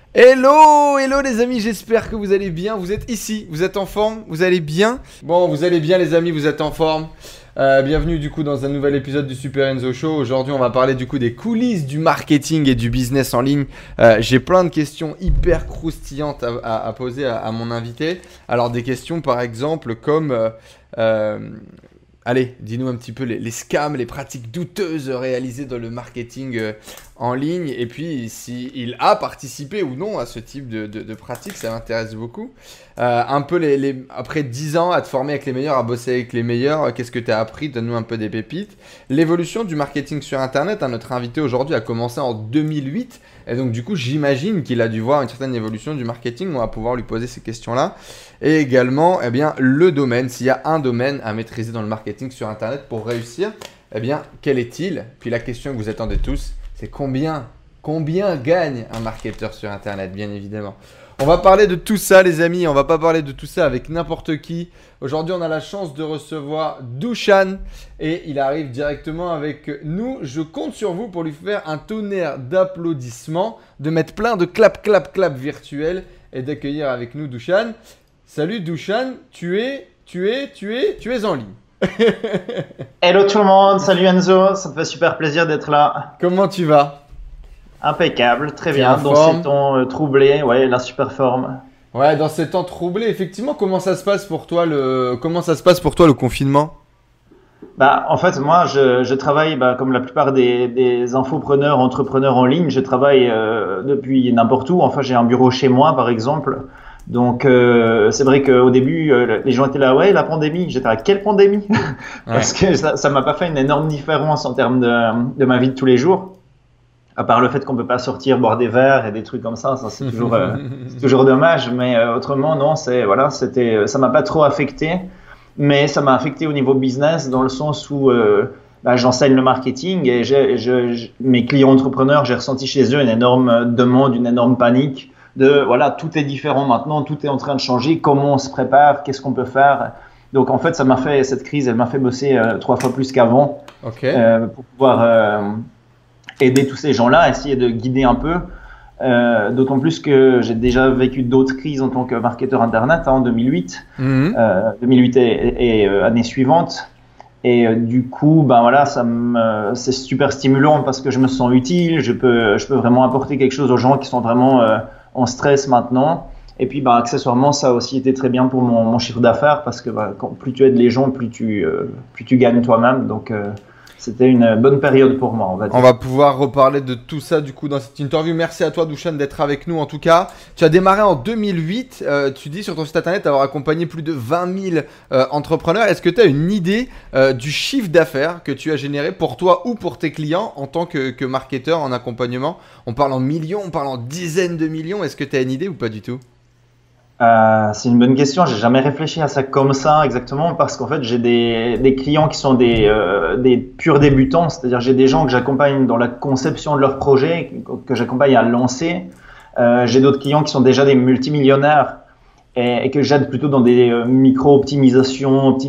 Hello, hello les amis, j'espère que vous allez bien, vous êtes ici, vous êtes en forme, vous allez bien? Bon, vous allez bien les amis, vous êtes en forme. Bienvenue du coup dans un nouvel épisode du Super Enzo Show. Aujourd'hui on va parler du coup des coulisses du marketing et du business en ligne. J'ai plein de questions hyper croustillantes à poser à mon invité. Alors des questions par exemple comme... allez, dis-nous un petit peu les scams, les pratiques douteuses réalisées dans le marketing en ligne. Et puis, s'il a participé ou non à ce type de pratiques, ça m'intéresse beaucoup. Un peu après 10 ans à te former avec les meilleurs, à bosser avec les meilleurs, qu'est-ce que tu as appris? Donne-nous un peu des pépites. L'évolution du marketing sur Internet, notre invité aujourd'hui a commencé en 2008. Et donc, du coup, j'imagine qu'il a dû voir une certaine évolution du marketing. On va pouvoir lui poser ces questions-là. Et également, eh bien, le domaine. S'il y a un domaine à maîtriser dans le marketing sur Internet pour réussir, eh bien, quel est-il? Puis la question que vous attendez tous, c'est combien gagne un marketeur sur Internet, bien évidemment. On va parler de tout ça, les amis. On va pas parler de tout ça avec n'importe qui. Aujourd'hui, on a la chance de recevoir Douchan et il arrive directement avec nous. Je compte sur vous pour lui faire un tonnerre d'applaudissements, de mettre plein de clap virtuels et d'accueillir avec nous Douchan. Salut Douchan, tu es en ligne. Hello tout le monde, salut Enzo, ça me fait super plaisir d'être là. Comment tu vas? Impeccable, très bien, dans ces temps troublés, ouais, la super forme. Ouais, dans ces temps troublés, effectivement, comment ça se passe pour toi le confinement? En fait, moi, je travaille comme la plupart des infopreneurs, entrepreneurs en ligne, je travaille depuis n'importe où. Enfin, j'ai un bureau chez moi, par exemple. Donc, c'est vrai qu'au début, les gens étaient là, ouais, la pandémie. J'étais là, quelle pandémie? Parce que ça m'a pas fait une énorme différence en termes de ma vie de tous les jours. À part le fait qu'on peut pas sortir boire des verres et des trucs comme ça c'est toujours dommage. Mais autrement, non, ça m'a pas trop affecté. Mais ça m'a affecté au niveau business dans le sens où j'enseigne le marketing et mes clients entrepreneurs, j'ai ressenti chez eux une énorme demande, une énorme panique. Voilà, tout est différent maintenant, tout est en train de changer, comment on se prépare, qu'est-ce qu'on peut faire. Donc en fait, cette crise, elle m'a fait bosser 3 fois plus qu'avant pour pouvoir aider tous ces gens-là, essayer de guider un peu. D'autant plus que j'ai déjà vécu d'autres crises en tant que marketeur Internet en 2008, 2008 et années suivantes. Et du coup, c'est super stimulant parce que je me sens utile, je peux vraiment apporter quelque chose aux gens qui sont vraiment en stress maintenant. Et puis, accessoirement, ça a aussi été très bien pour mon chiffre d'affaires parce que plus tu aides les gens, plus tu gagnes toi-même. Donc, c'était une bonne période pour moi, on va dire. On va pouvoir reparler de tout ça du coup dans cette interview. Merci à toi Douchan d'être avec nous en tout cas. Tu as démarré en 2008, tu dis sur ton site internet avoir accompagné plus de 20 000 entrepreneurs. Est-ce que tu as une idée du chiffre d'affaires que tu as généré pour toi ou pour tes clients en tant que marketeur en accompagnement? On parle en millions, on parle en dizaines de millions. Est-ce que tu as une idée ou pas du tout? C'est une bonne question. J'ai jamais réfléchi à ça comme ça exactement parce qu'en fait j'ai des clients qui sont des purs débutants, c'est-à-dire j'ai des gens que j'accompagne dans la conception de leur projet, que j'accompagne à lancer. J'ai d'autres clients qui sont déjà des multimillionnaires et que j'aide plutôt dans des optimisation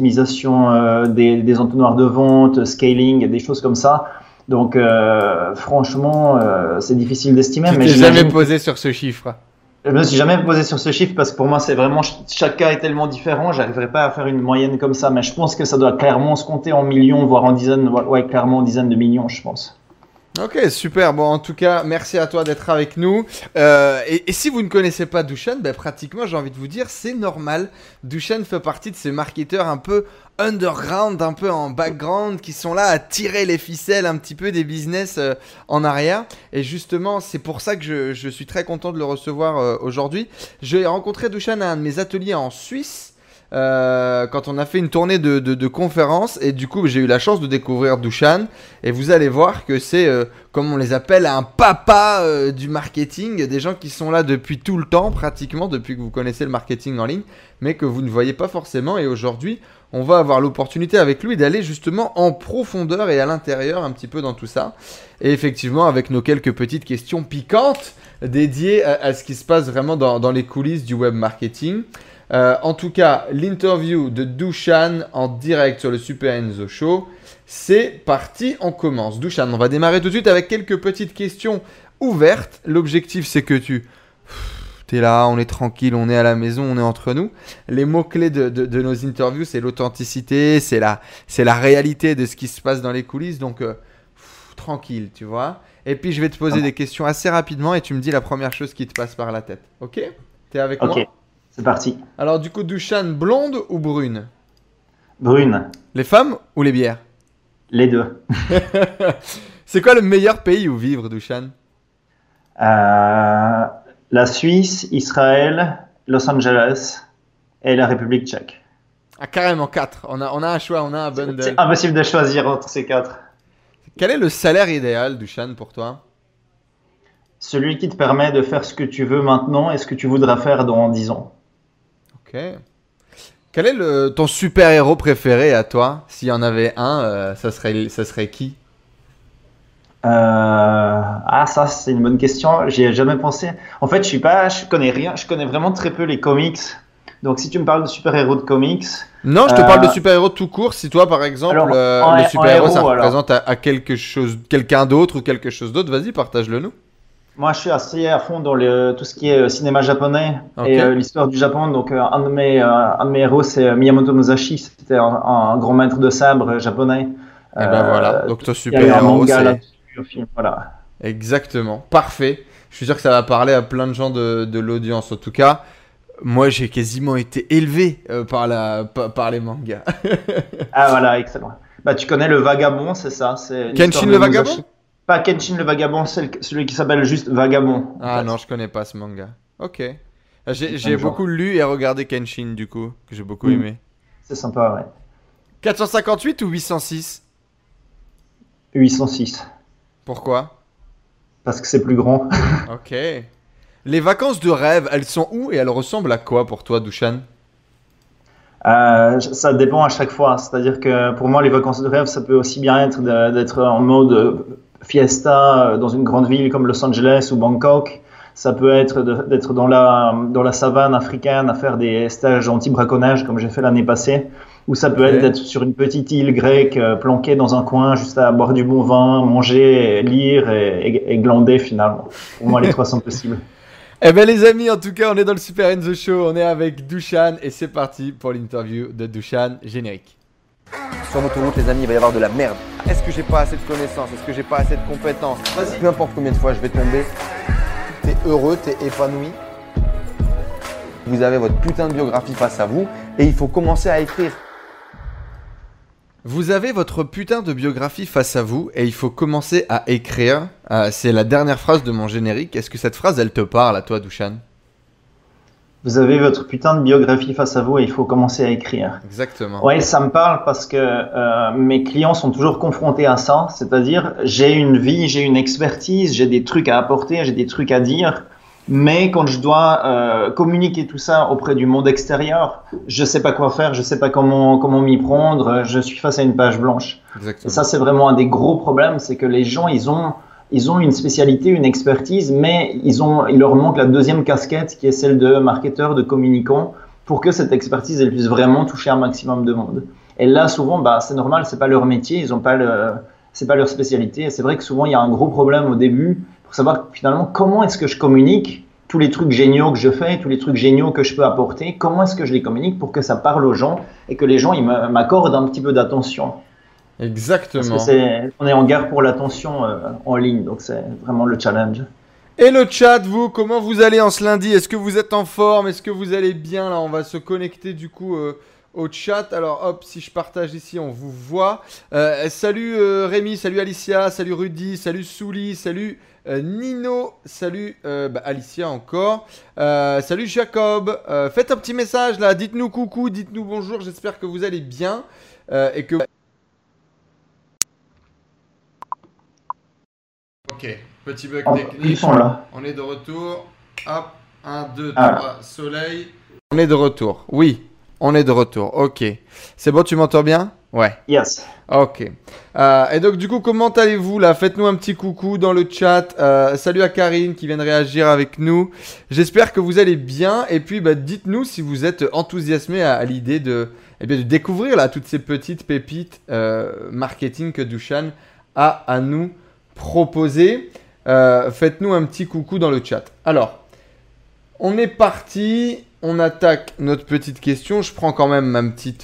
des entonnoirs de vente, scaling, des choses comme ça. Donc franchement, c'est difficile d'estimer. Tu t'es jamais posé sur ce chiffre? Je me suis jamais posé sur ce chiffre parce que pour moi, c'est vraiment, chaque cas est tellement différent. J'arriverai pas à faire une moyenne comme ça, mais je pense que ça doit clairement se compter en millions, voire en dizaines, clairement en dizaines de millions, je pense. Ok, super. Bon, en tout cas, merci à toi d'être avec nous. Et si vous ne connaissez pas Douchan, pratiquement, j'ai envie de vous dire, c'est normal. Douchan fait partie de ces marketeurs un peu underground, un peu en background, qui sont là à tirer les ficelles un petit peu des business en arrière. Et justement, c'est pour ça que je suis très content de le recevoir aujourd'hui. J'ai rencontré Douchan à un de mes ateliers en Suisse. Quand on a fait une tournée de conférences et du coup j'ai eu la chance de découvrir Douchan et vous allez voir que c'est comme on les appelle un papa du marketing, des gens qui sont là depuis tout le temps pratiquement depuis que vous connaissez le marketing en ligne mais que vous ne voyez pas forcément. Et aujourd'hui on va avoir l'opportunité avec lui d'aller justement en profondeur et à l'intérieur un petit peu dans tout ça et effectivement avec nos quelques petites questions piquantes dédiées à ce qui se passe vraiment dans les coulisses du web marketing. En tout cas, l'interview de Douchan en direct sur le Super Enzo Show, c'est parti, on commence. Douchan, on va démarrer tout de suite avec quelques petites questions ouvertes. L'objectif, c'est que tu T'es là, on est tranquille, on est à la maison, on est entre nous. Les mots-clés de nos interviews, c'est l'authenticité, c'est la réalité de ce qui se passe dans les coulisses. Donc, tranquille, tu vois. Et puis, je vais te poser des questions assez rapidement et tu me dis la première chose qui te passe par la tête. Ok? T'es avec moi? Ok, c'est parti. Alors, du coup, Dushan, blonde ou brune? Brune, Les femmes ou les bières? les deux. C'est quoi le meilleur pays où vivre, Dushan? La Suisse, Israël, Los Angeles et la République tchèque. Ah, carrément 4. On a un choix, on a un bundle. C'est impossible de choisir entre ces quatre. Quel est le salaire idéal, Dushan, pour toi? Celui qui te permet de faire ce que tu veux maintenant et ce que tu voudras faire dans 10 ans. Ok. Quel est ton super-héros préféré à toi? S'il y en avait un, ça serait qui? Ça c'est une bonne question. J'y ai jamais pensé. En fait, je connais rien. Je connais vraiment très peu les comics. Donc, si tu me parles de super-héros de comics, Non, je te parle de super-héros tout court. Si toi, par exemple, alors, le super-héros, ça héros, alors. représente à quelque chose, quelqu'un d'autre ou quelque chose d'autre, vas-y, partage-le nous. Moi, je suis assez à fond dans tout ce qui est cinéma japonais Ok. et l'histoire du Japon. Donc, un de mes héros, c'est Miyamoto Musashi. C'était un grand maître de sabre japonais. Et ben voilà. Donc, ton Il y a eu un super-héros, manga c'est. là-dessus, un film. Voilà. Exactement. Parfait. Je suis sûr que ça va parler à plein de gens de l'audience. En tout cas, moi, j'ai quasiment été élevé par les mangas. Ah, voilà, excellent. Bah, tu connais le Vagabond, c'est ça. C'est Kenshin l'histoire le de Vagabond? Musashi. Pas Kenshin le Vagabond, c'est celui qui s'appelle juste Vagabond. en Ah fait. non, je connais pas ce manga. Ok. J'ai Même j'ai genre. beaucoup lu et regardé Kenshin, du coup, que j'ai beaucoup Mm. aimé. C'est sympa, ouais. 458 ou 806? 806. Pourquoi? Parce que c'est plus grand. Ok. Les vacances de rêve, elles sont où et elles ressemblent à quoi pour toi, Dushan? Ça dépend à chaque fois. C'est-à-dire que pour moi, les vacances de rêve, ça peut aussi bien être d'être en mode fiesta dans une grande ville comme Los Angeles ou Bangkok. Ça peut être d'être dans la savane africaine à faire des stages anti-braconnage comme j'ai fait l'année passée. Ou ça peut être Ok. d'être sur une petite île grecque planquée dans un coin juste à boire du bon vin, manger, lire et glander finalement. Pour moi, les trois sont possibles. Eh ben les amis, en tout cas, on est dans le Super Enzo Show, on est avec Dushan et c'est parti pour l'interview de Dushan, générique. Sur l'autoroute, les amis, il va y avoir de la merde. Est-ce que j'ai pas assez de connaissances? Est-ce que j'ai pas assez de compétences? Peu importe combien de fois je vais tomber, t'es heureux, t'es épanoui. Vous avez votre putain de biographie face à vous et il faut commencer à écrire. Vous avez votre putain de biographie face à vous et il faut commencer à écrire. C'est la dernière phrase de mon générique. Est-ce que cette phrase, elle te parle à toi, Dushan? Vous avez votre putain de biographie face à vous et il faut commencer à écrire. Exactement. Oui, ça me parle parce que mes clients sont toujours confrontés à ça. C'est-à-dire, j'ai une vie, j'ai une expertise, j'ai des trucs à apporter, j'ai des trucs à dire. Mais quand je dois communiquer tout ça auprès du monde extérieur, je sais pas quoi faire, je sais pas comment m'y prendre, je suis face à une page blanche. Et Exactement. ça, c'est vraiment un des gros problèmes, c'est que les gens, ils ont une spécialité, une expertise, mais il leur manque la deuxième casquette qui est celle de marketeur, de communicant, pour que cette expertise, elle puisse vraiment toucher un maximum de monde. Et là, souvent, bah, c'est normal, c'est pas leur métier, c'est pas leur spécialité. Et c'est vrai que souvent, il y a un gros problème au début pour savoir finalement comment est-ce que je communique tous les trucs géniaux que je fais, tous les trucs géniaux que je peux apporter, comment est-ce que je les communique pour que ça parle aux gens et que les gens ils m'accordent un petit peu d'attention. Parce Exactement. que on est en guerre pour l'attention en ligne, donc c'est vraiment le challenge. Et le chat, vous, comment vous allez en ce lundi? Est-ce que vous êtes en forme? Est-ce que vous allez bien? Là, on va se connecter du coup au chat. Alors hop, si je partage ici, on vous voit. Salut Rémi, salut Alicia, salut Rudy, salut Souli, salut Nino, salut Alicia encore. Salut Jacob. Faites un petit message là, dites-nous coucou, dites-nous bonjour. J'espère que vous allez bien et que... Ok, petit bug Ils sont là. On est de retour. Hop, 1, 2, Ah. 3, soleil. On est de retour. Oui, on est de retour. Ok. C'est bon, tu m'entends bien? Ouais. Yes. Ok. Et donc, du coup, comment allez-vous là? Faites-nous un petit coucou dans le chat. Salut à Karine qui vient de réagir avec nous. J'espère que vous allez bien. Et puis, dites-nous si vous êtes enthousiasmé à l'idée de découvrir là toutes ces petites pépites marketing que Dushan a à nous proposer. Faites-nous un petit coucou dans le chat. Alors, On est parti, on attaque notre petite question. Je prends quand même ma petite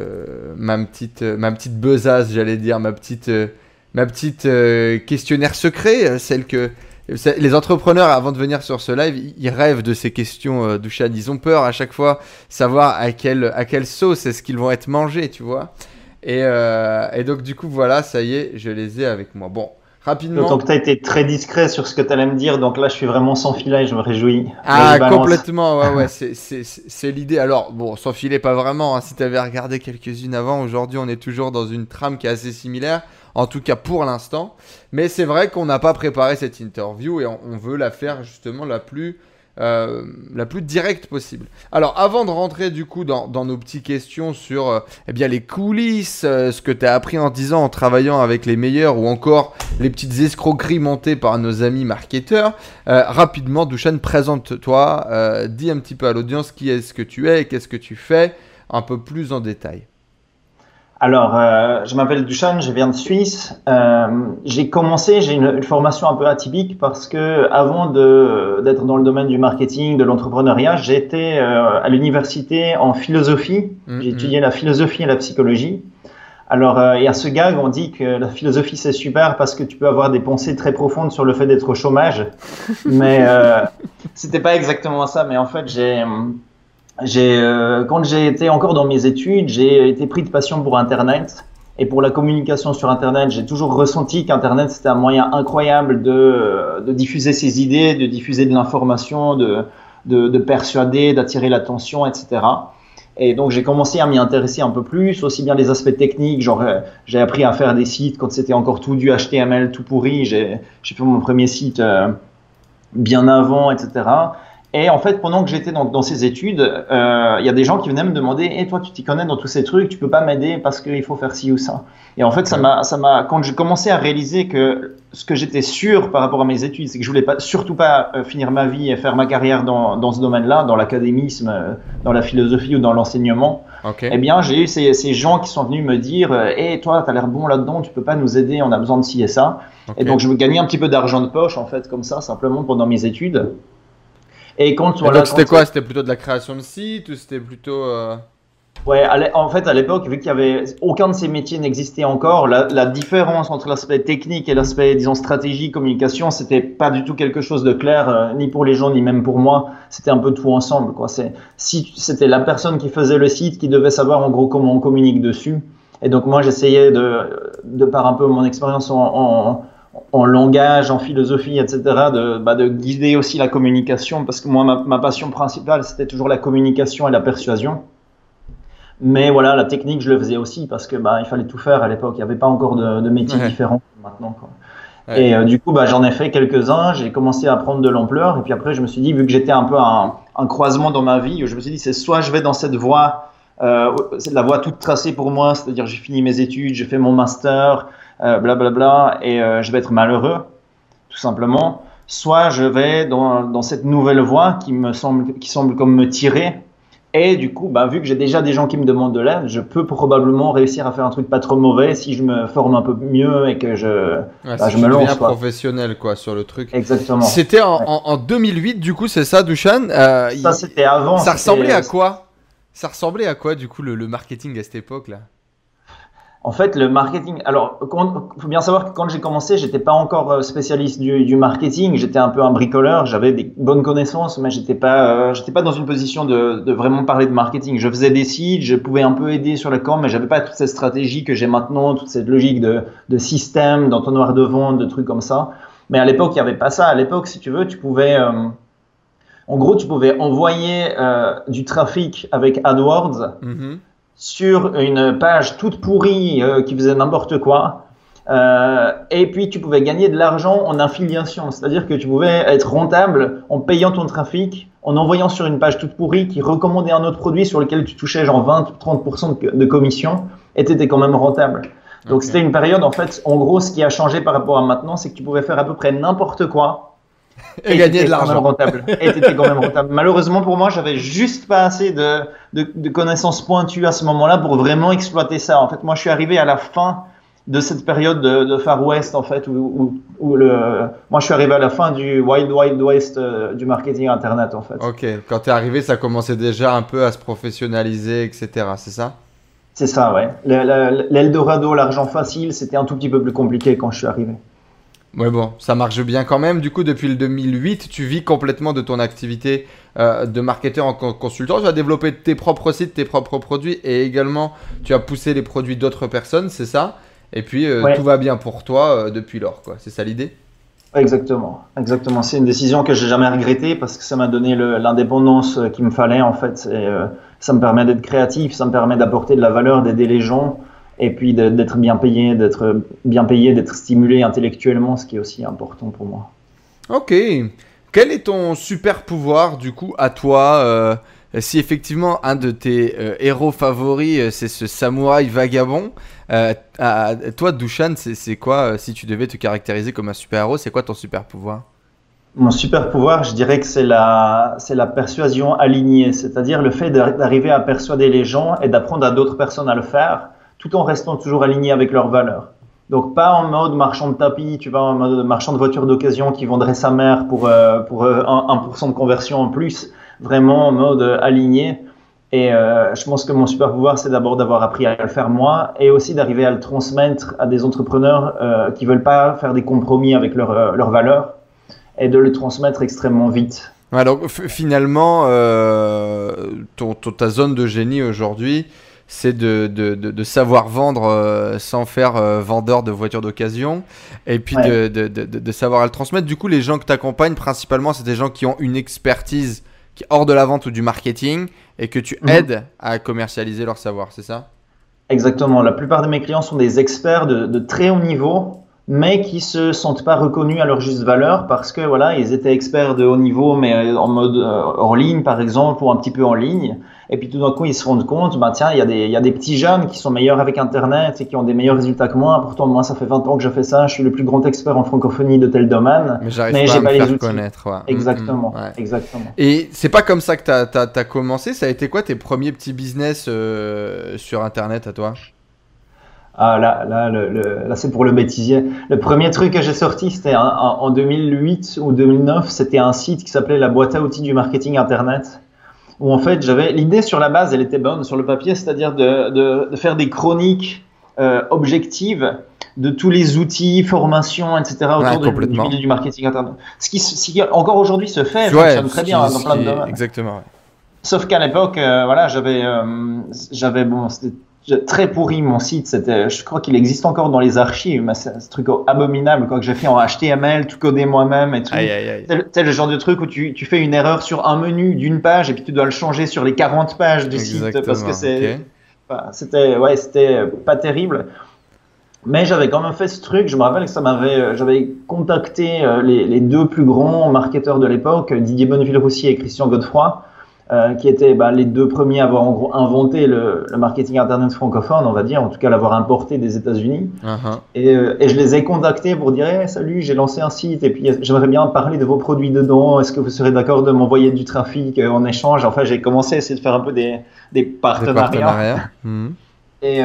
besace, j'allais dire, ma petite questionnaire secret, celle que les entrepreneurs, avant de venir sur ce live, ils rêvent de ces questions, Dusan. Ils ont peur à chaque fois, savoir à quelle sauce est-ce qu'ils vont être mangés, tu vois. Et donc du coup, voilà, ça y est, je les ai avec moi. Bon. Rapidement. Donc, tu as été très discret sur ce que tu allais me dire, donc là, je suis vraiment sans filet, je me réjouis. Ah, complètement, ouais, c'est l'idée. Alors, bon, sans filet, pas vraiment, hein. Si tu avais regardé quelques-unes avant, aujourd'hui, on est toujours dans une trame qui est assez similaire, en tout cas pour l'instant. Mais c'est vrai qu'on n'a pas préparé cette interview et on veut la faire justement la plus directe possible. Alors, avant de rentrer du coup dans nos petites questions sur eh bien, les coulisses, ce que tu as appris en 10 ans en travaillant avec les meilleurs ou encore les petites escroqueries montées par nos amis marketeurs, rapidement, Dusan, présente-toi, dis un petit peu à l'audience qui est-ce que tu es et qu'est-ce que tu fais, un peu plus en détail. Alors, je m'appelle Dusan, je viens de Suisse. J'ai une formation un peu atypique parce que avant d'être dans le domaine du marketing, de l'entrepreneuriat, j'étais à l'université en philosophie. J'ai étudié la philosophie et la psychologie. Alors, il y a ce gag, on dit que la philosophie c'est super parce que tu peux avoir des pensées très profondes sur le fait d'être au chômage. Mais c'était pas exactement ça. Mais en fait, quand j'ai été encore dans mes études, j'ai été pris de passion pour Internet et pour la communication sur Internet. J'ai toujours ressenti qu'Internet c'était un moyen incroyable de diffuser ses idées, de diffuser de l'information, de persuader, d'attirer l'attention, etc. Et donc j'ai commencé à m'y intéresser un peu plus, aussi bien les aspects techniques, genre j'ai appris à faire des sites quand c'était encore tout du HTML tout pourri. J'ai fait mon premier site bien avant, etc. Et en fait, pendant que j'étais dans ces études, il y a des gens qui venaient me demander « Hey, toi, tu t'y connais dans tous ces trucs, tu peux pas m'aider parce qu'il faut faire ci ou ça. » Et en fait, quand j'ai commencé à réaliser que ce que j'étais sûr par rapport à mes études, c'est que je voulais surtout pas finir ma vie et faire ma carrière dans ce domaine-là, dans l'académisme, dans la philosophie ou dans l'enseignement. Okay. Eh bien, j'ai eu ces gens qui sont venus me dire « Hey, toi, tu as l'air bon là-dedans, tu peux pas nous aider, on a besoin de ci et ça. Okay. » Et donc, je me gagnais un petit peu d'argent de poche, en fait, comme ça, simplement pendant mes études. Et donc c'était quoi? C'était plutôt de la création de sites ou c'était plutôt Ouais, en fait, à l'époque, vu qu'il y avait aucun de ces métiers n'existait encore, la différence entre l'aspect technique et l'aspect, disons, stratégie, communication, c'était pas du tout quelque chose de clair, ni pour les gens, ni même pour moi. C'était un peu tout ensemble, quoi. C'était la personne qui faisait le site qui devait savoir, en gros, comment on communique dessus. Et donc, moi, j'essayais de par un peu mon expérience en langage, en philosophie, etc., de guider aussi la communication, parce que moi, ma passion principale, c'était toujours la communication et la persuasion. Mais voilà, la technique, je le faisais aussi, parce que il fallait tout faire à l'époque. Il n'y avait pas encore de métiers différents maintenant, quoi. Ouais. Et du coup, j'en ai fait quelques-uns, j'ai commencé à prendre de l'ampleur, et puis après, je me suis dit, vu que j'étais un peu un croisement dans ma vie, je me suis dit, c'est soit je vais dans cette voie, c'est la voie toute tracée pour moi, c'est-à-dire j'ai fini mes études, j'ai fait mon master, blablabla, et je vais être malheureux, tout simplement. Soit je vais dans cette nouvelle voie qui semble comme me tirer, et du coup, vu que j'ai déjà des gens qui me demandent de l'aide, je peux probablement réussir à faire un truc pas trop mauvais si je me forme un peu mieux et que je me lance. Tu deviens professionnel, quoi, sur le truc. Exactement. C'était en 2008, du coup, c'est ça, Dusan? Ça, c'était avant. Ça ressemblait à quoi? Ça ressemblait à quoi, du coup, le marketing à cette époque-là? En fait, le marketing. Alors, il faut bien savoir que quand j'ai commencé, j'étais pas encore spécialiste du marketing. J'étais un peu un bricoleur. J'avais des bonnes connaissances, mais j'étais pas dans une position de vraiment parler de marketing. Je faisais des sites, je pouvais un peu aider sur la com, mais j'avais pas toute cette stratégie que j'ai maintenant, toute cette logique de système, d'entonnoir de vente, de trucs comme ça. Mais à l'époque, il y avait pas ça. À l'époque, si tu veux, tu pouvais envoyer du trafic avec AdWords. Mm-hmm. Sur une page toute pourrie qui faisait n'importe quoi, et puis tu pouvais gagner de l'argent en affiliation, c'est-à-dire que tu pouvais être rentable en payant ton trafic, en envoyant sur une page toute pourrie qui recommandait un autre produit sur lequel tu touchais genre 20 ou 30% de commission, et tu étais quand même rentable. Donc C'était une période, en fait, en gros, ce qui a changé par rapport à maintenant, c'est que tu pouvais faire à peu près n'importe quoi et gagner de l'argent. Et tu étais quand même rentable. Malheureusement pour moi, j'avais juste pas assez de connaissances pointues à ce moment-là pour vraiment exploiter ça. En fait, moi, je suis arrivé à la fin de cette période de Far West, en fait, où moi, je suis arrivé à la fin du Wild West du marketing Internet, en fait. Ok, quand tu es arrivé, ça commençait déjà un peu à se professionnaliser, etc. C'est ça? C'est ça, ouais. L'Eldorado, l'argent facile, c'était un tout petit peu plus compliqué quand je suis arrivé. Ouais, bon, ça marche bien quand même. Du coup, depuis le 2008, tu vis complètement de ton activité de marketeur en consultant. Tu as développé tes propres sites, tes propres produits et également tu as poussé les produits d'autres personnes, c'est ça? Et puis, Ouais. tout va bien pour toi depuis lors, quoi. C'est ça l'idée? Exactement, exactement. C'est une décision que j'ai jamais regrettée parce que ça m'a donné l'indépendance qu'il me fallait en fait. Et ça me permet d'être créatif, ça me permet d'apporter de la valeur, d'aider les gens et puis d'être bien payé, d'être stimulé intellectuellement, ce qui est aussi important pour moi. Ok. Quel est ton super pouvoir, du coup, à toi si effectivement un de tes héros favoris, c'est ce samouraï vagabond, toi, Dushan, c'est quoi, si tu devais te caractériser comme un super-héros, c'est quoi ton super pouvoir? Mon super pouvoir, je dirais que c'est la persuasion alignée, c'est-à-dire le fait d'arriver à persuader les gens et d'apprendre à d'autres personnes à le faire, tout en restant toujours aligné avec leurs valeurs. Donc pas en mode marchand de tapis, tu vas en mode marchand de voitures d'occasion qui vendrait sa mère pour 1% de conversion en plus, vraiment en mode aligné. Et je pense que mon super pouvoir, c'est d'abord d'avoir appris à le faire moi et aussi d'arriver à le transmettre à des entrepreneurs qui veulent pas faire des compromis avec leurs valeurs et de le transmettre extrêmement vite. Ouais, donc finalement, ta zone de génie aujourd'hui, c'est de savoir vendre sans faire vendeur de voitures d'occasion et puis Ouais. de savoir le transmettre. Du coup, les gens que tu accompagnes, principalement, c'est des gens qui ont une expertise qui est hors de la vente ou du marketing et que tu aides à commercialiser leur savoir, c'est ça? Exactement. La plupart de mes clients sont des experts de très haut niveau, mais qui se sentent pas reconnus à leur juste valeur parce que voilà, ils étaient experts de haut niveau, mais en mode hors ligne par exemple ou un petit peu en ligne. Et puis tout d'un coup, ils se rendent compte, bah tiens, il y a des petits jeunes qui sont meilleurs avec Internet et qui ont des meilleurs résultats que moi. Pourtant, moi, ça fait 20 ans que je fais ça. Je suis le plus grand expert en francophonie de tel domaine, Mais j'arrive mais pas à j'ai me pas les faire outils. connaître. Ouais. Exactement, Ouais. exactement. Et c'est pas comme ça que t'as commencé. Ça a été quoi tes premiers petits business sur Internet à toi? Ah là, c'est pour le bêtisier. Le premier truc que j'ai sorti, c'était en 2008 ou 2009. C'était un site qui s'appelait la boîte à outils du marketing Internet. Où en fait, j'avais l'idée sur la base, elle était bonne sur le papier, c'est-à-dire de faire des chroniques objectives de tous les outils, formations, etc. Ouais, autour du complètement. milieu du marketing Internet. Ce qui encore aujourd'hui se fait, Ouais, fonctionne très bien dans plein de domaines. exactement. Ouais. Sauf qu'à l'époque, voilà, j'avais bon, c'était très pourri mon site. Je crois qu'il existe encore dans les archives, mais c'est un truc abominable quoi que j'ai fait en HTML, tout codé moi-même et tout. Aïe, aïe, aïe. C'est le genre de truc où tu fais une erreur sur un menu d'une page et puis tu dois le changer sur les 40 pages du site parce que ok. enfin, c'était pas terrible. Mais j'avais quand même fait ce truc. Je me rappelle que j'avais contacté les deux plus grands marketeurs de l'époque, Didier Bonneville-Roussier et Christian Godefroy, qui étaient les deux premiers à avoir en gros inventé le marketing internet francophone, on va dire, en tout cas l'avoir importé des États-Unis. Uh-huh. Et je les ai contactés pour dire hey, salut, j'ai lancé un site et puis j'aimerais bien parler de vos produits dedans. Est-ce que vous serez d'accord de m'envoyer du trafic en échange? Enfin, j'ai commencé à essayer de faire un peu des partenariats. Mhm. Et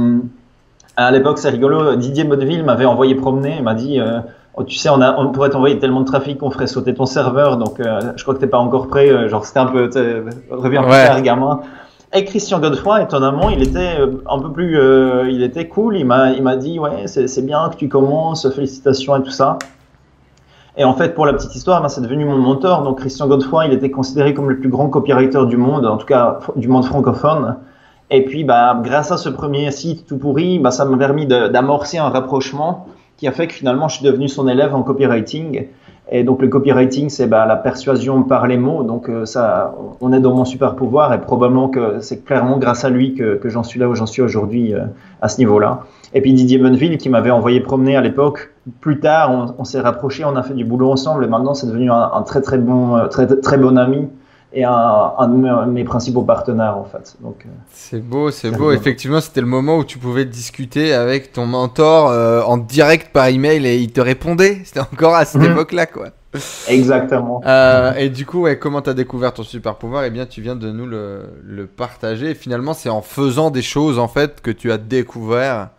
à l'époque, c'est rigolo, Didier Bonneville m'avait envoyé promener, il m'a dit oh, tu sais, on pourrait t'envoyer tellement de trafic qu'on ferait sauter ton serveur, donc je crois que t'es pas encore prêt, genre c'était un peu, reviens plus tard, gamin. Et Christian Godefroy, étonnamment, il était un peu plus, il était cool, il m'a dit ouais, c'est bien que tu commences, félicitations et tout ça. Et en fait, pour la petite histoire, c'est devenu mon mentor. Donc Christian Godefroy, il était considéré comme le plus grand copywriter du monde, en tout cas du monde francophone. Et puis, grâce à ce premier site tout pourri, ça m'a permis d'amorcer un rapprochement qui a fait que finalement, je suis devenu son élève en copywriting. Et donc, le copywriting, c'est la persuasion par les mots. Donc, ça, on est dans mon super pouvoir et probablement que c'est clairement grâce à lui que j'en suis là où j'en suis aujourd'hui à ce niveau-là. Et puis, Didier Bonneville, qui m'avait envoyé promener à l'époque, plus tard, on s'est rapprochés, on a fait du boulot ensemble et maintenant, c'est devenu un très, très bon, très bon ami. Et un de mes principaux partenaires en fait. Donc, c'est beau. Effectivement, c'était le moment où tu pouvais discuter avec ton mentor en direct par email et il te répondait. C'était encore à cette époque-là, quoi. Exactement. Et du coup, comment tu as découvert ton super pouvoir? Eh bien, tu viens de nous le partager. Et finalement, c'est en faisant des choses en fait que tu as découvert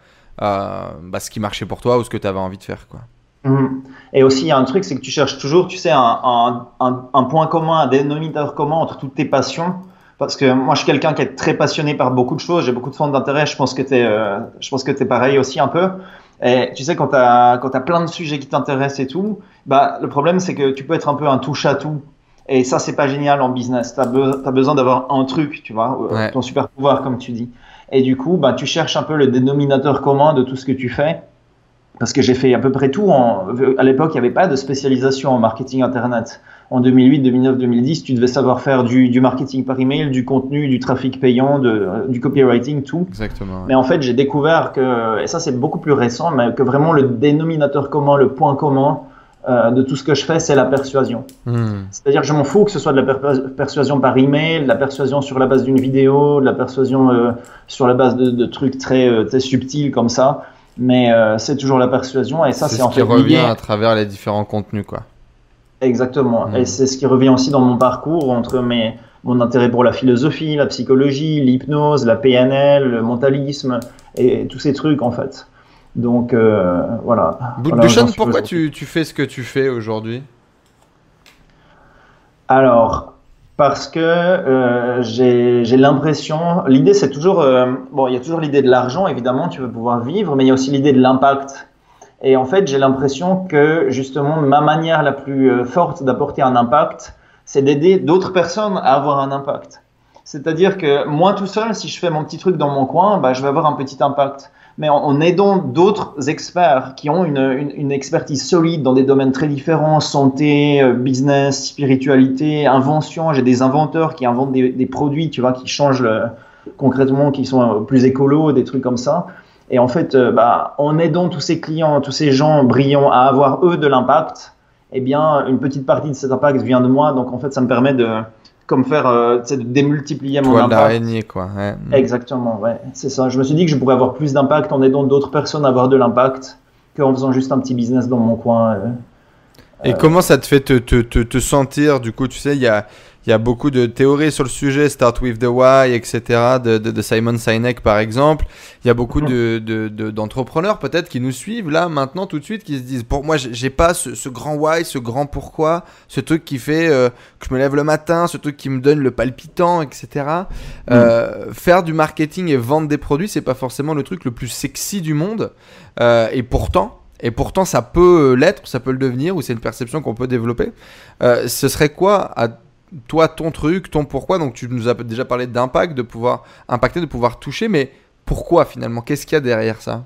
ce qui marchait pour toi ou ce que tu avais envie de faire, quoi. Et aussi, il y a un truc, c'est que tu cherches toujours, tu sais, un point commun, un dénominateur commun entre toutes tes passions. Parce que moi, je suis quelqu'un qui est très passionné par beaucoup de choses, j'ai beaucoup de centres d'intérêt. Je pense que t'es pareil aussi un peu. Et tu sais, quand t'as plein de sujets qui t'intéressent et tout, bah, le problème, c'est que tu peux être un peu un touche-à-tout. Et ça, c'est pas génial en business. T'as besoin d'avoir un truc, tu vois, ton super pouvoir, comme tu dis. Et du coup, bah, tu cherches un peu le dénominateur commun de tout ce que tu fais. Parce que j'ai fait à peu près tout. À l'époque, il n'y avait pas de spécialisation en marketing Internet. En 2008, 2009, 2010, tu devais savoir faire du marketing par email, du contenu, du trafic payant, du copywriting, tout. Exactement. Ouais. Mais en fait, j'ai découvert que, et ça c'est beaucoup plus récent, mais que vraiment le dénominateur commun, le point commun de tout ce que je fais, c'est la persuasion. C'est-à-dire que je m'en fous que ce soit de la persuasion par email, de la persuasion sur la base d'une vidéo, de la persuasion sur la base de trucs très subtils comme ça. Mais c'est toujours la persuasion et ça c'est en fait ce qui revient à travers les différents contenus, quoi. Exactement. Et c'est ce qui revient aussi dans mon parcours entre mon intérêt pour la philosophie, la psychologie, l'hypnose, la PNL, le mentalisme et tous ces trucs en fait. Donc voilà. Bouddhachan, pourquoi tu fais ce que tu fais aujourd'hui? Alors, parce que j'ai l'impression, l'idée c'est toujours, il y a toujours l'idée de l'argent, évidemment, tu veux pouvoir vivre, mais il y a aussi l'idée de l'impact. Et en fait, j'ai l'impression que justement, ma manière la plus forte d'apporter un impact, c'est d'aider d'autres personnes à avoir un impact. C'est-à-dire que moi tout seul, si je fais mon petit truc dans mon coin, bah, je vais avoir un petit impact. Mais en aidant d'autres experts qui ont une expertise solide dans des domaines très différents, santé, business, spiritualité, invention. J'ai des inventeurs qui inventent des produits, tu vois, qui changent concrètement, qui sont plus écolos, des trucs comme ça. Et en fait, en aidant tous ces clients, tous ces gens brillants à avoir eux de l'impact, eh bien, une petite partie de cet impact vient de moi. Donc en fait, ça me permet de démultiplier mon impact. D'araignée, quoi. Ouais. Exactement, ouais, c'est ça. Je me suis dit que je pourrais avoir plus d'impact en aidant d'autres personnes à avoir de l'impact qu'en faisant juste un petit business dans mon coin. Et comment ça te fait te sentir, du coup, tu sais, il y a beaucoup de théories sur le sujet, Start with the Why, etc., de Simon Sinek, par exemple. Il y a beaucoup d'entrepreneurs, peut-être, qui nous suivent, là, maintenant, tout de suite, qui se disent, pour moi, j'ai pas ce grand why, ce grand pourquoi, ce truc qui fait que je me lève le matin, ce truc qui me donne le palpitant, etc. Faire du marketing et vendre des produits, c'est pas forcément le truc le plus sexy du monde. Et pourtant, ça peut l'être, ça peut le devenir, ou c'est une perception qu'on peut développer. Ce serait quoi, à toi, ton truc, ton pourquoi? Donc, tu nous as déjà parlé d'impact, de pouvoir impacter, de pouvoir toucher, mais pourquoi finalement? Qu'est-ce qu'il y a derrière ça?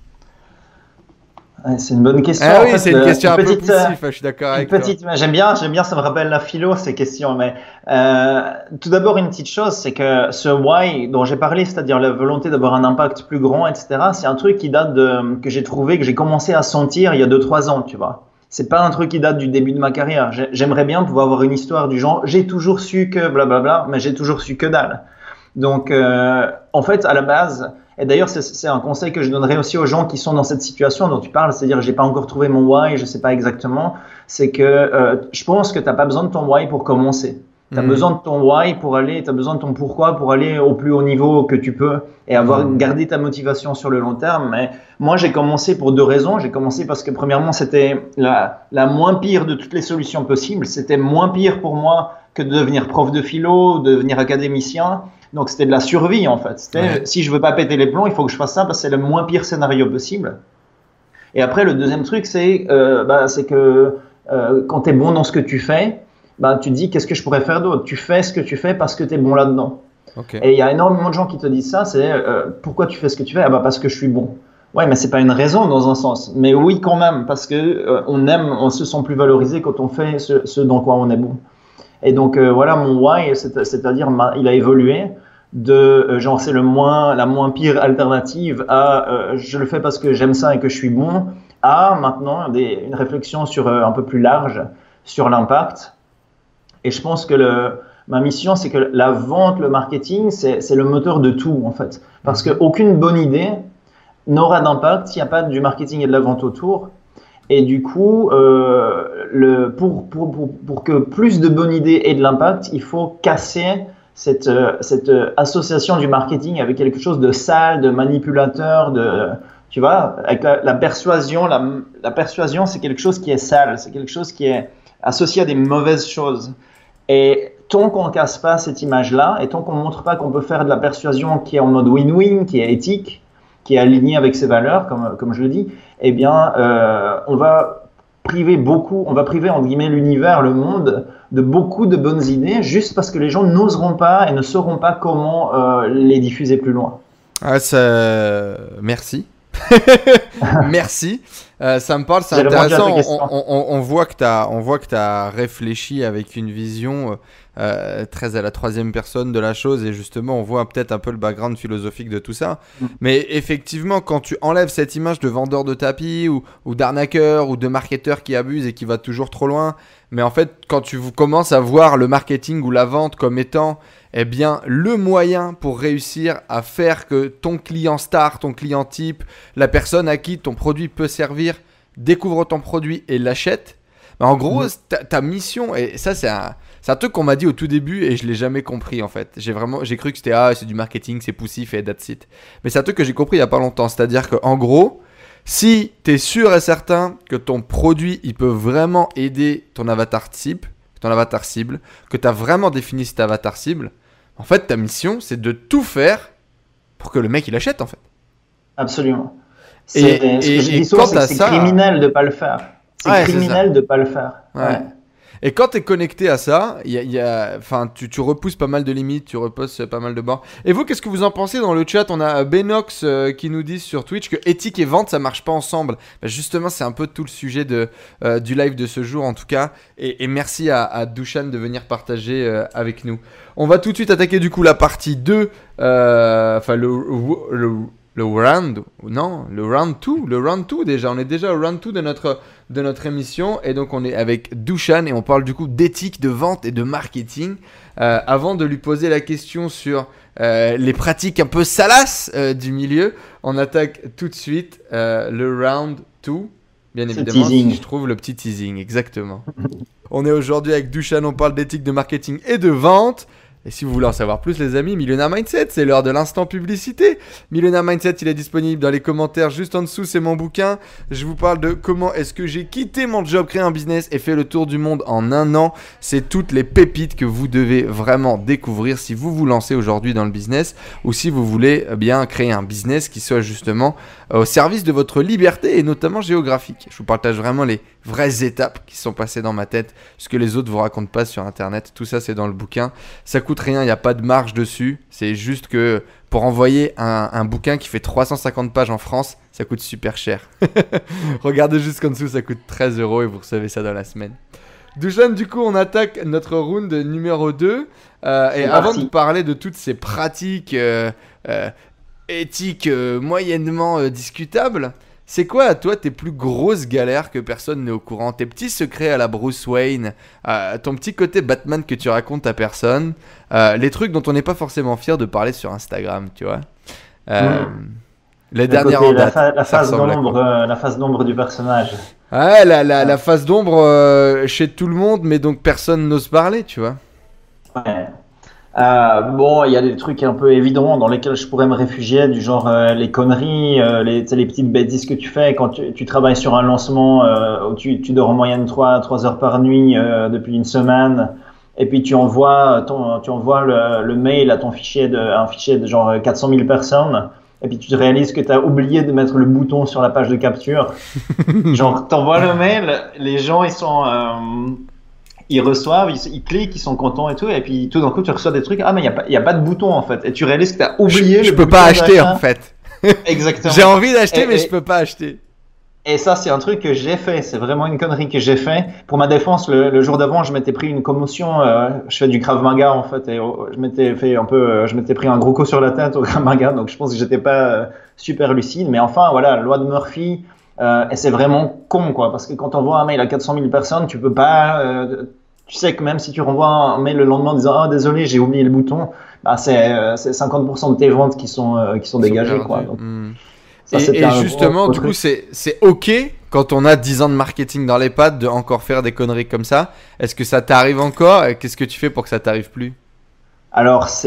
C'est une bonne question. Ah oui, c'est une question un peu poussif, je suis d'accord avec toi. J'aime bien, ça me rappelle la philo, ces questions. Mais tout d'abord, une petite chose, c'est que ce why dont j'ai parlé, c'est-à-dire la volonté d'avoir un impact plus grand, etc., c'est un truc qui date que j'ai commencé à sentir il y a 2-3 ans, tu vois. C'est pas un truc qui date du début de ma carrière. J'aimerais bien pouvoir avoir une histoire du genre, j'ai toujours su que blablabla, mais j'ai toujours su que dalle. Donc, en fait, à la base, et d'ailleurs, c'est un conseil que je donnerais aussi aux gens qui sont dans cette situation dont tu parles, c'est-à-dire, j'ai pas encore trouvé mon why, je sais pas exactement. C'est que je pense que t'as pas besoin de ton why pour commencer. T'as besoin de ton why t'as besoin de ton pourquoi pour aller au plus haut niveau que tu peux et garder ta motivation sur le long terme. Mais moi, j'ai commencé pour 2 raisons. J'ai commencé parce que premièrement, c'était la moins pire de toutes les solutions possibles. C'était moins pire pour moi que de devenir prof de philo, de devenir académicien. Donc, c'était de la survie, en fait. Si je veux pas péter les plombs, il faut que je fasse ça parce que c'est le moins pire scénario possible. Et après, le deuxième truc, c'est que quand tu es bon dans ce que tu fais, tu te dis qu'est-ce que je pourrais faire d'autre. Tu fais ce que tu fais parce que tu es bon là-dedans. Okay. Et il y a énormément de gens qui te disent ça, c'est pourquoi tu fais ce que tu fais? Parce que je suis bon. Ouais, mais c'est pas une raison dans un sens. Mais oui, quand même, parce que on se sent plus valorisé quand on fait ce dans quoi on est bon. Et donc voilà, mon why, c'est-à-dire il a évolué de genre c'est la moins pire alternative à je le fais parce que j'aime ça et que je suis bon, à maintenant une réflexion sur un peu plus large sur l'impact. Et je pense que ma mission, c'est que la vente, le marketing, c'est le moteur de tout, en fait. Parce qu'aucune bonne idée n'aura d'impact s'il n'y a pas du marketing et de la vente autour. Et du coup, pour que plus de bonnes idées aient de l'impact, il faut casser cette association du marketing avec quelque chose de sale, de manipulateur, Tu vois, avec la persuasion, la persuasion, c'est quelque chose qui est sale, c'est quelque chose qui est associé à des mauvaises choses. Et tant qu'on ne casse pas cette image-là, et tant qu'on ne montre pas qu'on peut faire de la persuasion qui est en mode win-win, qui est éthique, qui est alignée avec ses valeurs, comme je le dis, eh bien, on va priver entre guillemets l'univers, le monde, de beaucoup de bonnes idées, juste parce que les gens n'oseront pas et ne sauront pas comment les diffuser plus loin. Merci. Merci. Ça me parle, c'est intéressant. On voit que tu as réfléchi avec une vision très à la troisième personne de la chose, et justement on voit peut-être un peu le background philosophique de tout ça. Mais effectivement, quand tu enlèves cette image de vendeur de tapis ou d'arnaqueur ou de marketeur qui abuse et qui va toujours trop loin, mais en fait quand tu commences à voir le marketing ou la vente comme étant le moyen pour réussir à faire que ton client star, ton client type, la personne à qui ton produit peut servir, découvre ton produit et l'achète, en gros, ta mission, et ça c'est un truc qu'on m'a dit au tout début et je l'ai jamais compris en fait. J'ai cru que c'était c'est du marketing, c'est poussif et that's it. Mais c'est un truc que j'ai compris il y a pas longtemps, c'est-à-dire qu'en gros, si tu es sûr et certain que ton produit il peut vraiment aider ton avatar cible, que tu as vraiment défini cet avatar cible, en fait ta mission c'est de tout faire pour que le mec il achète en fait. Absolument. Ce que je dis souvent, c'est que c'est criminel de pas le faire. C'est criminel de pas le faire. Ouais. Et quand tu es connecté à ça, tu repousses pas mal de limites, tu repousses pas mal de bords. Et vous, qu'est-ce que vous en pensez dans le chat? On a Benox qui nous dit sur Twitch que éthique et vente, ça marche pas ensemble. Justement, c'est un peu tout le sujet du live de ce jour en tout cas. Et merci à Dushan de venir partager avec nous. On va tout de suite attaquer du coup la partie 2, le round 2 déjà. On est déjà au round 2 de notre émission et donc on est avec Dushan et on parle du coup d'éthique, de vente et de marketing. Avant de lui poser la question sur les pratiques un peu salaces du milieu, on attaque tout de suite le round 2. Bien évidemment, si je trouve le petit teasing, exactement. On est aujourd'hui avec Dushan, on parle d'éthique, de marketing et de vente. Et si vous voulez en savoir plus les amis, Millionaire Mindset, c'est l'heure de l'instant publicité. Millionaire Mindset, il est disponible dans les commentaires juste en dessous, c'est mon bouquin. Je vous parle de comment est-ce que j'ai quitté mon job, créé un business et fait le tour du monde en un an. C'est toutes les pépites que vous devez vraiment découvrir si vous vous lancez aujourd'hui dans le business ou si vous voulez bien créer un business qui soit justement au service de votre liberté et notamment géographique. Je vous partage vraiment les vraies étapes qui sont passées dans ma tête, ce que les autres vous racontent pas sur internet. Tout ça c'est dans le bouquin. Ça coûte rien, il n'y a pas de marge dessus. C'est juste que pour envoyer un bouquin qui fait 350 pages en France, ça coûte super cher. Regardez juste qu'en dessous, ça coûte 13 € et vous recevez ça dans la semaine. Dushan, du coup, on attaque notre round numéro 2. Et avant de parler de toutes ces pratiques éthiques moyennement discutables, c'est quoi à toi tes plus grosses galères que personne n'est au courant? Tes petits secrets à la Bruce Wayne, ton petit côté Batman que tu racontes à personne, les trucs dont on n'est pas forcément fier de parler sur Instagram, tu vois. Les dernières en date. La phase d'ombre du personnage. Ouais, la phase d'ombre chez tout le monde, mais donc personne n'ose parler, tu vois. Ouais. Bon, il y a des trucs un peu évidents dans lesquels je pourrais me réfugier, du genre les conneries, les petites bêtises que tu fais quand tu travailles sur un lancement où tu dors en moyenne 3 heures par nuit depuis une semaine, et puis tu envoies le mail à un fichier de genre 400 000 personnes, et puis tu te réalises que tu as oublié de mettre le bouton sur la page de capture. Genre, t'envoies le mail, les gens ils reçoivent, ils cliquent, ils sont contents et tout, et puis tout d'un coup tu reçois des trucs, mais il y a pas de bouton en fait, et tu réalises que tu as oublié je peux pas acheter en fait. Exactement. J'ai envie d'acheter mais je peux pas acheter. Et ça c'est un truc que j'ai fait, c'est vraiment une connerie que j'ai fait. Pour ma défense, le jour d'avant, je m'étais pris une commotion, je fais du Krav Maga en fait, et je m'étais pris un gros coup sur la tête au Krav Maga, donc je pense que j'étais pas super lucide, mais enfin voilà, loi de Murphy. Et c'est vraiment con quoi, parce que quand on envoie un mail à 400 000 personnes, tu peux pas tu sais que même si tu renvoies un mail le lendemain en disant désolé j'ai oublié le bouton, c'est 50% de tes ventes qui sont dégagées quoi. Donc, ça, et justement du coup c'est ok quand on a 10 ans de marketing dans les pattes de encore faire des conneries comme ça. Est-ce que ça t'arrive encore et qu'est-ce que tu fais pour que ça t'arrive plus? Alors c'est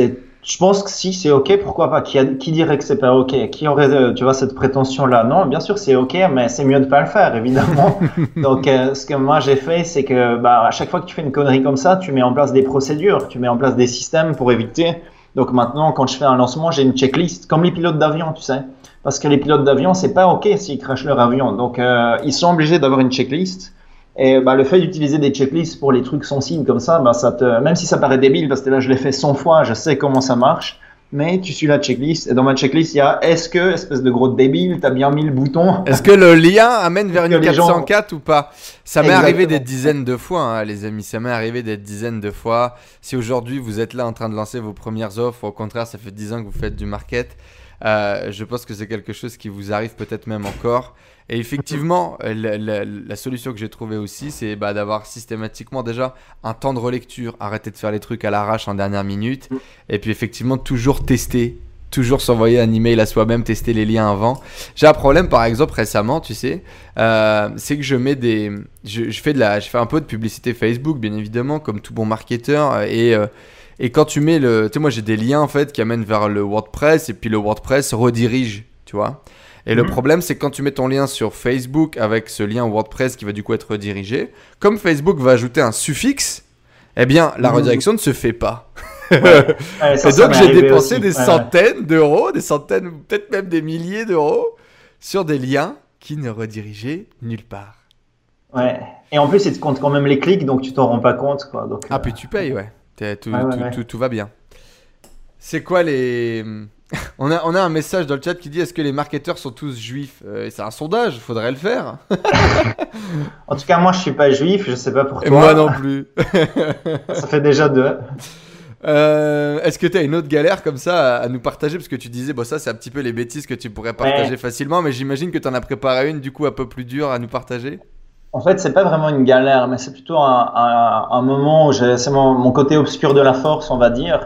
Je pense que si c'est OK, pourquoi pas? Qui dirait que c'est pas OK? Qui aurait, tu vois, cette prétention-là? Non, bien sûr, c'est OK, mais c'est mieux de pas le faire, évidemment. Donc, ce que moi j'ai fait, c'est que, à chaque fois que tu fais une connerie comme ça, tu mets en place des procédures, tu mets en place des systèmes pour éviter. Donc, maintenant, quand je fais un lancement, j'ai une checklist, comme les pilotes d'avion, tu sais. Parce que les pilotes d'avion, c'est pas OK s'ils crashent leur avion. Donc, ils sont obligés d'avoir une checklist. Et le fait d'utiliser des checklists pour les trucs sensibles comme ça, même si ça paraît débile, parce que là je l'ai fait 100 fois, je sais comment ça marche, mais tu suis la checklist, et dans ma checklist il y a est-ce que, espèce de gros débile, t'as bien mis le bouton? Est-ce que le lien amène vers une 404 ou pas? Ça m'est arrivé des dizaines de fois, hein, les amis, ça m'est arrivé des dizaines de fois. Si aujourd'hui vous êtes là en train de lancer vos premières offres, au contraire ça fait 10 ans que vous faites du market, je pense que c'est quelque chose qui vous arrive peut-être même encore. Et effectivement, la solution que j'ai trouvée aussi, c'est d'avoir systématiquement déjà un temps de relecture, arrêter de faire les trucs à l'arrache en dernière minute, et puis effectivement toujours tester, toujours s'envoyer un email à soi-même, tester les liens avant. J'ai un problème par exemple récemment, tu sais, c'est que je mets je fais un peu de publicité Facebook, bien évidemment, comme tout bon marketeur, et quand tu mets tu sais, moi j'ai des liens en fait qui amènent vers le WordPress, et puis le WordPress redirige, tu vois. Et le problème, c'est que quand tu mets ton lien sur Facebook avec ce lien WordPress qui va du coup être redirigé, comme Facebook va ajouter un suffixe, eh bien, la redirection ne se fait pas. Et donc, j'ai dépensé des centaines d'euros, des centaines, peut-être même des milliers d'euros sur des liens qui ne redirigeaient nulle part. Ouais. Et en plus, ils te comptent quand même les clics, donc tu t'en rends pas compte, quoi. Donc, puis tu payes, ouais. Tout va bien. C'est quoi les... On a un message dans le chat qui dit: est-ce que les marketeurs sont tous juifs? C'est un sondage, faudrait le faire. En tout cas, moi je suis pas juif, je sais pas pour toi. Et moi non plus. Ça fait déjà 2. Est-ce que tu as une autre galère comme ça à nous partager? Parce que tu disais, ça c'est un petit peu les bêtises que tu pourrais partager facilement, mais j'imagine que tu en as préparé une du coup un peu plus dure à nous partager. En fait, c'est pas vraiment une galère, mais c'est plutôt un moment où c'est mon côté obscur de la force, on va dire.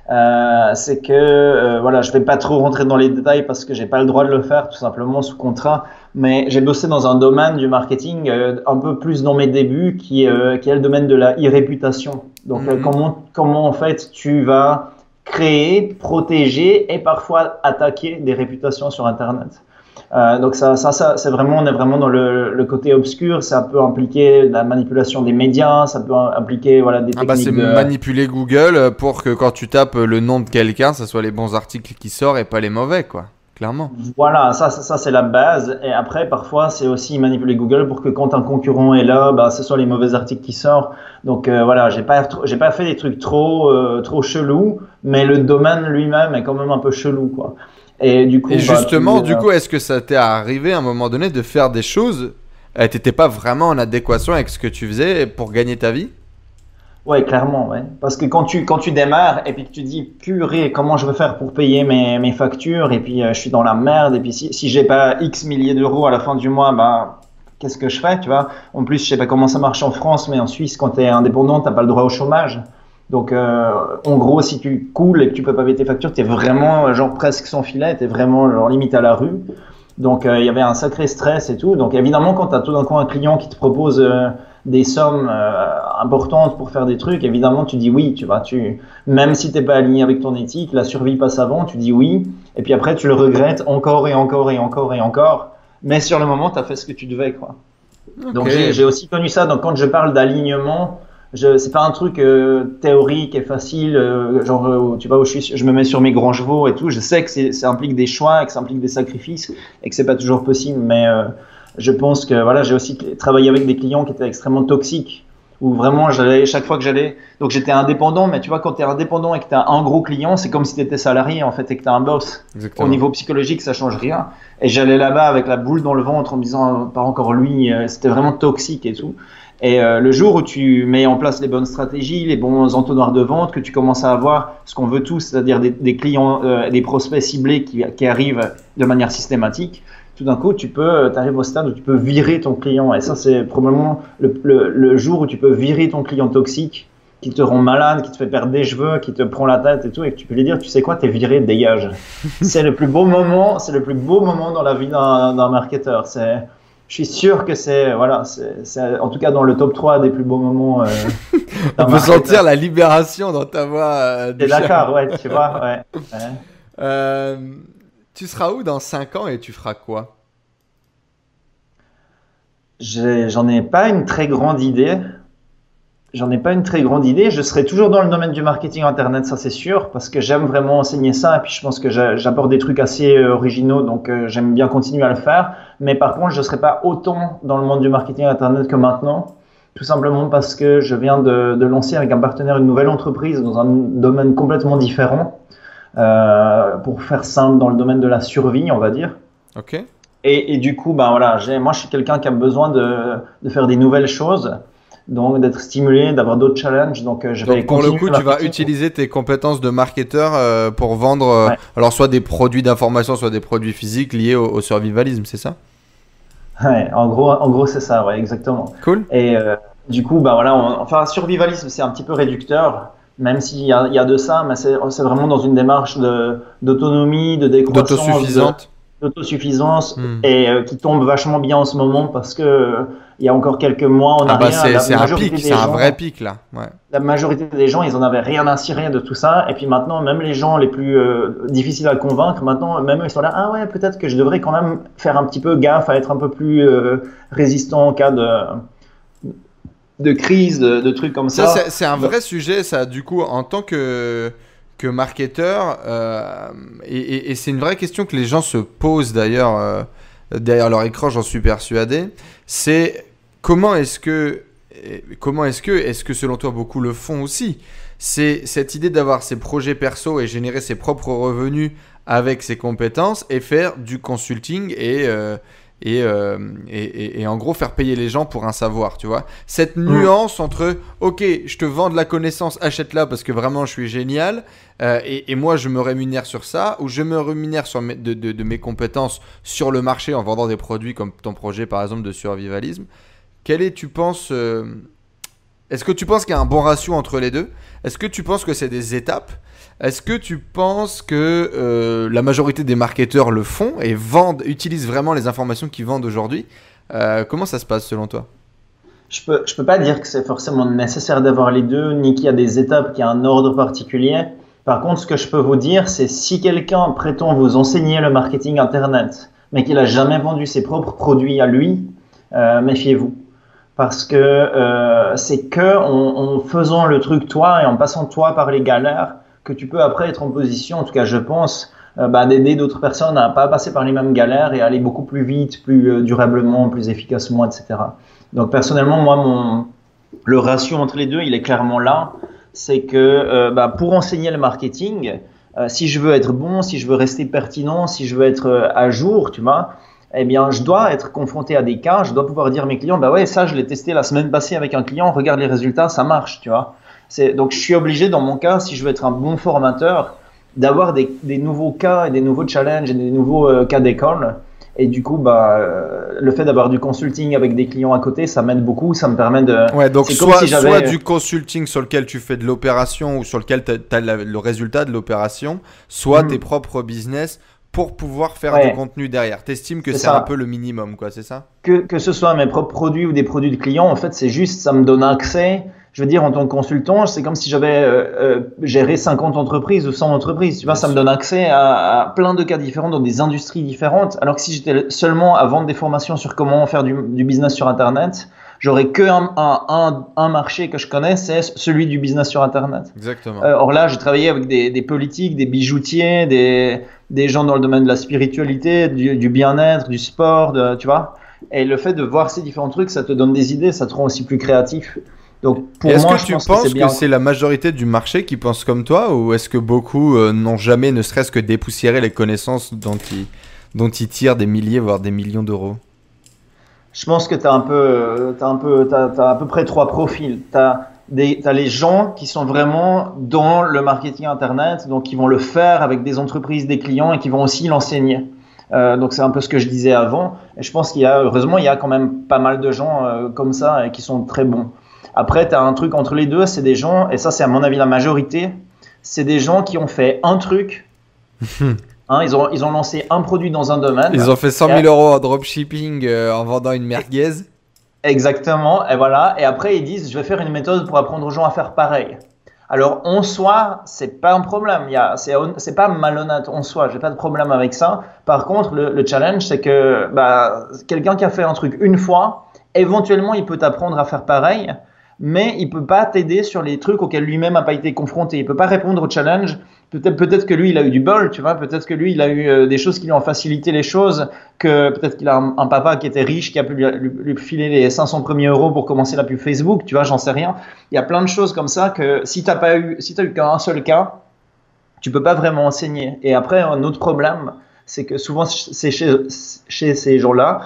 C'est que je vais pas trop rentrer dans les détails parce que j'ai pas le droit de le faire tout simplement sous contrat, mais j'ai bossé dans un domaine du marketing un peu plus dans mes débuts qui est le domaine de la e-réputation. Donc comment en fait tu vas créer, protéger et parfois attaquer des réputations sur Internet. Donc ça c'est vraiment, on est vraiment dans le côté obscur. Ça peut impliquer la manipulation des médias, ça peut impliquer des techniques c'est manipuler Google pour que quand tu tapes le nom de quelqu'un, ça soit les bons articles qui sortent et pas les mauvais, quoi. Clairement. Voilà, ça c'est la base. Et après, parfois, c'est aussi manipuler Google pour que quand un concurrent est là, ce soit les mauvais articles qui sortent. Donc j'ai pas fait des trucs trop chelous, mais le domaine lui-même est quand même un peu chelou, quoi. Et du coup, justement, est-ce que ça t'est arrivé à un moment donné de faire des choses, t'étais pas vraiment en adéquation avec ce que tu faisais pour gagner ta vie? Ouais, clairement, ouais. Parce que quand tu démarres et puis que tu dis purée, comment je vais faire pour payer mes factures, et puis je suis dans la merde, et puis si j'ai pas X milliers d'euros à la fin du mois, qu'est-ce que je fais, tu vois? En plus, je sais pas comment ça marche en France, mais en Suisse, quand tu es indépendant, t'as pas le droit au chômage. Donc, en gros, si tu coules et que tu peux pas payer tes factures, t'es vraiment presque sans filet, t'es vraiment limite à la rue. Donc, il y avait un sacré stress et tout. Donc, évidemment, quand t'as tout d'un coup un client qui te propose des sommes importantes pour faire des trucs, évidemment, tu dis oui, tu vois. Même si t'es pas aligné avec ton éthique, la survie passe avant, tu dis oui. Et puis après, tu le regrettes encore et encore et encore et encore. Mais sur le moment, t'as fait ce que tu devais, quoi. Okay. Donc, j'ai aussi connu ça. Donc, quand je parle d'alignement, c'est pas un truc théorique et facile, tu vois, où je me mets sur mes grands chevaux et tout. Je sais que ça implique des choix, et que ça implique des sacrifices, et que c'est pas toujours possible. Mais je pense que j'ai aussi travaillé avec des clients qui étaient extrêmement toxiques, où vraiment chaque fois que j'allais, donc j'étais indépendant, mais tu vois, quand t'es indépendant et que t'as un gros client, c'est comme si t'étais salarié en fait et que t'as un boss. Exactement. Au niveau psychologique, ça change rien. Et j'allais là-bas avec la boule dans le ventre en me disant pas encore lui, c'était vraiment toxique et tout. Et le jour où tu mets en place les bonnes stratégies, les bons entonnoirs de vente, que tu commences à avoir ce qu'on veut tous, c'est-à-dire des clients, des prospects ciblés qui arrivent de manière systématique, tout d'un coup, tu arrives au stade où tu peux virer ton client. Et ça, c'est probablement le jour où tu peux virer ton client toxique, qui te rend malade, qui te fait perdre des cheveux, qui te prend la tête et tout, et que tu peux lui dire, tu sais quoi, t'es viré, dégage. C'est le plus beau moment dans la vie d'un marketeur. je suis sûr que c'est en tout cas dans le top 3 des plus beaux moments. On peut sentir la libération dans ta voix. T'es d'accord, ouais, tu vois, ouais. Tu seras où dans 5 ans et tu feras quoi? J'en ai pas une très grande idée. Je serai toujours dans le domaine du marketing internet, ça c'est sûr, parce que j'aime vraiment enseigner ça et puis je pense que j'apporte des trucs assez originaux, donc j'aime bien continuer à le faire. Mais par contre, je serai pas autant dans le monde du marketing internet que maintenant, tout simplement parce que je viens de lancer avec un partenaire une nouvelle entreprise dans un domaine complètement différent, pour faire simple, dans le domaine de la survie, on va dire. Ok. Et du coup, ben voilà, moi je suis quelqu'un qui a besoin de faire des nouvelles choses. Donc d'être stimulé, d'avoir d'autres challenges. Donc je vais pour le continuer coup, tu vas utiliser tes compétences de marketeur pour vendre alors soit des produits d'information, soit des produits physiques liés au survivalisme, c'est ça? Ouais, en gros c'est ça, ouais, exactement. Cool. Et du coup, bah voilà, enfin survivalisme c'est un petit peu réducteur, même s'il y a de ça, mais c'est vraiment dans une démarche d'autonomie, de décroissance, d'autosuffisance et qui tombe vachement bien en ce moment parce que il y a encore quelques mois en arrière, c'est un pic, c'est un vrai pic là. Ouais. La majorité des gens, ils en avaient rien à cirer de tout ça. Et puis maintenant, même les gens les plus difficiles à convaincre, maintenant, même eux, ils sont là, ah ouais, peut-être que je devrais quand même faire un petit peu gaffe à être un peu plus résistant en cas de crise, de trucs comme ça. C'est un vrai sujet, ça, du coup, en tant que marketeur, et c'est une vraie question que les gens se posent d'ailleurs derrière leur écran, j'en suis persuadé, c'est comment est-ce que selon toi beaucoup le font aussi, c'est cette idée d'avoir ses projets perso et générer ses propres revenus avec ses compétences et faire du consulting et en gros faire payer les gens pour un savoir, tu vois. Cette nuance entre ok, je te vends de la connaissance, achète-la parce que vraiment je suis génial et moi je me rémunère sur ça, ou je me rémunère sur de mes compétences sur le marché en vendant des produits comme ton projet par exemple de survivalisme. Est-ce que tu penses qu'il y a un bon ratio entre les deux? Est-ce que tu penses que c'est des étapes? Est-ce que tu penses que la majorité des marketeurs le font et utilisent vraiment les informations qu'ils vendent aujourd'hui? Comment ça se passe selon toi? Je peux pas dire que c'est forcément nécessaire d'avoir les deux, ni qu'il y a des étapes, qu'il y a un ordre particulier. Par contre, ce que je peux vous dire, c'est si quelqu'un prétend vous enseigner le marketing internet, mais qu'il a jamais vendu ses propres produits à lui, méfiez-vous. Parce que c'est que en faisant le truc toi et en passant toi par les galères que tu peux après être en position, en tout cas je pense, d'aider d'autres personnes à pas passer par les mêmes galères et aller beaucoup plus vite, plus durablement, plus efficacement, etc. Donc personnellement, moi, le ratio entre les deux, il est clairement là. C'est que pour enseigner le marketing, si je veux être bon, si je veux rester pertinent, si je veux être à jour, tu vois, eh bien, je dois être confronté à des cas, je dois pouvoir dire à mes clients, bah ouais, ça, je l'ai testé la semaine passée avec un client, regarde les résultats, ça marche, tu vois. Donc, je suis obligé, dans mon cas, si je veux être un bon formateur, d'avoir des nouveaux cas et des nouveaux challenges et des nouveaux cas d'école. Et du coup, le fait d'avoir du consulting avec des clients à côté, ça m'aide beaucoup, ça me permet de… Ouais, donc soit du consulting sur lequel tu fais de l'opération ou sur lequel tu as le résultat de l'opération, soit tes propres business pour pouvoir faire du contenu derrière. Tu estimes que c'est un peu le minimum, quoi, c'est ça? Que ce soit mes propres produits ou des produits de clients, en fait, c'est juste, ça me donne accès. Je veux dire, en tant que consultant, c'est comme si j'avais géré 50 entreprises ou 100 entreprises. Tu vois, ça me donne accès à plein de cas différents dans des industries différentes. Alors que si j'étais seulement à vendre des formations sur comment faire du business sur Internet, j'aurais que un marché que je connais, c'est celui du business sur Internet. Exactement. Or là, j'ai travaillé avec des politiques, des bijoutiers, des gens dans le domaine de la spiritualité, du bien-être, du sport, tu vois. Et le fait de voir ces différents trucs, ça te donne des idées, ça te rend aussi plus créatif. Donc pour moi, est-ce que tu penses que c'est la majorité du marché qui pense comme toi, ou est-ce que beaucoup n'ont jamais ne serait-ce que dépoussiéré les connaissances dont ils tirent des milliers voire des millions d'euros? Je pense que t'as à peu près trois profils. T'as les gens qui sont vraiment dans le marketing internet, donc qui vont le faire avec des entreprises, des clients, et qui vont aussi l'enseigner. Donc c'est un peu ce que je disais avant. Et je pense heureusement, il y a quand même pas mal de gens comme ça et qui sont très bons. Après, tu as un truc entre les deux, c'est des gens, et ça c'est à mon avis la majorité, c'est des gens qui ont fait un truc Hein, ils ont lancé un produit dans un domaine. Ils ont fait 100 000 euros en dropshipping en vendant une merguez. Exactement, et voilà. Et après, ils disent, je vais faire une méthode pour apprendre aux gens à faire pareil. Alors, en soi, c'est pas un problème. C'est pas malhonnête en soi. J'ai pas de problème avec ça. Par contre, le challenge, c'est que quelqu'un qui a fait un truc une fois, éventuellement, il peut t'apprendre à faire pareil, mais il peut pas t'aider sur les trucs auxquels lui-même n'a pas été confronté. Il peut pas répondre au challenge. Peut-être que lui, il a eu du bol, tu vois. Peut-être que lui, il a eu des choses qui lui ont facilité les choses. Que peut-être qu'il a un papa qui était riche, qui a pu lui filer les 500 premiers euros pour commencer la pub Facebook, tu vois. J'en sais rien. Il y a plein de choses comme ça que si t'as eu qu'un seul cas, tu peux pas vraiment enseigner. Et après, un autre problème, c'est que souvent c'est chez ces gens-là,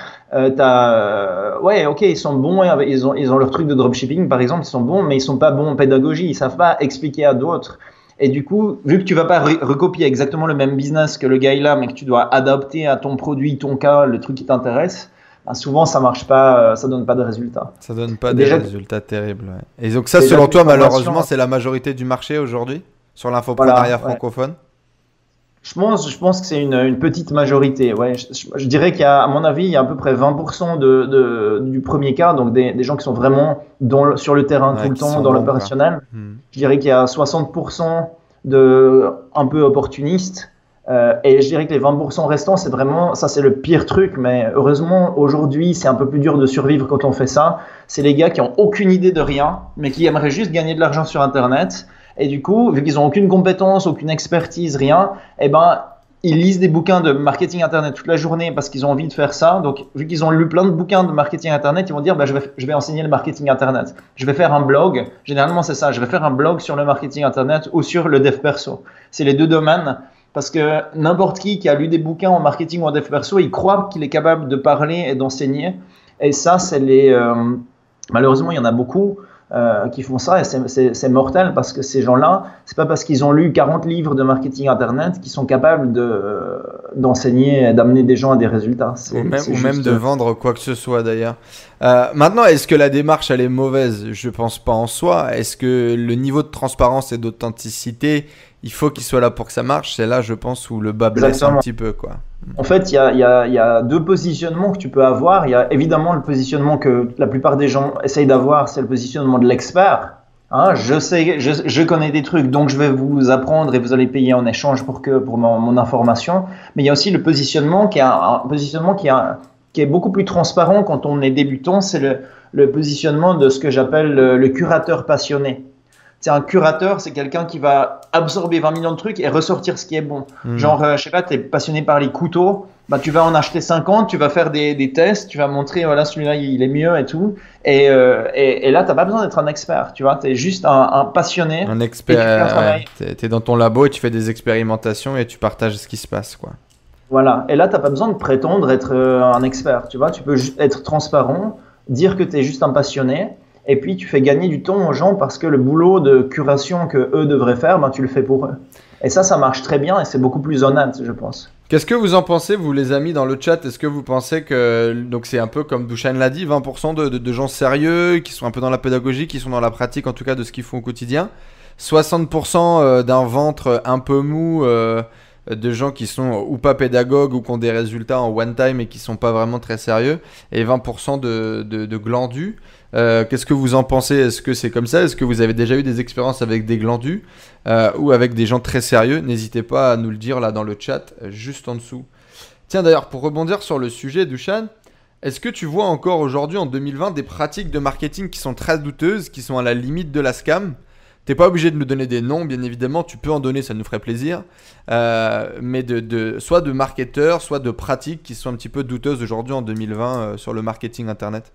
ouais, ok, ils sont bons, ils ont leur truc de dropshipping par exemple, ils sont bons, mais ils sont pas bons en pédagogie, ils savent pas expliquer à d'autres. Et du coup, vu que tu vas pas recopier exactement le même business que le gars il a, mais que tu dois adapter à ton produit, ton cas, le truc qui t'intéresse, souvent ça marche pas, ça donne pas de résultats. Ça donne pas des résultats terribles. Ouais. Et donc ça, selon toi, malheureusement, c'est la majorité du marché aujourd'hui sur l'infoprenariat francophone. Je pense que c'est une petite majorité. Ouais. Je dirais qu'il y a, à mon avis, il y a à peu près 20% du premier cas, donc des gens qui sont vraiment sur le terrain tout le temps, dans l'opérationnel. Je dirais qu'il y a 60% un peu opportunistes. Et je dirais que les 20% restants, c'est vraiment, ça c'est le pire truc, mais heureusement, aujourd'hui, c'est un peu plus dur de survivre quand on fait ça. C'est les gars qui ont aucune idée de rien, mais qui aimeraient juste gagner de l'argent sur Internet. Et du coup, vu qu'ils n'ont aucune compétence, aucune expertise, rien, ils lisent des bouquins de marketing Internet toute la journée parce qu'ils ont envie de faire ça. Donc, vu qu'ils ont lu plein de bouquins de marketing Internet, ils vont dire je vais enseigner le marketing Internet. Je vais faire un blog. Généralement, c'est ça. Je vais faire un blog sur le marketing Internet ou sur le dev perso. C'est les deux domaines. Parce que n'importe qui a lu des bouquins en marketing ou en dev perso, il croit qu'il est capable de parler et d'enseigner. Et ça, malheureusement, il y en a beaucoup qui font ça et c'est mortel parce que ces gens-là, c'est pas parce qu'ils ont lu 40 livres de marketing Internet qu'ils sont capables d'enseigner et d'amener des gens à des résultats. Ou même de vendre quoi que ce soit d'ailleurs. Maintenant, est-ce que la démarche elle est mauvaise? Je pense pas en soi. Est-ce que le niveau de transparence et d'authenticité, il faut qu'il soit là pour que ça marche? C'est là, je pense, où le bas blesse un petit peu, quoi. En fait, il y a deux positionnements que tu peux avoir. Il y a évidemment le positionnement que la plupart des gens essayent d'avoir, c'est le positionnement de l'expert. Hein, je connais des trucs, donc je vais vous apprendre et vous allez payer en échange pour mon information. Mais il y a aussi le positionnement qui est beaucoup plus transparent quand on est débutant. C'est le positionnement de ce que j'appelle le curateur passionné. C'est un curateur, c'est quelqu'un qui va absorber 20 millions de trucs et ressortir ce qui est bon. Genre, je sais pas, tu es passionné par les couteaux, tu vas en acheter 50, tu vas faire des tests, tu vas montrer, voilà, celui-là, il est mieux et tout. Et là, tu n'as pas besoin d'être un expert, tu vois, tu es juste un passionné. Un expert, tu es dans ton labo et tu fais des expérimentations et tu partages ce qui se passe, quoi. Voilà, et là, tu n'as pas besoin de prétendre être un expert, tu vois, tu peux être transparent, dire que tu es juste un passionné. Et puis, tu fais gagner du temps aux gens parce que le boulot de curation que eux devraient faire, tu le fais pour eux. Et ça marche très bien et c'est beaucoup plus honnête, je pense. Qu'est-ce que vous en pensez, vous les amis, dans le chat? Est-ce que vous pensez que, donc c'est un peu comme Dusan l'a dit, 20% de gens sérieux, qui sont un peu dans la pédagogie, qui sont dans la pratique en tout cas de ce qu'ils font au quotidien, 60% d'un ventre un peu mou, de gens qui sont ou pas pédagogues ou qui ont des résultats en one time et qui sont pas vraiment très sérieux, et 20% de glandus. Qu'est-ce que vous en pensez? Est-ce que c'est comme ça? Est-ce que vous avez déjà eu des expériences avec des glandus ou avec des gens très sérieux? N'hésitez pas à nous le dire là dans le chat, juste en dessous. Tiens, d'ailleurs, pour rebondir sur le sujet, Dusan, est-ce que tu vois encore aujourd'hui, en 2020, des pratiques de marketing qui sont très douteuses, qui sont à la limite de la scam? T'es pas obligé de nous donner des noms, bien évidemment, tu peux en donner, ça nous ferait plaisir. Mais soit de marketeurs, soit de pratiques qui sont un petit peu douteuses aujourd'hui en 2020 sur le marketing Internet.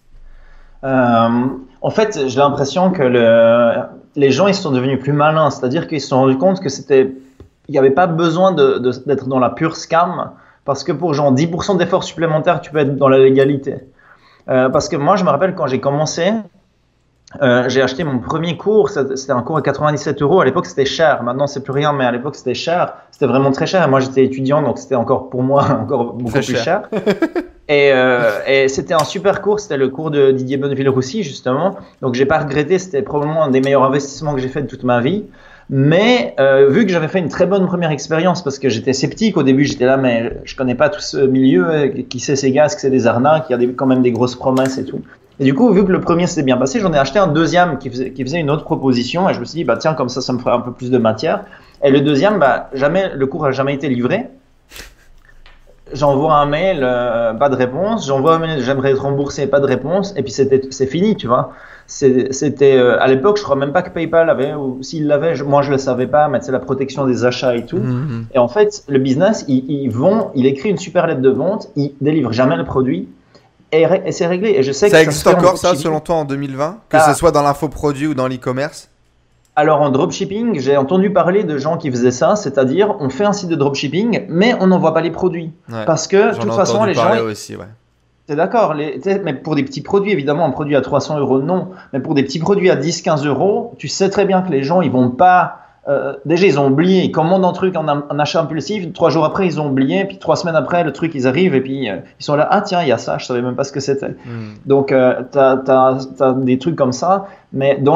En fait, j'ai l'impression que les gens ils sont devenus plus malins, c'est-à-dire qu'ils se sont rendus compte que il n'y avait pas besoin d'être dans la pure scam, parce que pour genre 10% d'efforts supplémentaires, tu peux être dans la légalité. Parce que moi, je me rappelle quand j'ai commencé, j'ai acheté mon premier cours, c'était un cours à 97 €. À l'époque, c'était cher. Maintenant, c'est plus rien, mais à l'époque, c'était cher. C'était vraiment très cher. Et moi, j'étais étudiant, donc c'était encore pour moi encore beaucoup plus cher. Et c'était un super cours, c'était le cours de Didier Bonneville-Roussy, justement. Donc, j'ai pas regretté, c'était probablement un des meilleurs investissements que j'ai fait de toute ma vie. Mais vu que j'avais fait une très bonne première expérience, parce que j'étais sceptique au début, j'étais là, mais je connais pas tout ce milieu, qui sait ces gars, est-ce que c'est des arnaques, il y a quand même des grosses promesses et tout. Et du coup, vu que le premier s'est bien passé, j'en ai acheté un deuxième qui faisait une autre proposition, et je me suis dit, bah tiens, comme ça me ferait un peu plus de matière. Et le deuxième, le cours a jamais été livré. J'envoie un mail, pas de réponse. J'envoie un mail, j'aimerais être remboursé, pas de réponse. Et puis c'est fini, tu vois. C'était à l'époque, je crois même pas que PayPal avait, ou s'il l'avait, moi je le savais pas, mais c'est la protection des achats et tout. Et en fait, le business, il écrit une super lettre de vente, il délivre jamais le produit. Et c'est réglé. Et je sais ça existe encore ça, selon toi, en 2020, que ce soit dans l'infoproduit ou dans l'e-commerce? Alors en dropshipping, j'ai entendu parler de gens qui faisaient ça, c'est-à-dire on fait un site de dropshipping, mais on n'envoie pas les produits. Ouais. Parce que de toute façon, les gens... aussi, ouais. C'est d'accord, mais pour des petits produits, évidemment, un produit à 300 €, non. Mais pour des petits produits à 10-15 €, tu sais très bien que les gens, ils vont pas... déjà, ils ont oublié, ils commandent un truc en achat impulsif, 3 jours après, ils ont oublié, puis 3 semaines après, le truc, ils arrivent, et puis ils sont là, ah tiens, il y a ça, je savais même pas ce que c'était. Donc, t'as des trucs comme ça, mais dans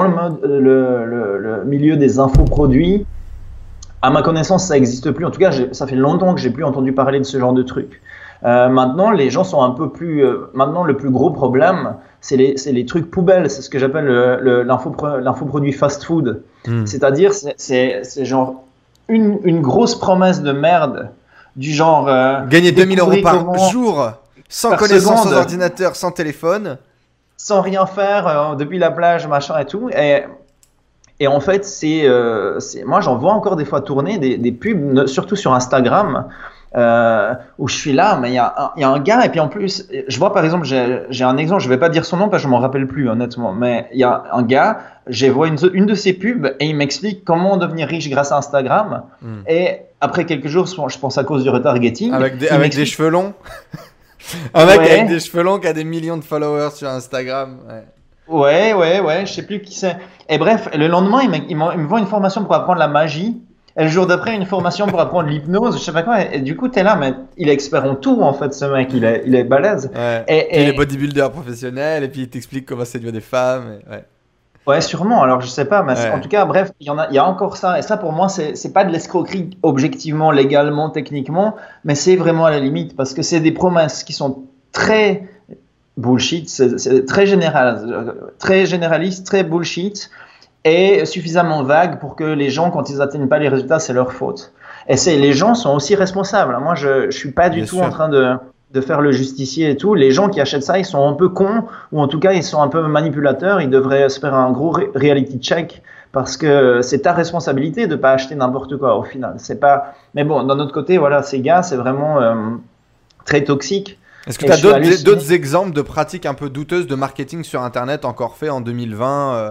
le milieu des infoproduits, à ma connaissance, ça n'existe plus. En tout cas, ça fait longtemps que j'ai plus entendu parler de ce genre de truc. Maintenant, les gens sont un peu plus... maintenant, le plus gros problème, c'est les trucs poubelles. C'est ce que j'appelle l'infoproduit fast-food. C'est-à-dire, c'est genre une grosse promesse de merde du genre... Gagner 2000 € par jour, sans connaissance, sans ordinateur, sans téléphone. Sans rien faire, depuis la plage, machin et tout. Et en fait, moi, j'en vois encore des fois tourner des pubs, surtout sur Instagram, où je suis là, mais il y a un gars, et puis en plus, je vois par exemple, j'ai un exemple, je vais pas dire son nom parce que je m'en rappelle plus honnêtement, mais il y a un gars, je vois une de ses pubs et il m'explique comment devenir riche grâce à Instagram. Et après quelques jours, je pense à cause du retargeting. Avec des cheveux longs. Un mec avec des cheveux longs qui a des millions de followers sur Instagram. Ouais, je sais plus qui c'est. Et bref, le lendemain, il me vend une formation pour apprendre la magie. Et le jour d'après, une formation pour apprendre l'hypnose, je sais pas quoi. Et du coup, t'es là, mais il est expert en tout, en fait, ce mec. Il est balèze. Ouais. Et il est bodybuilder professionnel, et puis il t'explique comment séduire des femmes. Ouais, sûrement. Alors, je sais pas, mais en tout cas, bref, il y a encore ça. Et ça, pour moi, c'est pas de l'escroquerie objectivement, légalement, techniquement, mais c'est vraiment à la limite parce que c'est des promesses qui sont très bullshit, c'est très généraliste, très bullshit. Et suffisamment vague pour que les gens, quand ils n'atteignent pas les résultats, c'est leur faute. Et les gens sont aussi responsables. Moi, je suis pas du tout en train de faire le justicier et tout. Les gens qui achètent ça, ils sont un peu cons, ou en tout cas, ils sont un peu manipulateurs. Ils devraient se faire un gros reality check parce que c'est ta responsabilité de pas acheter n'importe quoi au final. C'est pas. Mais bon, d'un autre côté, voilà, ces gars, c'est vraiment très toxique. Est-ce que tu as d'autres exemples de pratiques un peu douteuses de marketing sur Internet encore fait en 2020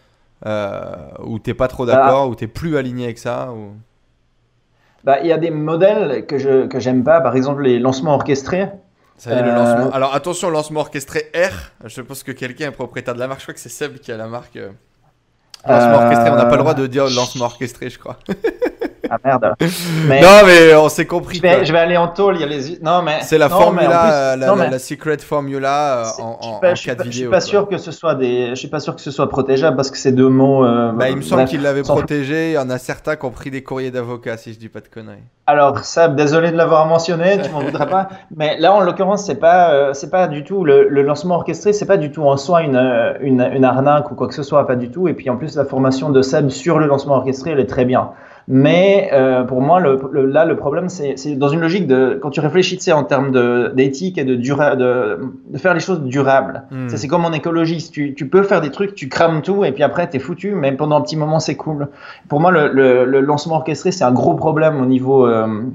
où t'es pas trop d'accord, où t'es plus aligné avec ça il y a des modèles que j'aime pas, par exemple les lancements orchestrés. Ça y est, le lancement. Alors attention, lancement orchestré R. Je pense que quelqu'un est propriétaire de la marque. Je crois que c'est Seb qui a la marque. Lancement orchestré. On n'a pas le droit de dire lancement orchestré, je crois. Ah merde. Non, mais on s'est compris. Je vais aller en tôle. Il y a les. Non, mais. C'est la formula, la secret formula en 4 vidéos. Je suis pas sûr que ce soit Je suis pas sûr que ce soit protégeable parce que c'est deux mots. Il me semble qu'il l'avait protégé. Il y en a certains qui ont pris des courriers d'avocats, si je dis pas de conneries. Alors, Seb, désolé de l'avoir mentionné. Tu m'en voudras pas. Mais là, en l'occurrence, c'est pas du tout le lancement orchestré. C'est pas du tout en soi une arnaque ou quoi que ce soit. Pas du tout. Et puis en plus, la formation de Seb sur le lancement orchestré, elle est très bien. Mais pour moi, là, le problème, c'est dans une logique quand tu réfléchis en termes d'éthique et de faire les choses durables. C'est comme en écologie. Tu peux faire des trucs, tu crames tout et puis après, t'es foutu, mais pendant un petit moment, c'est cool. Pour moi, le lancement orchestré, c'est un gros problème au niveau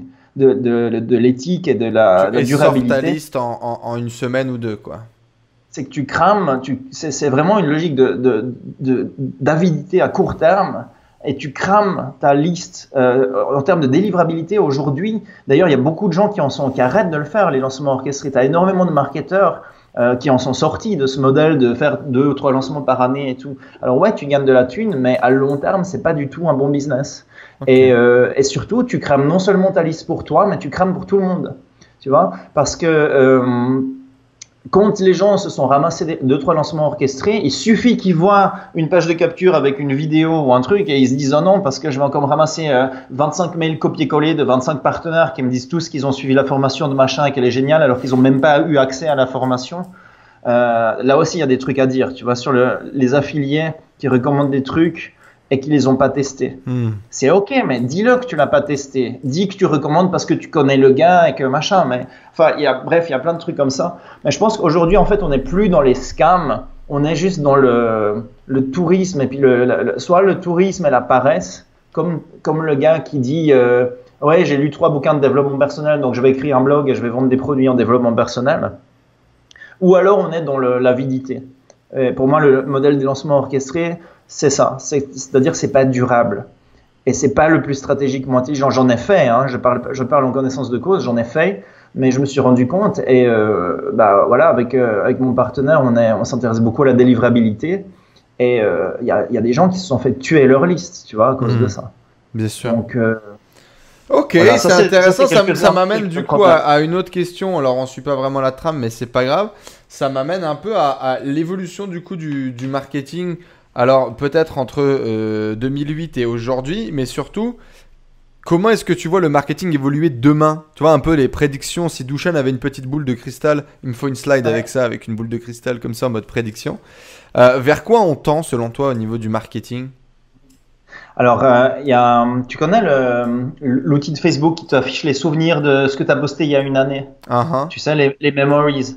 de l'éthique et de la durabilité. Tu ta liste en une semaine ou deux, quoi. C'est que tu crames, c'est vraiment une logique d'avidité à court terme. Et tu crames ta liste en termes de délivrabilité aujourd'hui. D'ailleurs, il y a beaucoup de gens qui arrêtent de le faire, les lancements orchestrés. Tu as énormément de marketeurs qui en sont sortis de ce modèle de faire 2 ou 3 lancements par année et tout. Alors ouais, tu gagnes de la thune, mais à long terme, c'est pas du tout un bon business. Okay. Et surtout, tu crames non seulement ta liste pour toi, mais tu crames pour tout le monde. Tu vois, parce que quand les gens se sont ramassés 2-3 lancements orchestrés, il suffit qu'ils voient une page de capture avec une vidéo ou un truc et ils se disent oh non, parce que je vais encore me ramasser 25 mails copier-coller de 25 partenaires qui me disent tous qu'ils ont suivi la formation de machin et qu'elle est géniale alors qu'ils n'ont même pas eu accès à la formation. Là aussi, il y a des trucs à dire, tu vois, sur les affiliés qui recommandent des trucs et qui les ont pas testés. C'est ok, mais dis-le que tu l'as pas testé. Dis que tu recommandes parce que tu connais le gars et que machin. Mais enfin, il y a plein de trucs comme ça. Mais je pense qu'aujourd'hui, en fait, on n'est plus dans les scams. On est juste dans le tourisme et puis soit le tourisme et la paresse, comme le gars qui dit ouais, j'ai lu 3 bouquins de développement personnel, donc je vais écrire un blog et je vais vendre des produits en développement personnel. Ou alors on est dans l'avidité. Et pour moi, le modèle des lancements orchestrés, c'est ça. C'est-à-dire que c'est pas durable. Et c'est pas le plus stratégiquement intelligent. J'en ai fait, hein, je parle en connaissance de cause, j'en ai fait, mais je me suis rendu compte et voilà, avec mon partenaire, on s'intéresse beaucoup à la délivrabilité. Et il y a des gens qui se sont fait tuer leur liste, tu vois, à cause de ça. Bien sûr. Donc, ok, voilà, c'est intéressant. Ça m'amène du coup à une autre question. Alors, on ne suit pas vraiment la trame, mais c'est pas grave. Ça m'amène un peu à l'évolution du coup du marketing. Alors, peut-être entre 2008 et aujourd'hui, mais surtout, comment est-ce que tu vois le marketing évoluer demain? Tu vois, un peu les prédictions. Si Dusan avait une petite boule de cristal, il me faut une slide avec ça, avec une boule de cristal comme ça en mode prédiction. Vers quoi on tend selon toi au niveau du marketing? Alors, tu connais l'outil de Facebook qui t'affiche les souvenirs de ce que tu as posté il y a une année. Tu sais, les memories.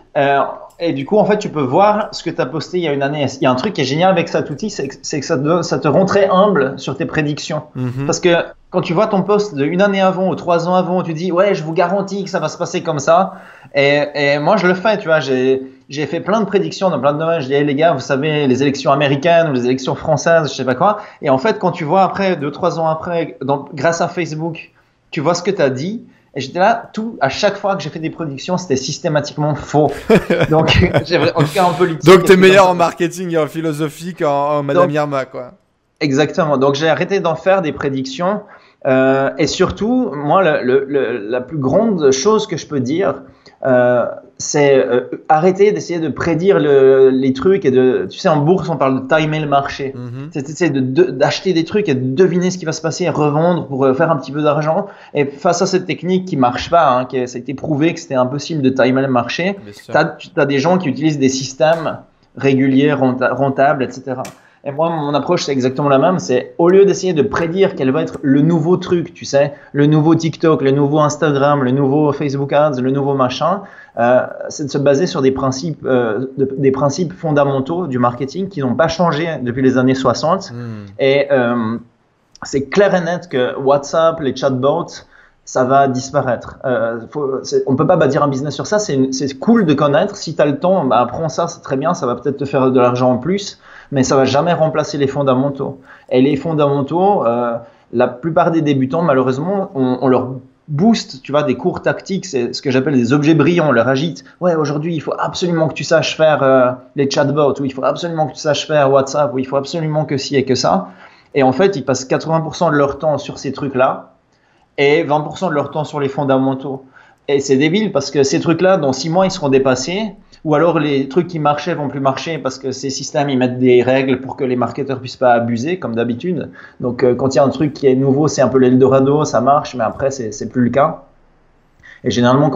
Et du coup, en fait, tu peux voir ce que tu as posté il y a une année. Il y a un truc qui est génial avec cet outil, c'est que ça te rend très humble sur tes prédictions. Parce que quand tu vois ton post de une année avant ou 3 ans avant, tu dis « Ouais, je vous garantis que ça va se passer comme ça. » Et moi, je le fais, tu vois. J'ai fait plein de prédictions dans plein de domaines. Je dis hey, « les gars, vous savez, les élections américaines ou les élections françaises, je sais pas quoi. » Et en fait, quand tu vois après, 2-3 ans après, grâce à Facebook, tu vois ce que tu as dit. Et j'étais là, à chaque fois que j'ai fait des prédictions, c'était systématiquement faux. Donc, j'ai en tout cas un peu liquide. Donc, tu es meilleur en marketing et en philosophie qu'en Madame Irma, quoi. Exactement. Donc, j'ai arrêté d'en faire des prédictions. Et surtout, moi, la plus grande chose que je peux dire, c'est arrêter d'essayer de prédire les trucs. Tu sais, en bourse, on parle de timer le marché. C'est d'acheter des trucs et de deviner ce qui va se passer et revendre pour faire un petit peu d'argent. Et face à cette technique qui marche pas, hein, ça a été prouvé que c'était impossible de timer le marché, tu as des gens qui utilisent des systèmes réguliers, rentables, etc. Et moi, mon approche, c'est exactement la même. C'est au lieu d'essayer de prédire quel va être le nouveau truc, tu sais, le nouveau TikTok, le nouveau Instagram, le nouveau Facebook Ads, le nouveau machin, c'est de se baser sur des principes fondamentaux du marketing qui n'ont pas changé depuis les années 60. Et c'est clair et net que WhatsApp, les chatbots, ça va disparaître. On ne peut pas bâtir un business sur ça. C'est cool de connaître. Si tu as le temps, apprends ça, c'est très bien. Ça va peut-être te faire de l'argent en plus, mais ça ne va jamais remplacer les fondamentaux. Et les fondamentaux, la plupart des débutants, malheureusement, on leur booste, tu vois, des cours tactiques. C'est ce que j'appelle des objets brillants. On leur agite. Ouais, aujourd'hui, il faut absolument que tu saches faire les chatbots, ou il faut absolument que tu saches faire WhatsApp, ou il faut absolument que ci et que ça. Et en fait, ils passent 80% de leur temps sur ces trucs-là et 20% de leur temps sur les fondamentaux. Et c'est débile parce que ces trucs-là, dans 6 mois, ils seront dépassés. Ou alors les trucs qui marchaient vont plus marcher parce que ces systèmes, ils mettent des règles pour que les marketeurs puissent pas abuser, comme d'habitude. Donc, quand il y a un truc qui est nouveau, c'est un peu l'Eldorado, ça marche, mais après, c'est plus le cas. Et généralement,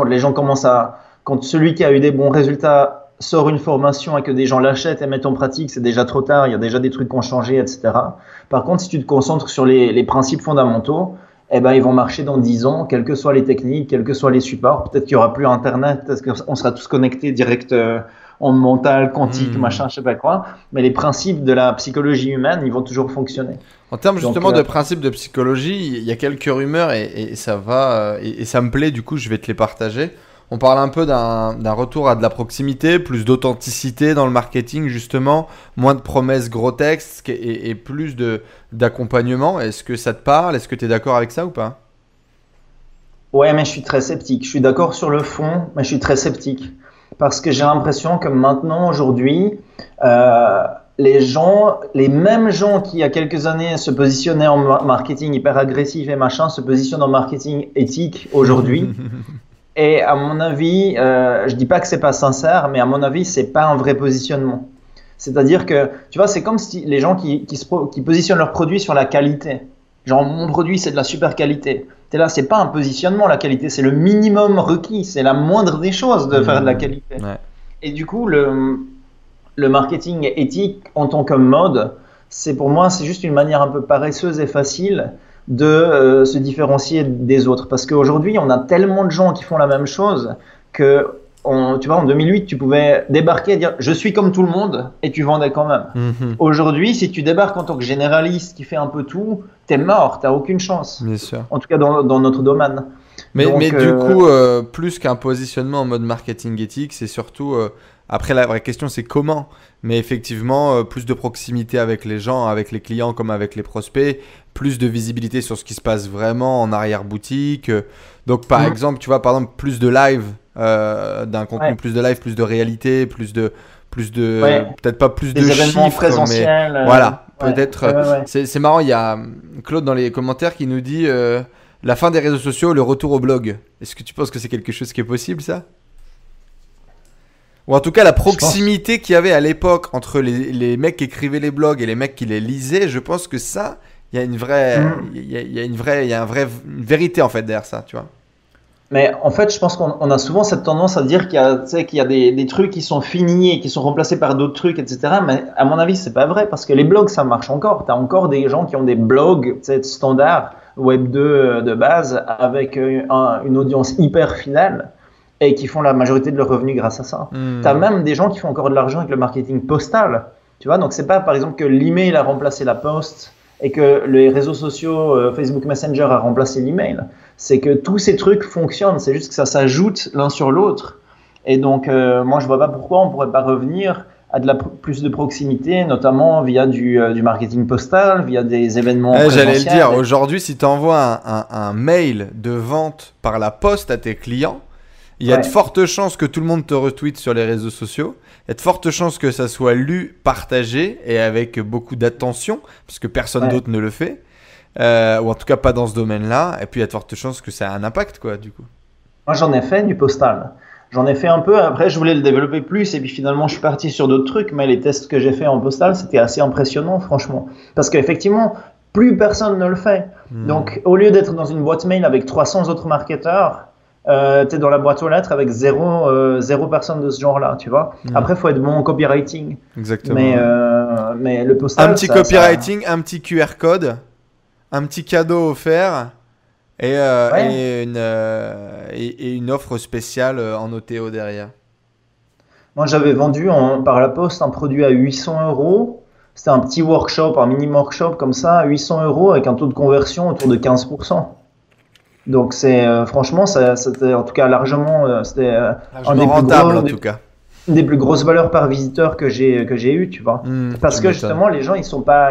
quand celui qui a eu des bons résultats sort une formation et que des gens l'achètent et mettent en pratique, c'est déjà trop tard, il y a déjà des trucs qui ont changé, etc. Par contre, si tu te concentres sur les principes fondamentaux, eh ben, ils vont marcher dans 10 ans, quelles que soient les techniques, quels que soient les supports. Peut-être qu'il n'y aura plus Internet, parce qu'on sera tous connectés direct en mental, quantique, machin, je sais pas quoi. Mais les principes de la psychologie humaine, ils vont toujours fonctionner. En termes justement de principes de psychologie, il y a quelques rumeurs et ça va, et ça me plaît, du coup, je vais te les partager. On parle un peu d'un retour à de la proximité, plus d'authenticité dans le marketing justement, moins de promesses gros textes et plus d'accompagnement. Est-ce que ça te parle? Est-ce que tu es d'accord avec ça ou pas? Ouais, mais je suis très sceptique. Je suis d'accord sur le fond, mais je suis très sceptique. Parce que j'ai l'impression que maintenant, aujourd'hui, les mêmes gens qui il y a quelques années se positionnaient en marketing hyper agressif et machin, se positionnent en marketing éthique aujourd'hui. Et à mon avis, je dis pas que c'est pas sincère, mais à mon avis, c'est pas un vrai positionnement. C'est-à-dire que, tu vois, c'est comme si les gens qui positionnent leurs produits sur la qualité. Genre, mon produit, c'est de la super qualité. T'es là, c'est pas un positionnement, la qualité, c'est le minimum requis, c'est la moindre des choses de faire de la qualité. Ouais. Et du coup, le marketing éthique en tant que mode, c'est pour moi, c'est juste une manière un peu paresseuse et facile de se différencier des autres. Parce qu'aujourd'hui, on a tellement de gens qui font la même chose que, tu vois, en 2008, tu pouvais débarquer et dire « je suis comme tout le monde » et tu vendais quand même. Aujourd'hui, si tu débarques en tant que généraliste qui fait un peu tout, t'es mort, t'as aucune chance. Bien sûr. En tout cas, dans notre domaine. Mais Donc, du coup, plus qu'un positionnement en mode marketing éthique, c'est surtout... après, la vraie question, c'est comment. Mais effectivement, plus de proximité avec les gens, avec les clients comme avec les prospects, plus de visibilité sur ce qui se passe vraiment en arrière-boutique. Donc, par exemple, tu vois, par exemple, plus de live, d'un contenu, plus de live, plus de réalité, plus de peut-être pas plus des de événements chiffres, présentiels. mais voilà, peut-être. Ouais. C'est marrant, il y a Claude dans les commentaires qui nous dit la fin des réseaux sociaux, le retour au blog. Est-ce que tu penses que c'est quelque chose qui est possible, ça? Ou en tout cas, la proximité qu'il y avait à l'époque entre les mecs qui écrivaient les blogs et les mecs qui les lisaient, je pense que ça, il y a une vraie, une vérité en fait derrière ça, tu vois. Mais en fait, je pense qu'on a souvent cette tendance à dire qu'il y a des trucs qui sont finis et qui sont remplacés par d'autres trucs, etc. Mais à mon avis, c'est pas vrai parce que les blogs, ça marche encore. Tu as encore des gens qui ont des blogs standards, Web 2 de base, avec une audience hyper fidèle et qui font la majorité de leurs revenus grâce à ça. Tu as même des gens qui font encore de l'argent avec le marketing postal. Tu vois, donc c'est pas par exemple que l'email a remplacé la poste et que les réseaux sociaux, Facebook Messenger a remplacé l'email. C'est que tous ces trucs fonctionnent, c'est juste que ça s'ajoute l'un sur l'autre. Et donc, moi, je vois pas pourquoi on pourrait pas revenir à plus de proximité, notamment via du marketing postal, via des événements présentiels. J'allais le dire, aujourd'hui, si tu envoies un mail de vente par la poste à tes clients, il y a de fortes chances que tout le monde te retweete sur les réseaux sociaux. Il y a de fortes chances que ça soit lu, partagé et avec beaucoup d'attention, parce que personne d'autre ne le fait. Ou en tout cas pas dans ce domaine-là. Et puis il y a de fortes chances que ça a un impact, quoi, du coup. Moi, j'en ai fait du postal. J'en ai fait un peu. Après, je voulais le développer plus. Et puis finalement, je suis parti sur d'autres trucs. Mais les tests que j'ai fait en postal, c'était assez impressionnant, franchement. Parce qu'effectivement, plus personne ne le fait. Donc, au lieu d'être dans une boîte mail avec 300 autres marketeurs, tu es dans la boîte aux lettres avec zéro personne de ce genre-là, tu vois. Après, il faut être bon en copywriting. Exactement. Mais le postal, un petit copywriting, un petit QR code, un petit cadeau offert et une offre spéciale en OTO derrière. Moi, j'avais vendu par la poste un produit à 800 €. C'était un petit workshop, un mini workshop comme ça, à 800 € avec un taux de conversion autour de 15%. Donc franchement, c'était en tout cas largement, c'était un des rentable en tout cas. Une des plus grosses valeurs par visiteur que j'ai eu, tu vois. Parce que justement, les gens ils sont pas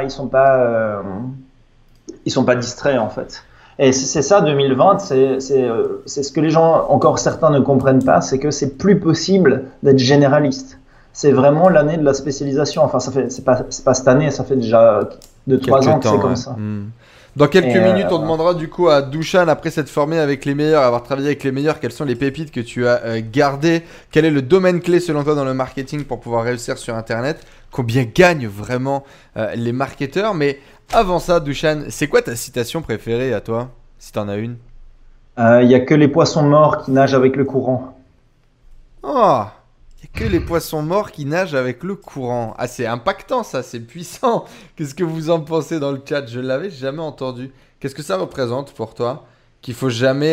distraits en fait. Et c'est ça 2020, c'est ce que les gens, encore certains ne comprennent pas, c'est que c'est plus possible d'être généraliste. C'est vraiment l'année de la spécialisation. Enfin, c'est pas cette année, ça fait déjà 2-3 ans que c'est comme ça. Dans quelques minutes, on demandera du coup à Dusan, après s'être formé avec les meilleurs, avoir travaillé avec les meilleurs, quelles sont les pépites que tu as gardées, quel est le domaine clé selon toi dans le marketing pour pouvoir réussir sur Internet, combien gagnent vraiment les marketeurs. Mais avant ça, Dusan, c'est quoi ta citation préférée à toi, si tu en as une? Il n'y a que les poissons morts qui nagent avec le courant. Oh, il n'y a que les poissons morts qui nagent avec le courant. Ah, c'est impactant ça, c'est puissant. Qu'est-ce que vous en pensez dans le chat? Je ne l'avais jamais entendu. Qu'est-ce que ça représente pour toi? Qu'il faut jamais,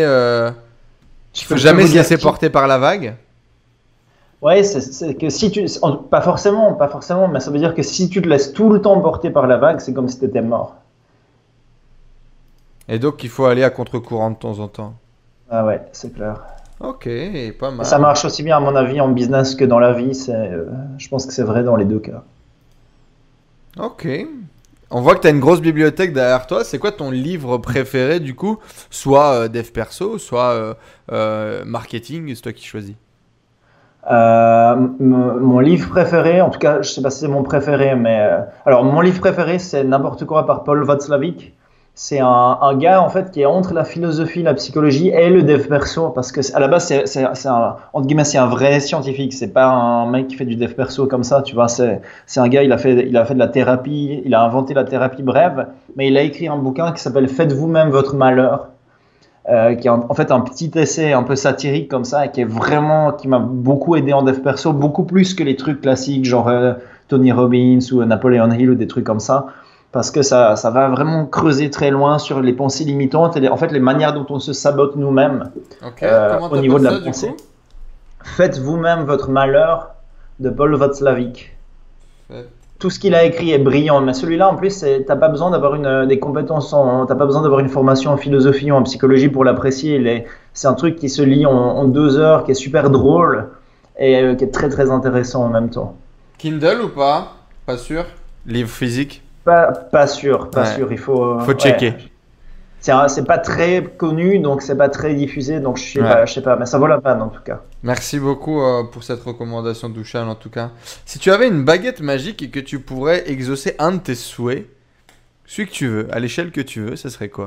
se laisser porter par la vague? Ouais, c'est que si tu... Pas forcément, mais ça veut dire que si tu te laisses tout le temps porter par la vague, c'est comme si tu étais mort. Et donc, il faut aller à contre-courant de temps en temps. Ah ouais, c'est clair. Ok, pas mal. Et ça marche aussi bien à mon avis en business que dans la vie. Je pense que c'est vrai dans les deux cas. Ok. On voit que tu as une grosse bibliothèque derrière toi. C'est quoi ton livre préféré du coup? Soit dev perso, soit marketing, c'est toi qui choisis. Mon livre préféré, en tout cas, je sais pas si c'est mon préféré, mais alors mon livre préféré, c'est N'importe quoi par Paul Václavic. C'est un gars en fait qui est entre la philosophie, la psychologie et le dev perso parce que à la base entre guillemets c'est un vrai scientifique, c'est pas un mec qui fait du dev perso comme ça, tu vois, c'est un gars, il a fait de la thérapie, il a inventé la thérapie brève, mais il a écrit un bouquin qui s'appelle Faites vous-même votre malheur. Qui est en fait un petit essai un peu satirique comme ça et qui m'a beaucoup aidé en dev perso, beaucoup plus que les trucs classiques genre Tony Robbins ou Napoleon Hill ou des trucs comme ça. Parce que ça va vraiment creuser très loin sur les pensées limitantes et en fait les manières dont on se sabote nous-mêmes au niveau de la pensée. Faites vous-même votre malheur de Paul Václavic. Tout ce qu'il a écrit est brillant, mais celui-là en plus, t'as pas besoin d'avoir des compétences, t'as pas besoin d'avoir une formation en philosophie ou en psychologie pour l'apprécier. C'est un truc qui se lit en 2 heures, qui est super drôle et qui est très très intéressant en même temps. Kindle ou pas? Pas sûr. Livre physique? Pas sûr, il faut checker. C'est pas très connu, donc c'est pas très diffusé, donc je sais pas, mais ça vaut la peine en tout cas. Merci beaucoup pour cette recommandation, Dusan, en tout cas. Si tu avais une baguette magique et que tu pourrais exaucer un de tes souhaits, celui que tu veux, à l'échelle que tu veux, ce serait quoi?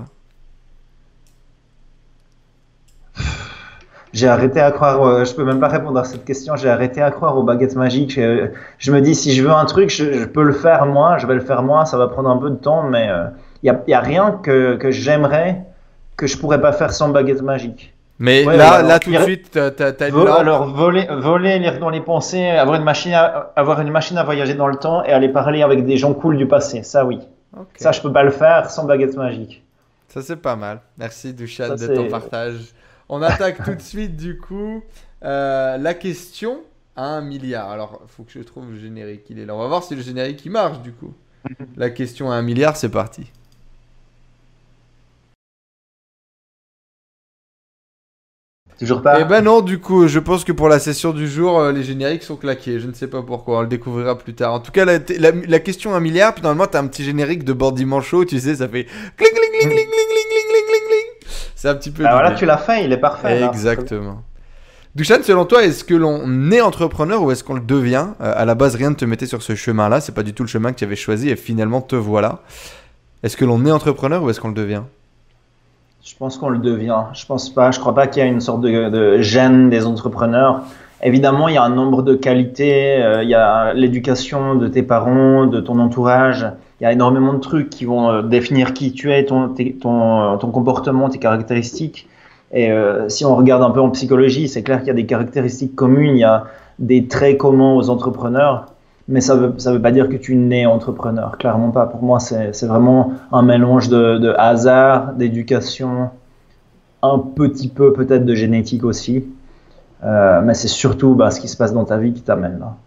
J'ai arrêté à croire, je peux même pas répondre à cette question, j'ai arrêté à croire aux baguettes magiques. Je me dis, si je veux un truc, je peux le faire moi, je vais le faire moi, ça va prendre un peu de temps, mais y a rien que j'aimerais que je pourrais pas faire sans baguette magique. Mais là tout de suite, t'as une lampe. Alors, voler, lire dans les pensées, avoir une machine à voyager dans le temps et aller parler avec des gens cool du passé, ça oui. Okay. Ça, je peux pas le faire sans baguette magique. Ça, c'est pas mal. Merci, Dusan, de ton partage. On attaque tout de suite, du coup, la question à 1 milliard. Alors, il faut que je trouve le générique. Il est là. On va voir si le générique il marche, du coup. La question à 1 milliard, c'est parti. Toujours pas. Eh ben non, du coup, je pense que pour la session du jour, les génériques sont claqués. Je ne sais pas pourquoi, on le découvrira plus tard. En tout cas, la question à 1 milliard, puis normalement, t'as un petit générique de Bandit Manchot, tu sais, ça fait cling, cling, cling, cling, cling, cling, cling, cling, cling. C'est un petit peu... Alors là, tu l'as fait, il est parfait. Exactement. Dusan, selon toi, est-ce que l'on est entrepreneur ou est-ce qu'on le devient? À la base, rien ne te mettait sur ce chemin-là. C'est pas du tout le chemin que tu avais choisi et finalement, te voilà. Est-ce que l'on est entrepreneur ou est-ce qu'on le devient? Je pense qu'on le devient. Je crois pas qu'il y a une sorte de gène des entrepreneurs. Évidemment, il y a un nombre de qualités. Il y a l'éducation de tes parents, de ton entourage. Il y a énormément de trucs qui vont définir qui tu es, ton comportement, tes caractéristiques. Et si on regarde un peu en psychologie, c'est clair qu'il y a des caractéristiques communes, il y a des traits communs aux entrepreneurs, mais ça veut pas dire que tu nais entrepreneur, clairement pas. Pour moi, c'est vraiment un mélange de hasard, d'éducation, un petit peu peut-être de génétique aussi, mais c'est surtout ce qui se passe dans ta vie qui t'amène là.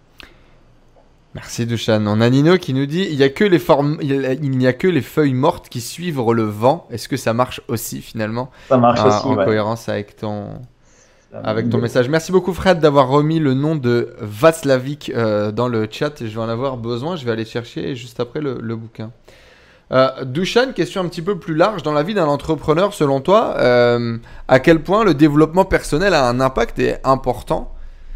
Merci Dusan. On a Nino qui nous dit il n'y a que les feuilles mortes qui suivent le vent. Est-ce que ça marche aussi finalement? Ça marche aussi, en cohérence avec ton message. Merci beaucoup Fred d'avoir remis le nom de Václavic dans le chat. Je vais en avoir besoin. Je vais aller chercher juste après le bouquin. Dusan, question un petit peu plus large. Dans la vie d'un entrepreneur, selon toi, à quel point le développement personnel a un impact et est important?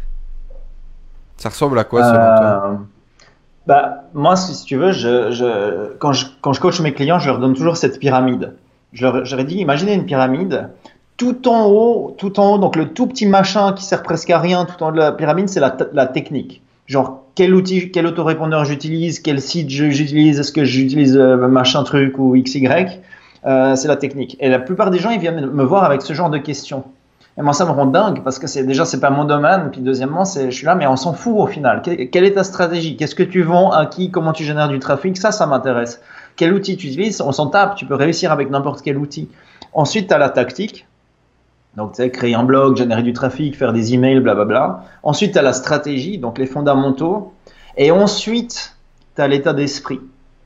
Ça ressemble à quoi selon toi? Moi, si tu veux, quand je coach mes clients, je leur donne toujours cette pyramide. Je leur ai dit, imaginez une pyramide. Tout en haut, donc le tout petit machin qui sert presque à rien, tout en haut de la pyramide, c'est la technique. Genre, quel outil, quel autorépondeur j'utilise, quel site j'utilise, est-ce que j'utilise machin truc ou XY, c'est la technique. Et la plupart des gens, ils viennent me voir avec ce genre de questions. Et moi, ça me rend dingue parce que c'est pas mon domaine. Puis deuxièmement, je suis là, mais on s'en fout au final. Quelle est ta stratégie? Qu'est-ce que tu vends? À qui? Comment tu génères du trafic? Ça m'intéresse. Quel outil tu utilises? On s'en tape. Tu peux réussir avec n'importe quel outil. Ensuite, tu as la tactique. Donc, tu sais, créer un blog, générer du trafic, faire des emails, blablabla. Ensuite, tu as la stratégie, donc les fondamentaux. Et ensuite, tu as l'état d'esprit.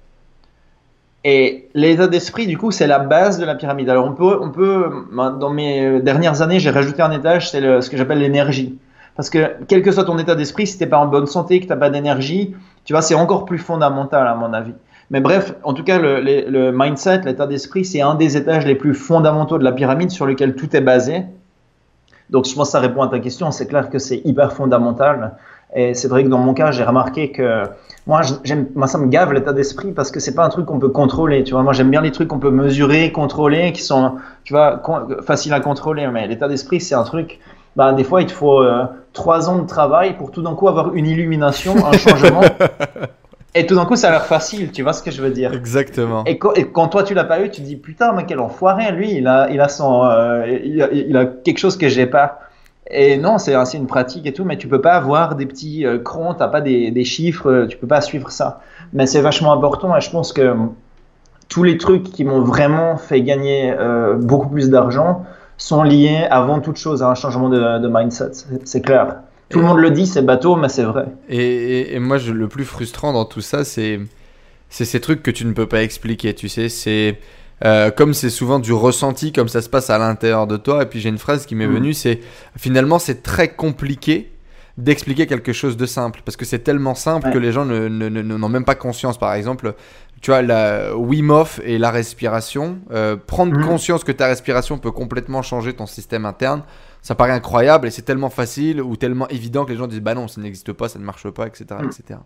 Et l'état d'esprit, du coup, c'est la base de la pyramide. Alors, on peut, dans mes dernières années, j'ai rajouté un étage, c'est ce que j'appelle l'énergie. Parce que, quel que soit ton état d'esprit, si t'es pas en bonne santé, que t'as pas d'énergie, tu vois, c'est encore plus fondamental, à mon avis. Mais bref, en tout cas, le mindset, l'état d'esprit, c'est un des étages les plus fondamentaux de la pyramide sur lequel tout est basé. Donc, je pense que ça répond à ta question. C'est clair que c'est hyper fondamental. Et c'est vrai que dans mon cas, j'ai remarqué que moi, ça me gave l'état d'esprit parce que c'est pas un truc qu'on peut contrôler. Tu vois, moi, j'aime bien les trucs qu'on peut mesurer, contrôler, qui sont, tu vois, faciles à contrôler. Mais l'état d'esprit, c'est un truc. Bah, des fois, il te faut 3 ans de travail pour tout d'un coup avoir une illumination, un changement. Et tout d'un coup, ça a l'air facile. Tu vois ce que je veux dire? Exactement. Et quand toi, tu l'as pas eu, tu te dis putain, mais quel enfoiré, lui, il a quelque chose que j'ai pas. Et non, c'est une pratique et tout, mais tu peux pas avoir des petits crons, t'as pas des chiffres, tu peux pas suivre ça. Mais c'est vachement important et je pense que tous les trucs qui m'ont vraiment fait gagner beaucoup plus d'argent sont liés avant toute chose à un changement de mindset. C'est clair. Tout le monde le dit, c'est bateau, mais c'est vrai. Et moi, le plus frustrant dans tout ça, c'est ces trucs que tu ne peux pas expliquer, tu sais, c'est comme c'est souvent du ressenti, comme ça se passe à l'intérieur de toi. Et puis j'ai une phrase qui m'est venue, c'est finalement c'est très compliqué d'expliquer quelque chose de simple, parce que c'est tellement simple que les gens n'ont même pas conscience. Par exemple, tu vois, la Wim Hof et la respiration, prendre conscience que ta respiration peut complètement changer ton système interne, ça paraît incroyable et c'est tellement facile ou tellement évident que les gens disent bah non, ça n'existe pas, ça ne marche pas, etc. etc.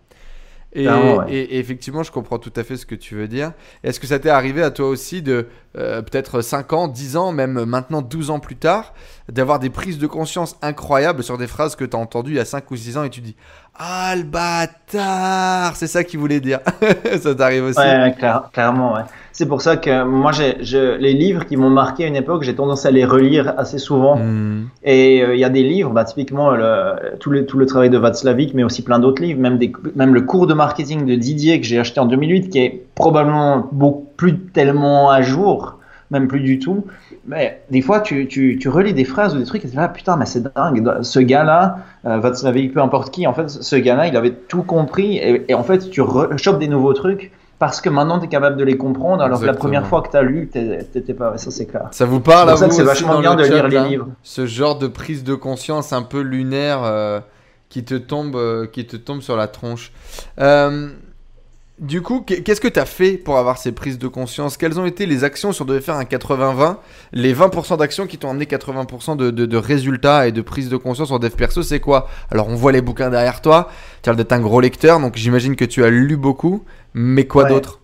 Et effectivement, je comprends tout à fait ce que tu veux dire. Est-ce que ça t'est arrivé à toi aussi de peut-être 5 ans, 10 ans, même maintenant 12 ans plus tard, d'avoir des prises de conscience incroyables sur des phrases que tu as entendues il y a 5 ou 6 ans et tu dis « Ah, le bâtard !» C'est ça qu'il voulait dire. Ça t'arrive aussi? Ouais, clairement, ouais. C'est pour ça que moi, les livres qui m'ont marqué à une époque, j'ai tendance à les relire assez souvent. Et il y a des livres, bah, typiquement tout le travail de Václavic, mais aussi plein d'autres livres, même le cours de marketing de Didier que j'ai acheté en 2008, qui est probablement beaucoup plus tellement à jour, même plus du tout. Mais des fois, tu relis des phrases ou des trucs et tu es là, putain, mais c'est dingue. Ce gars-là, Václavic, peu importe qui, en fait, ce gars-là, il avait tout compris. Et en fait, tu chopes des nouveaux trucs. Parce que maintenant, tu es capable de les comprendre, alors que la première fois que tu as lu, t'étais pas. Ça, c'est clair. Ça vous parle à vous aussi? C'est vachement bien de lire les livres. Ce genre de prise de conscience un peu lunaire qui te tombe sur la tronche. Du coup, qu'est-ce que tu as fait pour avoir ces prises de conscience? Quelles ont été les actions, si on devait faire un 80-20, les 20% d'actions qui t'ont amené 80% de résultats et de prise de conscience en dev perso, c'est quoi? Alors, on voit les bouquins derrière toi, tu as l'air d'être un gros lecteur, donc j'imagine que tu as lu beaucoup, mais quoi d'autre?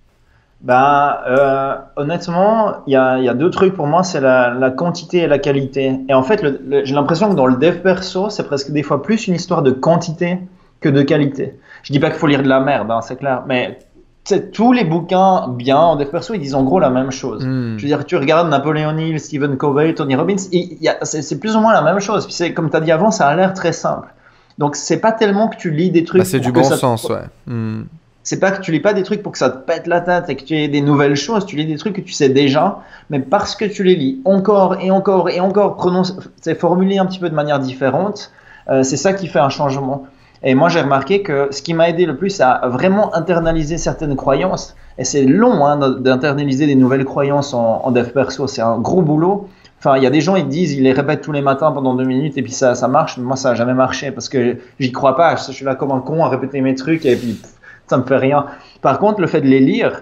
Honnêtement, il y a 2 trucs pour moi, c'est la quantité et la qualité. Et en fait, j'ai l'impression que dans le dev perso, c'est presque des fois plus une histoire de quantité que de qualité. Je dis pas qu'il faut lire de la merde, hein, c'est clair, mais tous les bouquins bien en dev perso, ils disent en gros la même chose. Je veux dire, tu regardes Napoléon Hill, Stephen Covey, Tony Robbins, c'est plus ou moins la même chose. Puis comme tu as dit avant, ça a l'air très simple. Donc, c'est pas tellement que tu lis des trucs. C'est du bon sens, ouais. C'est pas que tu lis pas des trucs pour que ça te pète la tête et que tu aies des nouvelles choses. Tu lis des trucs que tu sais déjà, mais parce que tu les lis encore et encore et encore, c'est formulé un petit peu de manière différente. C'est ça qui fait un changement. Et moi, j'ai remarqué que ce qui m'a aidé le plus à vraiment internaliser certaines croyances, et c'est long d'internaliser des nouvelles croyances en dev perso, c'est un gros boulot. Enfin, il y a des gens, ils disent, ils les répètent tous les matins pendant 2 minutes et puis ça marche. Mais moi, ça n'a jamais marché parce que j'y crois pas. Je suis là comme un con à répéter mes trucs et puis ça me fait rien. Par contre, le fait de les lire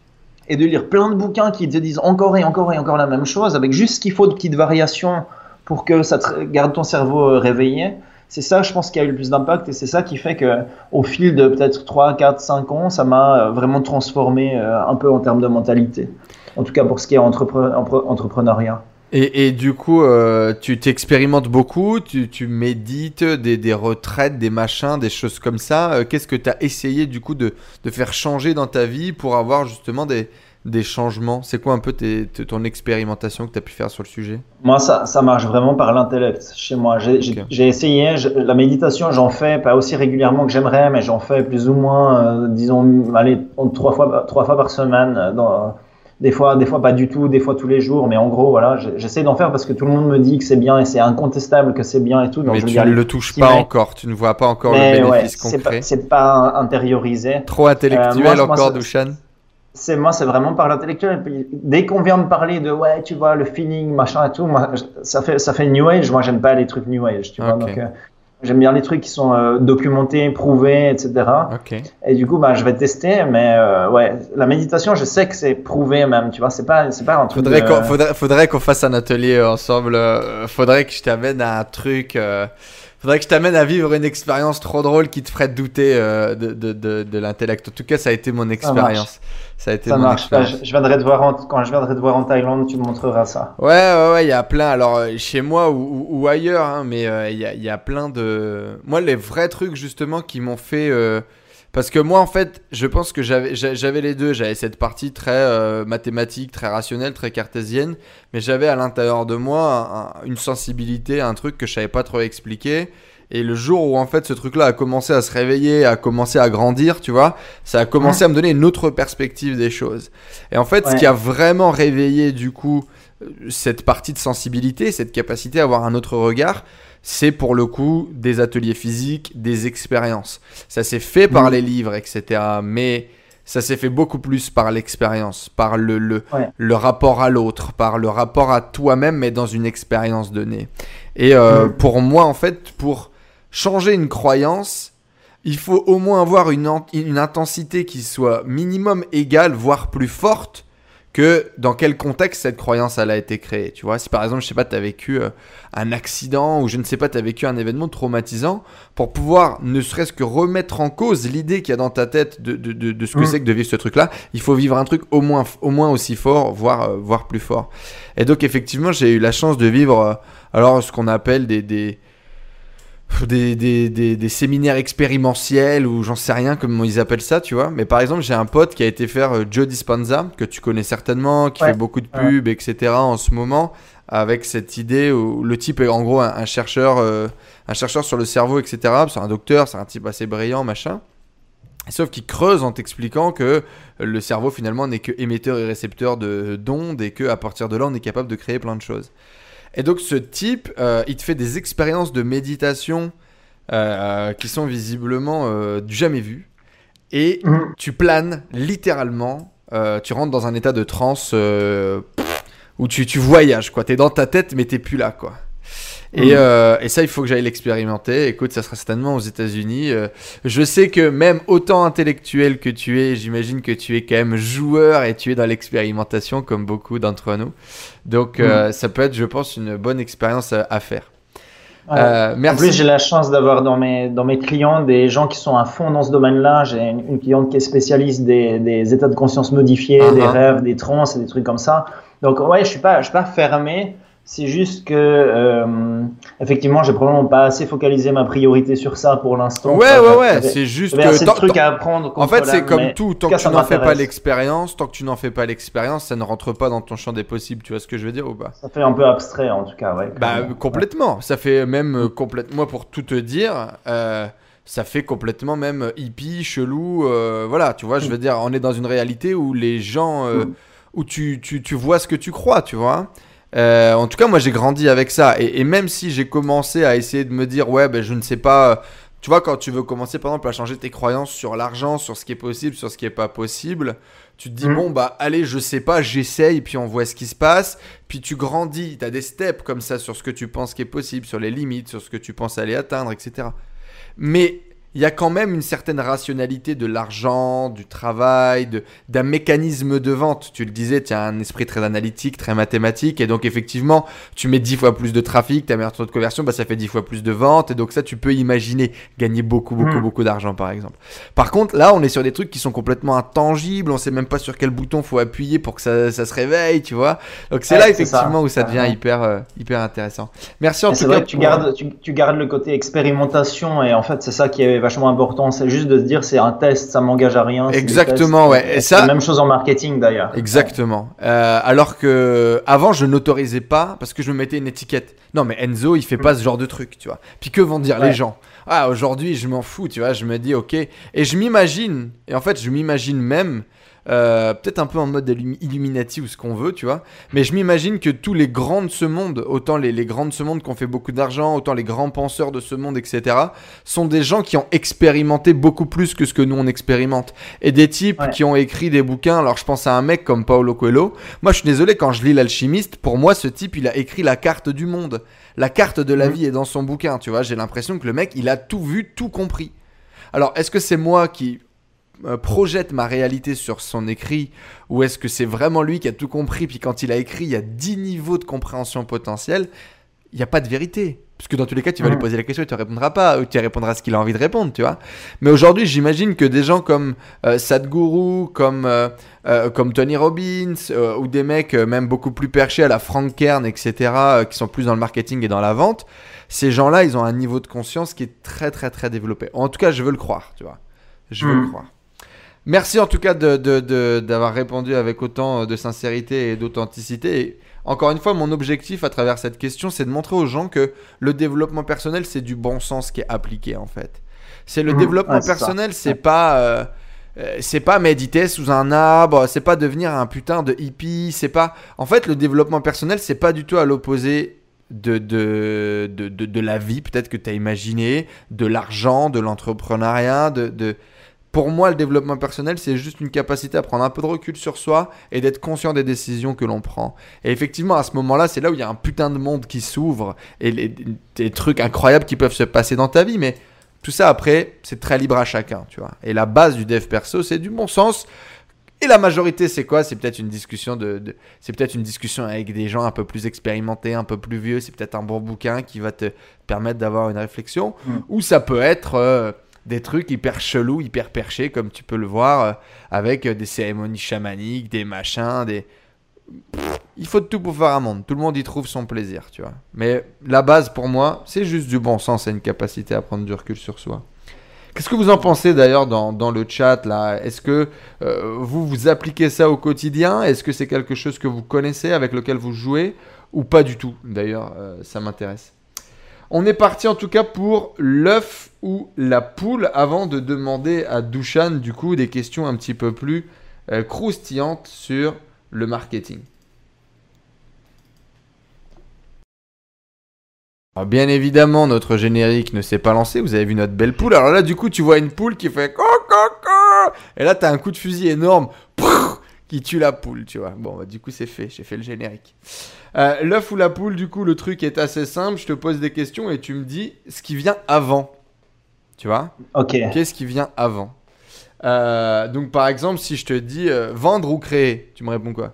et de lire plein de bouquins qui te disent encore et encore et encore la même chose, avec juste ce qu'il faut de petites variations pour que ça garde ton cerveau réveillé, c'est ça, je pense, qui a eu le plus d'impact et c'est ça qui fait qu'au fil de peut-être 3, 4, 5 ans, ça m'a vraiment transformé un peu en termes de mentalité. En tout cas, pour ce qui est entrepreneuriat. Et du coup, tu t'expérimentes beaucoup, tu médites des retraites, des machins, des choses comme ça. Qu'est-ce que tu as essayé du coup de faire changer dans ta vie pour avoir justement des changements? C'est quoi un peu ton expérimentation que tu as pu faire sur le sujet? Moi, ça marche vraiment par l'intellect chez moi. J'ai essayé, la méditation, j'en fais pas aussi régulièrement que j'aimerais, mais j'en fais plus ou moins, disons, allez, 3 fois par semaine. Des fois pas du tout, des fois tous les jours, mais en gros, voilà, j'essaie d'en faire parce que tout le monde me dit que c'est bien et c'est incontestable que c'est bien et tout. Donc mais tu ne le touches pas encore, tu ne vois pas encore le bénéfice concret. C'est pas intériorisé. Trop intellectuel encore, Dusan. C'est vraiment par l'intellectuel. Dès qu'on vient me parler de ouais, tu vois, le feeling, machin et tout, moi, ça fait New Age. Moi, j'aime pas les trucs New Age, tu vois. Donc, j'aime bien les trucs qui sont documentés, prouvés, etc. Et du coup, je vais tester, mais ouais, la méditation, je sais que c'est prouvé même, tu vois, c'est pas un truc. Faudrait qu'on fasse un atelier ensemble. Faudrait que je t'amène à un truc. Faudrait que je t'amène à vivre une expérience trop drôle qui te ferait douter de l'intellect. En tout cas, ça a été mon expérience. Ça a été Ça mon marche. expérience. Je viendrai te voir quand je viendrai te voir en Thaïlande, tu me montreras ça. Ouais, il y a plein. Alors, chez moi ou ailleurs, hein, mais il y a plein de. Moi, les vrais trucs, justement, qui m'ont fait. Parce que moi, en fait, je pense que j'avais les deux. J'avais cette partie très mathématique, très rationnelle, très cartésienne. Mais j'avais à l'intérieur de moi une sensibilité, un truc que je savais pas trop expliquer. Et le jour où, en fait, ce truc-là a commencé à se réveiller, a commencé à grandir, tu vois, ça a commencé à me donner une autre perspective des choses. Et en fait, ce qui a vraiment réveillé, du coup, cette partie de sensibilité, cette capacité à avoir un autre regard, c'est pour le coup des ateliers physiques, des expériences. Ça s'est fait par les livres, etc. Mais ça s'est fait beaucoup plus par l'expérience, par le rapport à l'autre, par le rapport à toi-même, mais dans une expérience donnée. Et pour moi, en fait, pour changer une croyance, il faut au moins avoir une intensité qui soit minimum égale, voire plus forte, que dans quel contexte cette croyance elle a été créée. Tu vois, si par exemple, je sais pas, tu as vécu un accident ou je ne sais pas, tu as vécu un événement traumatisant, pour pouvoir ne serait-ce que remettre en cause l'idée qu'il y a dans ta tête de ce que c'est que de vivre ce truc-là, il faut vivre un truc au moins aussi fort, voire plus fort. Et donc effectivement, j'ai eu la chance de vivre alors ce qu'on appelle des séminaires expérimentiels ou j'en sais rien comment ils appellent ça, tu vois. Mais par exemple, j'ai un pote qui a été faire Joe Dispenza, que tu connais certainement, qui fait beaucoup de pubs, etc. en ce moment, avec cette idée où le type est en gros un chercheur sur le cerveau, etc. C'est un docteur, c'est un type assez brillant, machin. Sauf qu'il creuse en t'expliquant que le cerveau finalement n'est que émetteur et récepteur d'ondes et qu'à partir de là, on est capable de créer plein de choses. Et donc ce type, il te fait des expériences de méditation qui sont visiblement du jamais vu. Et tu planes littéralement, tu rentres dans un état de transe où tu voyages, quoi. T'es dans ta tête mais t'es plus là, quoi. Et ça, il faut que j'aille l'expérimenter. Écoute, ça sera certainement aux États-Unis. Je sais que même autant intellectuel que tu es, j'imagine que tu es quand même joueur et tu es dans l'expérimentation comme beaucoup d'entre nous. Donc, ça peut être, je pense, une bonne expérience à faire. Merci. En plus, j'ai la chance d'avoir dans mes clients des gens qui sont à fond dans ce domaine-là. J'ai une cliente qui est spécialiste des états de conscience modifiés, des rêves, des transes et des trucs comme ça. Donc, ouais, je suis pas fermé. C'est juste que, effectivement, j'ai probablement pas assez focalisé ma priorité sur ça pour l'instant. Ouais. C'est juste que c'est truc à apprendre. En fait, c'est comme tout. Tant que tu n'en fais pas l'expérience, ça ne rentre pas dans ton champ des possibles. Tu vois ce que je veux dire ou pas? Ça fait un peu abstrait, en tout cas, ouais. Bah, complètement. Ça fait même complètement. Moi, pour tout te dire, ça fait complètement même hippie, chelou. Voilà, tu vois, je veux dire, on est dans une réalité où les gens, où tu vois ce que tu crois, tu vois. En tout cas, moi j'ai grandi avec ça et même si j'ai commencé à essayer de me dire ouais, ben je ne sais pas, tu vois, quand tu veux commencer par exemple à changer tes croyances sur l'argent, sur ce qui est possible, sur ce qui est pas possible, tu te dis bon bah allez, je sais pas, j'essaye puis on voit ce qui se passe, puis tu grandis, tu as des steps comme ça sur ce que tu penses qui est possible, sur les limites, sur ce que tu penses aller atteindre, etc. Mais il y a quand même une certaine rationalité de l'argent, du travail, d'un mécanisme de vente. Tu le disais, tu as un esprit très analytique, très mathématique. Et donc, effectivement, tu mets 10 fois plus de trafic, tu as meilleur taux de conversion, bah, ça fait 10 fois plus de ventes. Et donc, ça, tu peux imaginer gagner beaucoup d'argent, par exemple. Par contre, là, on est sur des trucs qui sont complètement intangibles. On sait même pas sur quel bouton faut appuyer pour que ça se réveille, tu vois. Donc, c'est là, effectivement, où ça devient hyper intéressant. Merci en tout cas. C'est vrai que tu gardes le côté expérimentation. Et en fait, c'est ça qui est vachement important, c'est juste de se dire c'est un test, ça m'engage à rien. Exactement, ouais. Et ça, c'est la même chose en marketing d'ailleurs. Exactement. Alors que avant je n'autorisais pas parce que je me mettais une étiquette. Non mais Enzo il fait pas ce genre de truc, tu vois. Puis que vont dire les gens? Ah aujourd'hui je m'en fous, tu vois. Je me dis ok et je m'imagine et en fait je m'imagine même peut-être un peu en mode Illuminati ou ce qu'on veut, tu vois. Mais je m'imagine que tous les grands de ce monde, autant les grands de ce monde qui ont fait beaucoup d'argent, autant les grands penseurs de ce monde, etc., sont des gens qui ont expérimenté beaucoup plus que ce que nous on expérimente. Et des types qui ont écrit des bouquins. Alors je pense à un mec comme Paulo Coelho. Moi je suis désolé, quand je lis L'Alchimiste, pour moi ce type il a écrit la carte du monde. La carte de la vie est dans son bouquin, tu vois. J'ai l'impression que le mec il a tout vu, tout compris. Alors est-ce que c'est moi qui projette ma réalité sur son écrit ou est-ce que c'est vraiment lui qui a tout compris puis quand il a écrit il y a 10 niveaux de compréhension potentielle? il n'y a pas de vérité. Parce que dans tous les cas, tu vas lui poser la question et tu ne répondras pas, ou tu répondras ce qu'il a envie de répondre, tu vois. Mais aujourd'hui, j'imagine que des gens comme Sadhguru, comme Tony Robbins, ou des mecs même beaucoup plus perchés à la Frank Kern, etc., qui sont plus dans le marketing et dans la vente, ces gens-là, ils ont un niveau de conscience qui est très, très, très développé. En tout cas, je veux le croire, tu vois. Je veux le croire. Merci en tout cas d'avoir répondu avec autant de sincérité et d'authenticité. Et encore une fois, mon objectif à travers cette question, c'est de montrer aux gens que le développement personnel, c'est du bon sens qui est appliqué en fait. C'est le développement personnel, c'est pas méditer sous un arbre, c'est pas devenir un putain de hippie, c'est pas. En fait, le développement personnel, c'est pas du tout à l'opposé de la vie, peut-être que tu as imaginé, de l'argent, de l'entrepreneuriat, Pour moi, le développement personnel, c'est juste une capacité à prendre un peu de recul sur soi et d'être conscient des décisions que l'on prend. Et effectivement, à ce moment-là, c'est là où il y a un putain de monde qui s'ouvre et des trucs incroyables qui peuvent se passer dans ta vie. Mais tout ça, après, c'est très libre à chacun, tu vois. Et la base du dev perso, c'est du bon sens. Et la majorité, c'est quoi? C'est peut-être une discussion c'est peut-être une discussion avec des gens un peu plus expérimentés, un peu plus vieux. C'est peut-être un bon bouquin qui va te permettre d'avoir une réflexion. Ou ça peut être... des trucs hyper chelous, hyper perchés, comme tu peux le voir, avec des cérémonies chamaniques, des machins, il faut de tout pour faire un monde. Tout le monde y trouve son plaisir, tu vois. Mais la base, pour moi, c'est juste du bon sens et une capacité à prendre du recul sur soi. Qu'est-ce que vous en pensez d'ailleurs dans le chat là? Est-ce que vous appliquez ça au quotidien? Est-ce que c'est quelque chose que vous connaissez, avec lequel vous jouez? Ou pas du tout? D'ailleurs, ça m'intéresse. On est parti en tout cas pour l'œuf ou la poule, avant de demander à Dushan du coup des questions un petit peu plus croustillantes sur le marketing. Alors, bien évidemment, notre générique ne s'est pas lancé. Vous avez vu notre belle poule. Alors là, du coup, tu vois une poule qui fait co. Et là, tu as un coup de fusil énorme qui tue la poule, tu vois. Bon, bah, du coup, c'est fait. J'ai fait le générique. L'œuf ou la poule, du coup, le truc est assez simple. Je te pose des questions et tu me dis ce qui vient avant. Tu vois? Ok. Qu'est-ce qui vient avant? Donc, par exemple, si je te dis vendre ou créer, tu me réponds quoi?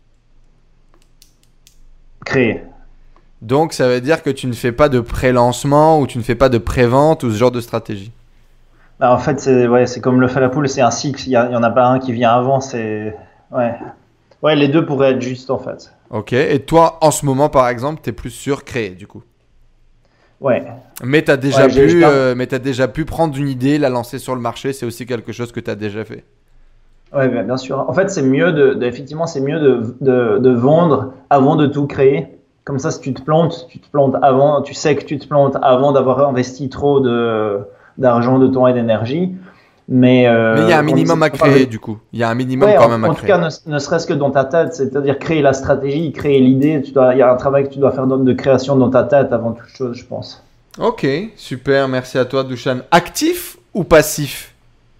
Créer. Donc, ça veut dire que tu ne fais pas de pré-lancement ou tu ne fais pas de pré-vente ou ce genre de stratégie? Bah, en fait, c'est comme l'œuf à la poule, c'est un cycle. Il y en a pas un qui vient avant. Ouais, les deux pourraient être justes en fait. Ok. Et toi, en ce moment, par exemple, tu es plus sur créer, du coup? Ouais. Mais tu as déjà pu prendre une idée, la lancer sur le marché. C'est aussi quelque chose que tu as déjà fait. Ouais, bien sûr. En fait, c'est mieux effectivement, c'est mieux de vendre avant de tout créer. Comme ça, si tu te plantes avant. Tu sais que tu te plantes avant d'avoir investi trop d'argent, de temps et d'énergie. Mais il y a un minimum à créer, du coup. Il y a un minimum quand même à créer. En tout cas, ne serait-ce que dans ta tête, c'est-à-dire créer la stratégie, créer l'idée. Il y a un travail que tu dois faire de création dans ta tête avant toute chose, je pense. Ok, super. Merci à toi, Dushan. Actif ou passif?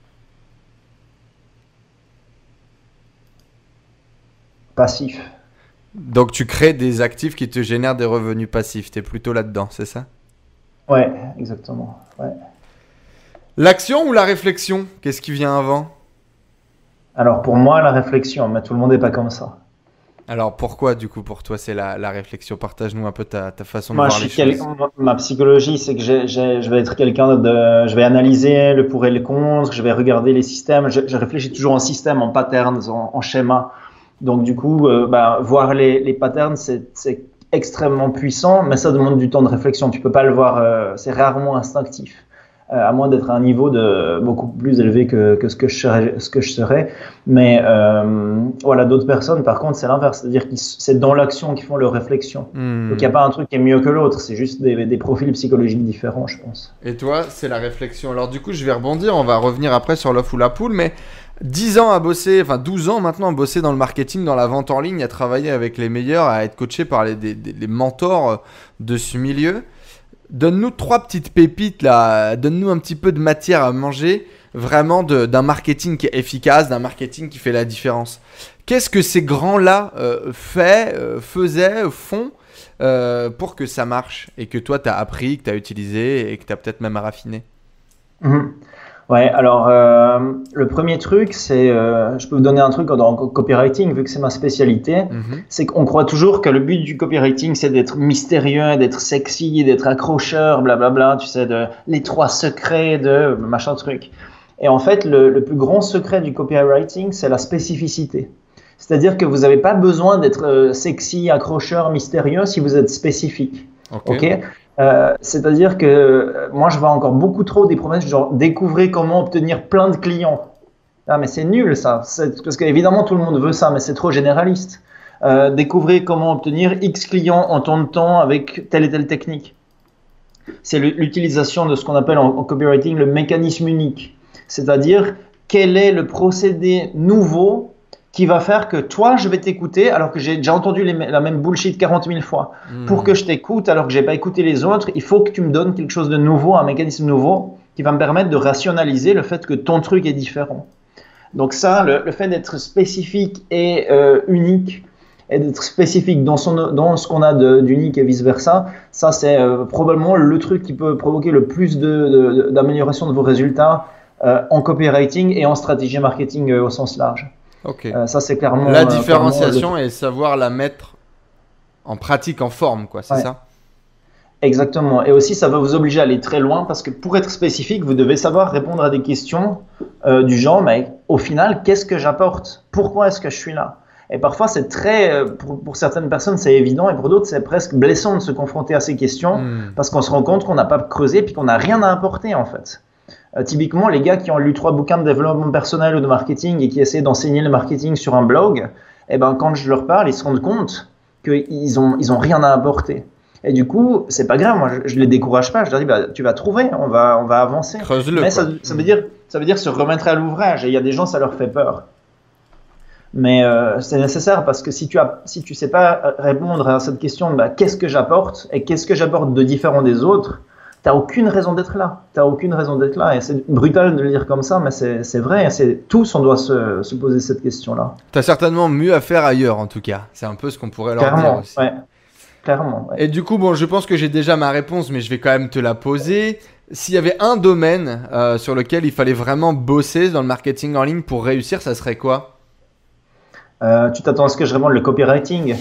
Passif. Donc, tu crées des actifs qui te génèrent des revenus passifs. Tu es plutôt là-dedans, c'est ça? Ouais, exactement. Ouais. L'action ou la réflexion? Qu'est-ce qui vient avant? Alors, pour moi, la réflexion, mais tout le monde n'est pas comme ça. Alors, pourquoi, du coup, pour toi, c'est la réflexion? Partage-nous un peu ta façon de Moi, voir les choses. ma psychologie, c'est que je vais être je vais analyser le pour et le contre, je vais regarder les systèmes, je réfléchis toujours en système, en patterns, en schéma. Donc, du coup, voir les patterns, c'est extrêmement puissant, mais ça demande du temps de réflexion. Tu peux pas le voir, c'est rarement instinctif. À moins d'être à un niveau beaucoup plus élevé que ce que je serais. Mais voilà, d'autres personnes, par contre, c'est l'inverse. C'est-à-dire que c'est dans l'action qu'ils font leur réflexion. Donc, il n'y a pas un truc qui est mieux que l'autre. C'est juste des profils psychologiques différents, je pense. Et toi, c'est la réflexion. Alors, du coup, je vais rebondir. On va revenir après sur l'œuf ou la poule. Mais 12 ans maintenant à bosser dans le marketing, dans la vente en ligne, à travailler avec les meilleurs, à être coaché par les mentors de ce milieu. Donne-nous 3 petites pépites là, donne-nous un petit peu de matière à manger, vraiment d'un marketing qui est efficace, d'un marketing qui fait la différence. Qu'est-ce que ces grands-là font pour que ça marche et que toi tu as appris, que tu as utilisé et que tu as peut-être même raffiné? Ouais, alors le premier truc, c'est, je peux vous donner un truc dans le copywriting, vu que c'est ma spécialité, c'est qu'on croit toujours que le but du copywriting, c'est d'être mystérieux, d'être sexy, d'être accrocheur, blablabla, tu sais, les 3 secrets de machin truc. Et en fait, le plus grand secret du copywriting, c'est la spécificité. C'est-à-dire que vous n'avez pas besoin d'être sexy, accrocheur, mystérieux si vous êtes spécifique. Ok. C'est-à-dire que moi, je vois encore beaucoup trop des promesses genre découvrez comment obtenir plein de clients. Ah, mais c'est nul ça. Parce qu'évidemment, tout le monde veut ça, mais c'est trop généraliste. Découvrez comment obtenir X clients en temps de temps avec telle et telle technique. C'est l'utilisation de ce qu'on appelle en copywriting le mécanisme unique. C'est-à-dire, quel est le procédé nouveau qui va faire que toi, je vais t'écouter alors que j'ai déjà entendu la même bullshit 40 000 fois. Pour que je t'écoute alors que je n'ai pas écouté les autres, il faut que tu me donnes quelque chose de nouveau, un mécanisme nouveau qui va me permettre de rationaliser le fait que ton truc est différent. Donc ça, le fait d'être spécifique et unique, et d'être spécifique dans ce qu'on a d'unique et vice-versa, ça c'est probablement le truc qui peut provoquer le plus d'amélioration de vos résultats en copywriting et en stratégie marketing au sens large. Ok. Ça c'est clairement la différenciation et savoir la mettre en pratique, en forme, quoi. C'est ça. Exactement. Et aussi, ça va vous obliger à aller très loin parce que pour être spécifique, vous devez savoir répondre à des questions du genre, mais au final, qu'est-ce que j'apporte? Pourquoi est-ce que je suis là? Et parfois, c'est très, pour certaines personnes, c'est évident et pour d'autres, c'est presque blessant de se confronter à ces questions parce qu'on se rend compte qu'on n'a pas creusé puis qu'on n'a rien à apporter en fait. Typiquement, les gars qui ont lu 3 bouquins de développement personnel ou de marketing et qui essaient d'enseigner le marketing sur un blog, eh ben, quand je leur parle, ils se rendent compte qu'ils ont rien à apporter. Et du coup, c'est pas grave, moi je les décourage pas, je leur dis bah, tu vas trouver, on va avancer. Creuse-le. Mais ça veut dire se remettre à l'ouvrage et il y a des gens ça leur fait peur. Mais c'est nécessaire parce que si tu sais pas répondre à cette question bah, qu'est-ce que j'apporte et qu'est-ce que j'apporte de différent des autres, t'as aucune raison d'être là. T'as aucune raison d'être là. Et c'est brutal de le dire comme ça, mais c'est vrai. Tous, on doit se poser cette question-là. T'as certainement mieux à faire ailleurs, en tout cas. C'est un peu ce qu'on pourrait leur dire aussi. Ouais. Clairement, ouais. Et du coup, bon, je pense que j'ai déjà ma réponse, mais je vais quand même te la poser. S'il y avait un domaine sur lequel il fallait vraiment bosser dans le marketing en ligne pour réussir, ça serait quoi? Tu t'attends à ce que je réponde le copywriting?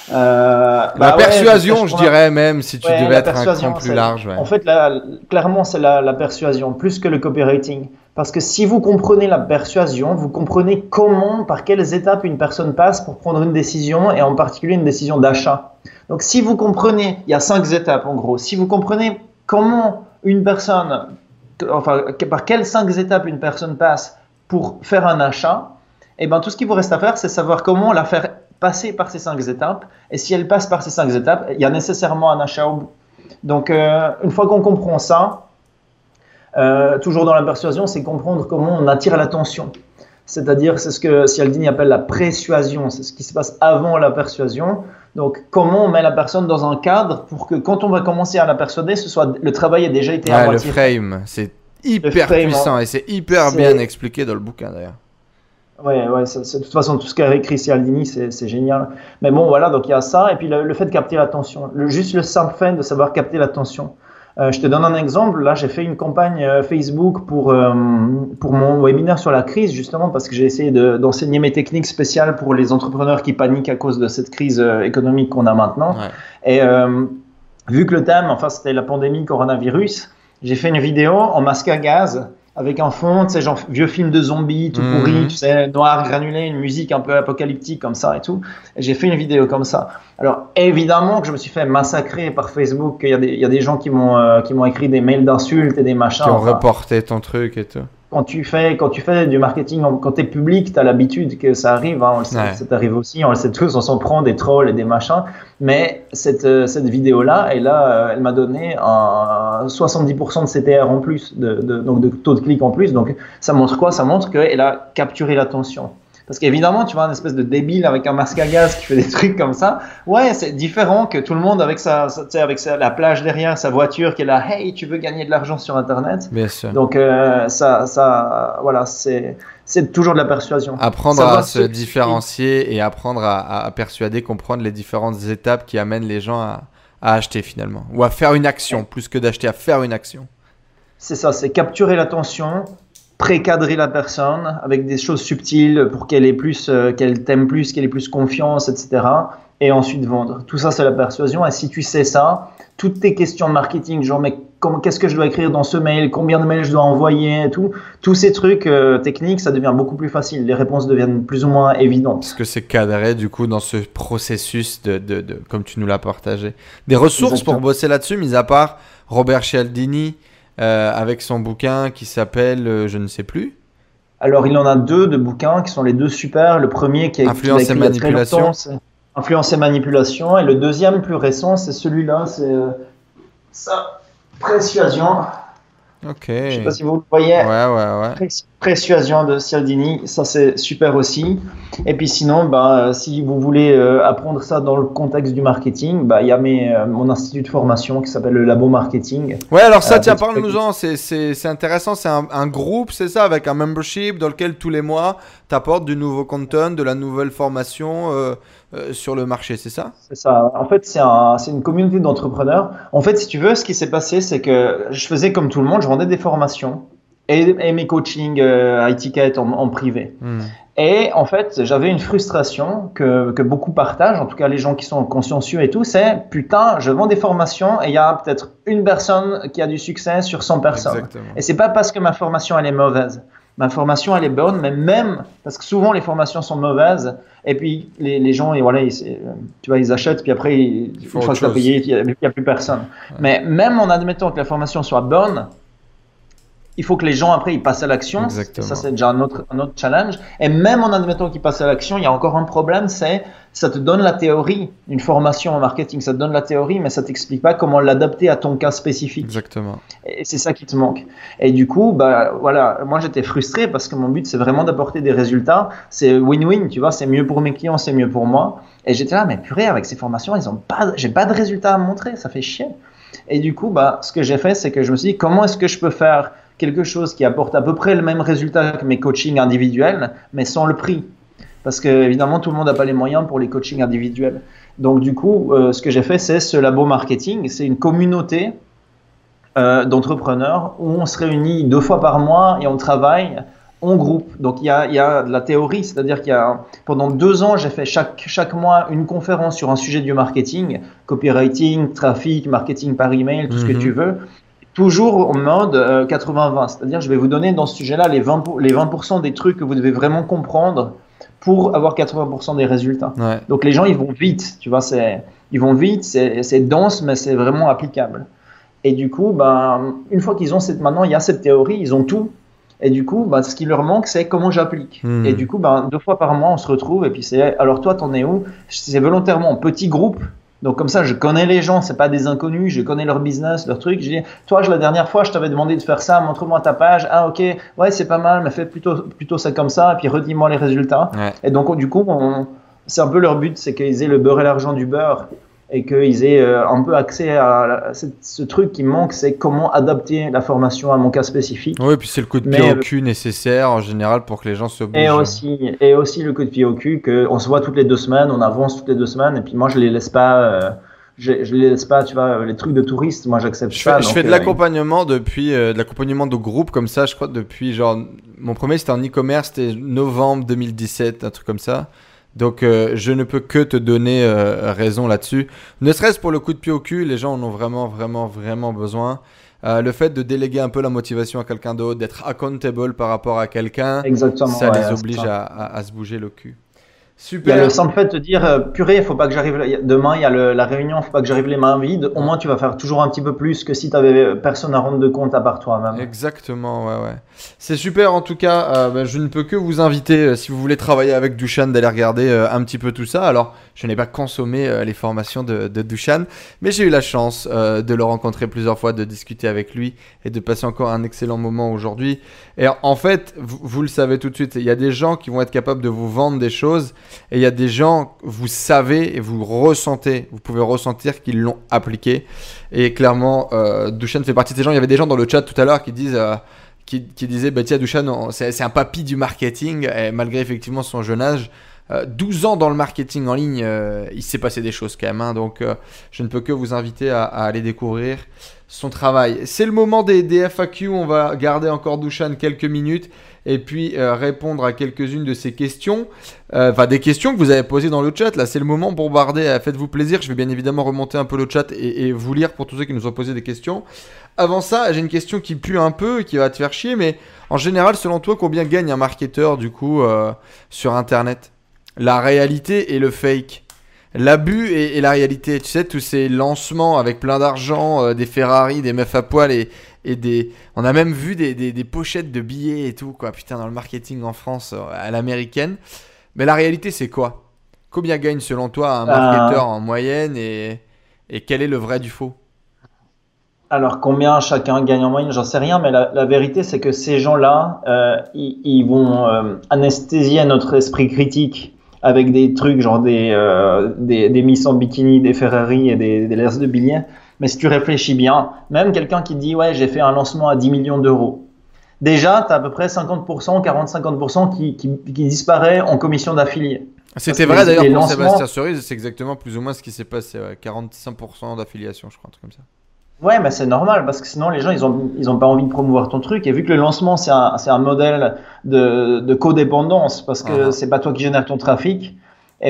La persuasion, je dirais même, si tu devais être un cran plus large. Ouais. En fait, clairement, c'est la persuasion, plus que le copywriting. Parce que si vous comprenez la persuasion, vous comprenez par quelles étapes une personne passe pour prendre une décision, et en particulier une décision d'achat. Donc, si vous comprenez, il y a 5 étapes en gros, si vous comprenez comment une personne, par quelles 5 étapes une personne passe pour faire un achat, et ben tout ce qu'il vous reste à faire, c'est savoir comment la faire passer par ces 5 étapes. Et si elle passe par ces 5 étapes, il y a nécessairement un achat au bout. Donc, une fois qu'on comprend ça, toujours dans la persuasion, c'est comprendre comment on attire l'attention. C'est-à-dire, c'est ce que Cialdini appelle la persuasion. C'est ce qui se passe avant la persuasion. Donc, comment on met la personne dans un cadre pour que quand on va commencer à la persuader, le travail ait déjà été à moitié. Le frame, c'est hyper puissant et c'est hyper bien expliqué dans le bouquin d'ailleurs. Ouais, de toute façon, tout ce qu'a écrit Cialdini, c'est génial. Mais bon, voilà, donc il y a ça. Et puis le fait de capter l'attention. Juste le simple fait de savoir capter l'attention. Je te donne un exemple. Là, j'ai fait une campagne Facebook pour mon webinaire sur la crise, justement, parce que j'ai essayé d'enseigner mes techniques spéciales pour les entrepreneurs qui paniquent à cause de cette crise économique qu'on a maintenant. Ouais. Et vu que le thème, c'était la pandémie coronavirus, j'ai fait une vidéo en masque à gaz avec un fond, tu sais, genre vieux film de zombies, tout pourri, tu sais, noir, granulé, une musique un peu apocalyptique comme ça et tout. Et j'ai fait une vidéo comme ça. Alors, évidemment que je me suis fait massacrer par Facebook. Il y a des gens qui m'ont écrit des mails d'insultes et des machins. Qui ont reporté ton truc et tout. Quand tu fais du marketing, quand tu es public, tu as l'habitude que ça arrive. Hein, ça t'arrive aussi, on le sait tous, on s'en prend des trolls et des machins. Mais cette vidéo-là, elle m'a donné 70% de CTR en plus, donc de taux de clic en plus. Donc ça montre quoi? Ça montre qu'elle a capturé l'attention. Parce qu'évidemment, tu vois, un espèce de débile avec un masque à gaz qui fait des trucs comme ça. Ouais, c'est différent que tout le monde avec la plage derrière, sa voiture qui est là. Hey, tu veux gagner de l'argent sur Internet? Bien sûr. Donc, voilà, c'est toujours de la persuasion. Apprendre à se différencier et apprendre à persuader, comprendre les différentes étapes qui amènent les gens à acheter finalement. Ou à faire une action, plus que d'acheter, à faire une action. C'est ça, c'est capturer l'attention, précadrer la personne avec des choses subtiles pour qu'elle ait plus, qu'elle t'aime plus, qu'elle ait plus confiance, etc. Et ensuite vendre. Tout ça, c'est la persuasion. Et si tu sais ça, toutes tes questions de marketing, genre, mais qu'est-ce que je dois écrire dans ce mail, combien de mails je dois envoyer, et tout, tous ces trucs techniques, ça devient beaucoup plus facile. Les réponses deviennent plus ou moins évidentes. Parce que c'est cadré, du coup, dans ce processus de comme tu nous l'as partagé. Des ressources Exactement. pour bosser là-dessus, mis à part Robert Cialdini, avec son bouquin qui s'appelle, je ne sais plus. Alors, il en a 2 de bouquins qui sont les 2 super. Le premier qui a Influence écrit et il y a très manipulation. longtemps, c'est Influence et manipulation. Et le deuxième plus récent, c'est celui-là, c'est ça, Persuasion. Ok. Je sais pas si vous le voyez. Ouais. Persuasion de Cialdini, ça c'est super aussi. Et puis sinon, si vous voulez apprendre ça dans le contexte du marketing, il y a mon institut de formation qui s'appelle le Labo Marketing. Ouais, alors ça, tiens, parle-nous-en. C'est intéressant. C'est un groupe, c'est ça, avec un membership dans lequel tous les mois, tu apportes du nouveau content, de la nouvelle formation sur le marché, c'est ça? C'est ça. En fait, c'est une communauté d'entrepreneurs. En fait, si tu veux, ce qui s'est passé, c'est que je faisais comme tout le monde, je vendais des formations et mes coachings à étiquette en privé. Et en fait, j'avais une frustration que beaucoup partagent, en tout cas les gens qui sont consciencieux et tout, c'est putain, je vends des formations et il y a peut-être une personne qui a du succès sur 100 personnes. Exactement. Et c'est pas parce que ma formation elle est mauvaise. Ma formation elle est bonne, mais même parce que souvent les formations sont mauvaises et puis les gens et voilà, tu vois, ils achètent puis après une fois que tu as payé, il y a plus personne. Ouais. Mais même en admettant que la formation soit bonne, il faut que les gens après ils passent à l'action. Exactement. Ça c'est déjà un autre challenge. Et même en admettant qu'ils passent à l'action, il y a encore un problème, c'est ça te donne la théorie, une formation en marketing, ça te donne la théorie, mais ça t'explique pas comment l'adapter à ton cas spécifique. Exactement. Et c'est ça qui te manque. Et du coup, voilà, moi j'étais frustré parce que mon but c'est vraiment d'apporter des résultats. C'est win-win, tu vois, c'est mieux pour mes clients, c'est mieux pour moi. Et j'étais là, mais purée, avec ces formations, j'ai pas de résultats à montrer, ça fait chier. Et du coup, ce que j'ai fait, c'est que je me suis dit, comment est-ce que je peux faire quelque chose qui apporte à peu près le même résultat que mes coachings individuels, mais sans le prix. Parce que évidemment, tout le monde n'a pas les moyens pour les coachings individuels. Donc du coup, ce que j'ai fait, c'est ce Labo Marketing. C'est une communauté d'entrepreneurs où on se réunit 2 fois par mois et on travaille en groupe. Donc il y a de la théorie, c'est-à-dire pendant 2 ans, j'ai fait chaque mois une conférence sur un sujet du marketing, copywriting, trafic, marketing par email, tout ce que tu veux. Toujours en mode 80-20, c'est-à-dire je vais vous donner dans ce sujet-là les 20% des trucs que vous devez vraiment comprendre pour avoir 80% des résultats. Ouais. Donc les gens, ils vont vite, tu vois, ils vont vite, c'est dense, mais c'est vraiment applicable. Et du coup, une fois qu'ils ont maintenant, il y a cette théorie, ils ont tout. Et du coup, ce qui leur manque, c'est comment j'applique. Et du coup, 2 fois par mois, on se retrouve et puis alors toi, t'en es où? C'est volontairement en petit groupe. Donc comme ça, je connais les gens, c'est pas des inconnus, je connais leur business, leur truc. Je dis, toi, la dernière fois, je t'avais demandé de faire ça, montre-moi ta page. Ah ok, ouais, c'est pas mal, mais fais plutôt ça comme ça, et puis redis-moi les résultats. Ouais. Et donc du coup, c'est un peu leur but, c'est qu'ils aient le beurre et l'argent du beurre, et qu'ils aient un peu accès à ce truc qui manque, c'est comment adapter la formation à mon cas spécifique. Oui, puis c'est le coup de pied au cul nécessaire en général pour que les gens se bougent. Et aussi le coup de pied au cul, qu'on se voit toutes les 2 semaines, on avance toutes les 2 semaines, et puis moi je les laisse pas, je les laisse pas, tu vois, les trucs de touristes, moi j'accepte ça. Je fais de l'accompagnement depuis, de l'accompagnement de groupe comme ça, je crois depuis genre, mon premier c'était en e-commerce, c'était novembre 2017, un truc comme ça. Donc, je ne peux que te donner raison là-dessus. Ne serait-ce pour le coup de pied au cul, les gens en ont vraiment besoin. Le fait de déléguer un peu la motivation à quelqu'un d'autre, d'être accountable par rapport à quelqu'un, ça les oblige à se bouger le cul. Super. Il y a le simple fait de te dire, purée, il faut pas que j'arrive demain, il y a la réunion, il faut pas que j'arrive les mains vides. Au moins, tu vas faire toujours un petit peu plus que si tu avais personne à rendre de compte à part toi-même. Exactement, ouais. C'est super en tout cas. Je ne peux que vous inviter, si vous voulez travailler avec Dushan, d'aller regarder un petit peu tout ça. Alors, je n'ai pas consommé les formations de Dushan, mais j'ai eu la chance de le rencontrer plusieurs fois, de discuter avec lui et de passer encore un excellent moment aujourd'hui. Et en fait, vous le savez tout de suite, il y a des gens qui vont être capables de vous vendre des choses. Et il y a des gens, vous savez et vous ressentez, vous pouvez ressentir qu'ils l'ont appliqué. Et clairement, Dushan fait partie de ces gens. Il y avait des gens dans le chat tout à l'heure qui disaient, tiens, Dushan, c'est un papy du marketing. Et malgré effectivement son jeune âge, 12 ans dans le marketing en ligne, il s'est passé des choses quand même. Hein, donc, je ne peux que vous inviter à aller découvrir son travail. C'est le moment des FAQ. On va garder encore Dusan quelques minutes et puis répondre à quelques-unes de ces questions. Enfin, des questions que vous avez posées dans le chat. Là, c'est le moment. Bombarder. Faites-vous plaisir. Je vais bien évidemment remonter un peu le chat et vous lire pour tous ceux qui nous ont posé des questions. Avant ça, j'ai une question qui pue un peu, qui va te faire chier. Mais en général, selon toi, combien gagne un marketeur du coup sur Internet? La réalité et le fake. L'abus et la réalité. Tu sais, tous ces lancements avec plein d'argent, des Ferrari, des meufs à poil et des... On a même vu des pochettes de billets et tout, quoi. Putain, dans le marketing en France, à l'américaine. Mais la réalité, c'est quoi? Combien gagne selon toi un marketeur en moyenne et quel est le vrai du faux? Alors, combien chacun gagne en moyenne, j'en sais rien, mais la vérité, c'est que ces gens-là, ils vont anesthésier notre esprit critique avec des trucs genre des Miss en bikini, des Ferrari et des lasses de billets. Mais si tu réfléchis bien, même quelqu'un qui dit « Ouais, j'ai fait un lancement à 10 millions d'euros », déjà, tu as à peu près 50%, 40-50% qui disparaît en commission d'affiliés. C'était vrai d'ailleurs pour Sébastien Cerise, c'est exactement plus ou moins ce qui s'est passé, 45% d'affiliation, je crois, un truc comme ça. Ouais, mais c'est normal parce que sinon les gens ils ont pas envie de promouvoir ton truc, et vu que le lancement c'est un modèle de codépendance parce que c'est pas toi qui génère ton trafic, et